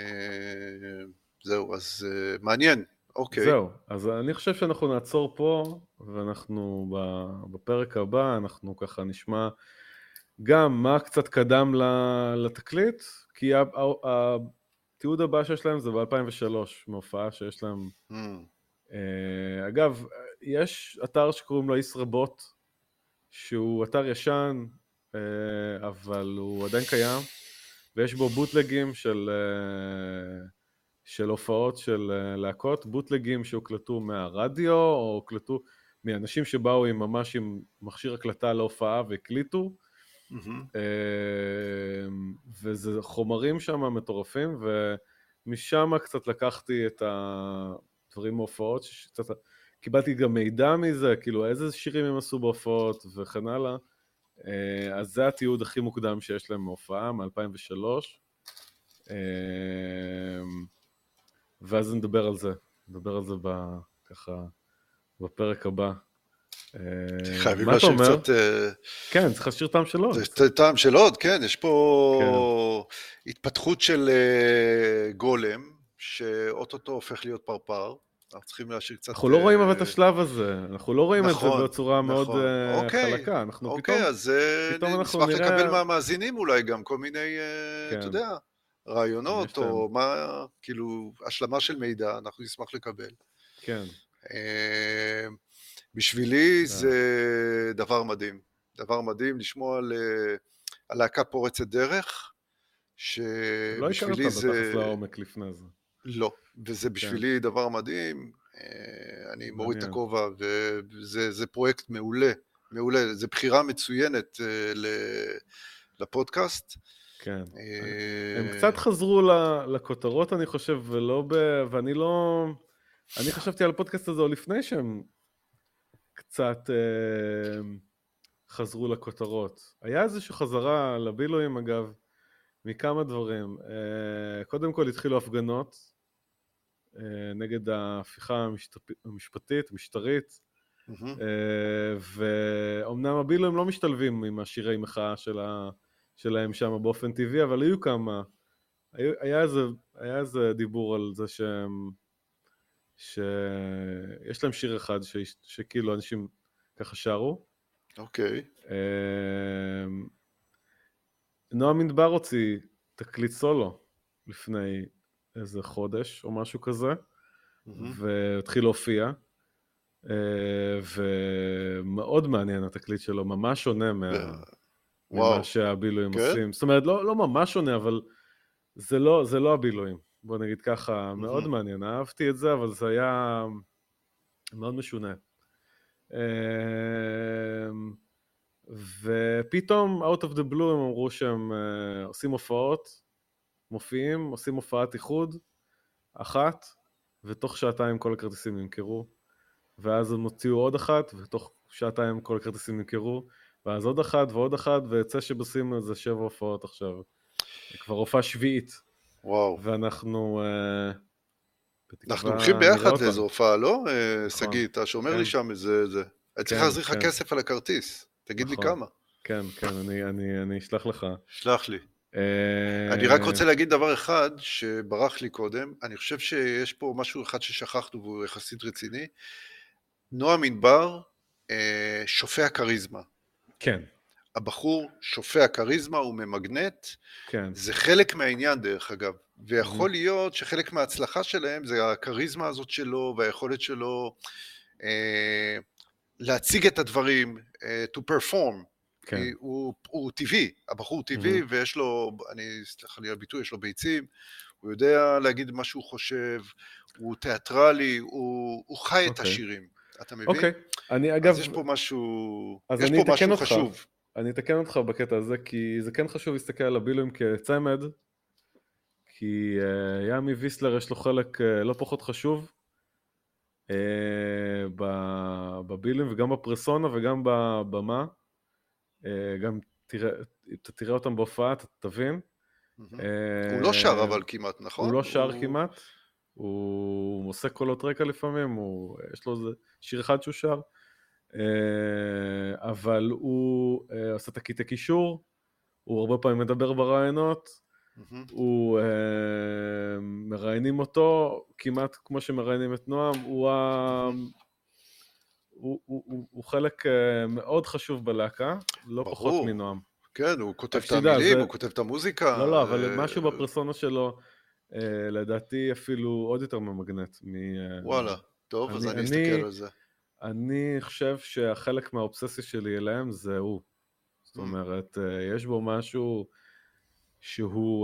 זהו, אז מעניין, אוקיי. זהו, אז אני חושב שאנחנו נעצור פה, ואנחנו בפרק הבא, אנחנו ככה נשמע גם מה קצת קדם לתקליט, כי התיעוד הבא שיש להם זה ב-2003, מהופעה שיש להם... אגב, יש אתר שקוראים לו ישרבוט, שהוא אתר ישן, אבל הוא עדיין קיים, ויש בו בוטלגים של הופעות של להקות, בוטלגים שהוקלטו מהרדיו, או הוקלטו מאנשים שבאו ממש עם מכשיר הקלטה להופעה והקליטו, וזה חומרים שם מטורפים, ומשם קצת לקחתי את דברים מהופעות, קיבלתי גם מידע מזה, כאילו איזה שירים הם עשו בהופעות וכן הלאה, אז זה התיעוד הכי מוקדם שיש להם מהופעה, מ-2003, ואז נדבר על זה ככה בפרק הבא. חייבים להשאיר קצת... כן, צריך להשאיר טעם של עוד. טעם של עוד, כן, יש פה התפתחות של גולם, שאוטוטו הופך להיות פרפר, אנחנו צריכים להשאיר קצת... אנחנו לא רואים אבל את השלב הזה, אנחנו לא רואים את זה בצורה מאוד חלקה, אוקיי, אז נשמח לקבל מהמאזינים אולי גם כל מיני, אתה יודע, רעיונות, או מה, כאילו, השלמה של מידע, אנחנו נשמח לקבל. כן. בשבילי זה דבר מדהים לשמוע על להקה פורצת דרך, שבשבילי זה... לא הכרת בתחס לעומק לפני זה. לא, וזה בשבילי דבר מדהים, אני מוריד את הכובע, וזה פרויקט מעולה, זה בחירה מצוינת לפודקאסט. כן. הם קצת חזרו לכותרות, אני חושב, ואני לא... אני חשבתי על הפודקאסט הזה עוד לפני שהם קצת חזרו לכותרות. היה איזושהי חזרה לבילויים, אגב, מכמה דברים. קודם כל התחילו הפגנות נגד ההפיכה המשטרית, ואומנם הבילויים לא משתלבים עם השירי מחאה שלהם שם באופן טבעי, אבל היו כמה, היה איזה דיבור על זה שיש להם שיר אחד שכאילו אנשים ככה שרו. אוקיי. נועם מדבר הוציא תקליט סולו לפני איזה חודש או משהו כזה, והתחיל להופיע, ומאוד מעניין התקליט שלו, ממש שונה ממה שהבילויים עושים. זאת אומרת, לא ממש שונה, אבל זה לא הבילויים. בוא נגיד ככה, מאוד מעניין. אהבתי את זה, אבל זה היה מאוד משונה. ופתאום, out of the blue, הם אמרו שהם עושים הופעות, מופיעים, עושים הופעת איחוד, אחת, ותוך שעתיים כל הכרטיסים נמכרו, ואז הם הוציאו עוד אחת, ותוך שעתיים כל הכרטיסים נמכרו, ואז עוד אחת ועוד אחת, ויצא שבשים איזה 7 הופעות עכשיו. כבר הופעה שביעית. וואו. ואנחנו... אנחנו הולכים ביחד לאיזו הופעה, לא? סגי, אתה שומר לי שם איזה... אני צריך להחזיר לך כסף על הכרטיס. תגיד לי כמה. כן, אני אשלח לך. שלח לי. אני רק רוצה להגיד דבר אחד שברח לי קודם. אני חושב שיש פה משהו אחד ששכחנו והוא יחסית רציני. נועם מדבר שופע קריזמה. כן. הבחור שופע קריזמה, הוא ממגנט. כן. זה חלק מהעניין דרך אגב. ויכול להיות שחלק מההצלחה שלהם זה הקריזמה הזאת שלו והיכולת שלו להציג את הדברים, to perform. כן. הוא טבעי, הבחור הוא טבעי ויש לו, סליח לי על ביטוי, יש לו ביצים, הוא יודע להגיד מה שהוא חושב, הוא תיאטרלי, הוא חי את השירים, אתה מבין? אוקיי, אני אגב... אז יש פה משהו, יש פה משהו חשוב. אני אתקן אותך בקטע הזה, כי זה כן חשוב להסתכל על הבילויים כצמד, כי ימי ויסלר יש לו חלק לא פחות חשוב, בבילויים וגם בפרסונה וגם בבמה, גם תראה אותם בהופעה, תבין. הוא לא שר אבל כמעט, נכון? הוא לא שר כמעט, הוא עושה קולות רקע לפעמים, יש לו שיר אחד שהוא שר, אבל הוא עושה את הקישור, הוא הרבה פעמים מדבר ברעיונות, הוא מראיינים אותו כמעט כמו שמראיינים את נועם, הוא חלק מאוד חשוב בלהקה, לא פחות מנועם. כן, הוא כותב את המילים, הוא כותב את המוזיקה. לא, אבל משהו בפרסונה שלו, לדעתי אפילו עוד יותר ממגנט. וואלה, טוב, אז אני אסתכל על זה. אני חושב שהחלק מהאובססיה שלי אליהם זה הוא. זאת אומרת, יש בו משהו שהוא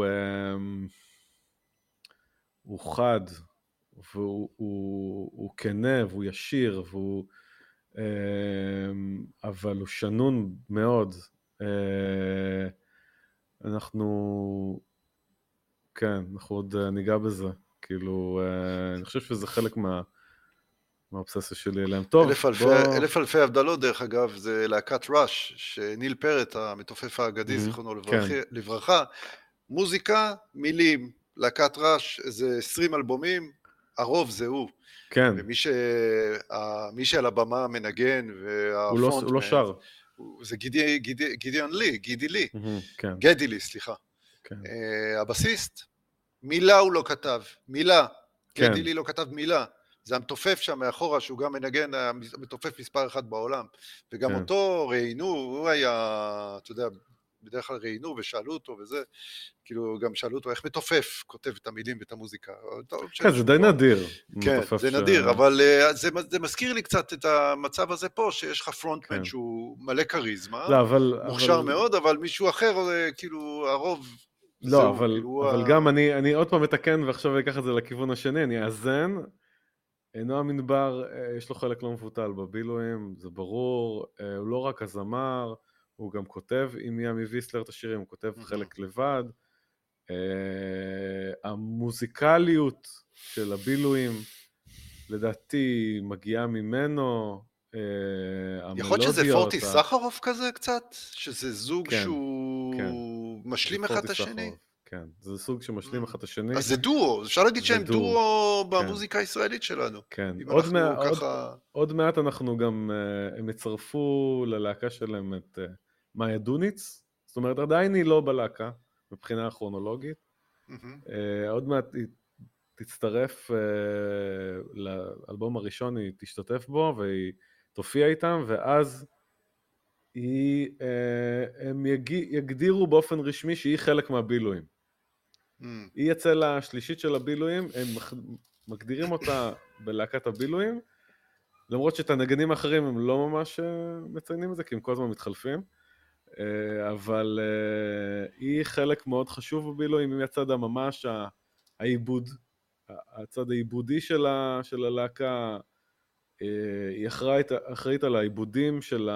חד, והוא כנה, והוא ישיר, אבל הוא שנון מאוד. אנחנו עוד ניגע בזה. כאילו, אני חושב שזה חלק מהאובססיה שלי אליהם. טוב, אלף אלפי הבדלות, דרך אגב, זה להקת ראש, שניל פרט, המתופף האגדי, זיכרונו לברכה, מוזיקה, מילים, להקת ראש, זה 20 אלבומים, הרוב זה הוא. כן. ומי שעל הבמה מנגן, והפונט... הוא לא שר. זה גידי לי, סליחה. כן. הבסיסט, מילה הוא לא כתב, מילה. גידי לי לא כתב מילה. זה המתופף שם מאחורה, שהוא גם מנגן, המתופף מספר 1 בעולם. וגם אותו ראיינו, הוא היה, אתה יודע, בדרך כלל ראיינו ושאלו אותו וזה, כאילו גם שאלו אותו איך מתופף כותב את המילים ואת המוזיקה. כן, זה די נדיר. כן, זה נדיר, אבל זה מזכיר לי קצת את המצב הזה פה, שיש לך פרונטמן שהוא מלא קריזמה, מוכשר מאוד, אבל מישהו אחר, כאילו הרוב... לא, אבל גם אני עוד פעם מתקן, ועכשיו אני אקח את זה לכיוון השני, אני אאזן, נועם מדבר, יש לו חלק לא מבוטל בבילויים, זה ברור, הוא לא רק הזמר, הוא גם כותב עם ימי ויסלר את השירים, הוא כותב חלק לבד. המוזיקליות של הבילויים, לדעתי, מגיעה ממנו, המלודיות. יכול להיות שזה פורטי סחרוף כזה קצת? שזה זוג כן, שהוא כן. משלים זה אחד את פורטי השני? סחרוף, כן, זה סוג שמשלים אחד את השני. אז זה דואו, אפשר להגיד זה שהם דואו, דואו כן. במוזיקה הישראלית שלנו. כן, אם אנחנו ככה... עוד מעט אנחנו גם, הם יצרפו ללהקה שלהם את מאיה דוניץ, זאת אומרת עדיין היא לא בלהקה, מבחינה כרונולוגית, עוד מעט היא תצטרף לאלבום הראשון, היא תשתתף בו והיא תופיע איתם, ואז הם יגדירו באופן רשמי שהיא חלק מהבילויים. היא יצא לשלישית של הבילויים, הם מגדירים אותה בלהקת הבילויים, למרות שאת הנגנים האחרים הם לא ממש מציינים את זה, כי הם כל הזמן מתחלפים, אבל היא חלק מאוד חשוב בבילויים, היא הצד ממש העיבוד, הצד העיבודי של הלהקה, היא אחראית על העיבודים של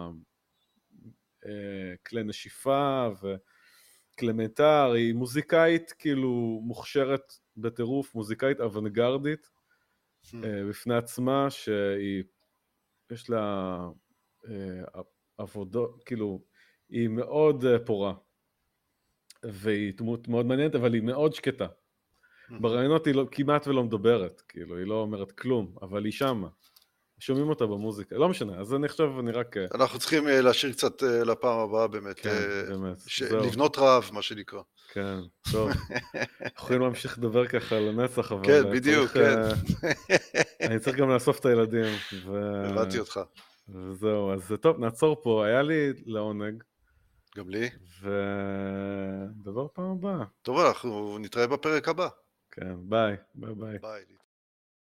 כלי נשיפה וקלמנטר, היא מוזיקאית כאילו מוכשרת בטירוף, מוזיקאית אוונגרדית בפני עצמה, שיש לה עבודות, כאילו היא מאוד פורה, והיא דמות מאוד מעניינת, אבל היא מאוד שקטה. ברעיונות היא כמעט ולא מדברת, כאילו היא לא אומרת כלום, אבל היא שמה. שומעים אותה במוזיקה, לא משנה, אז אני חושב, אני רק... אנחנו צריכים להשאיר קצת לפעם הבאה באמת. כן, באמת. לבנות רעב, מה שנקרא. כן, טוב. יכולים להמשיך לדבר ככה על הנצח, אבל... כן, בדיוק, כן. אני צריך גם לאסוף את הילדים. הבנתי אותך. וזהו, אז טוב, נעצור פה, היה לי לעונג. גם לי. ודבר פעם הבאה. טוב, אנחנו נתראה בפרק הבא. כן, ביי, ביי ביי. ביי.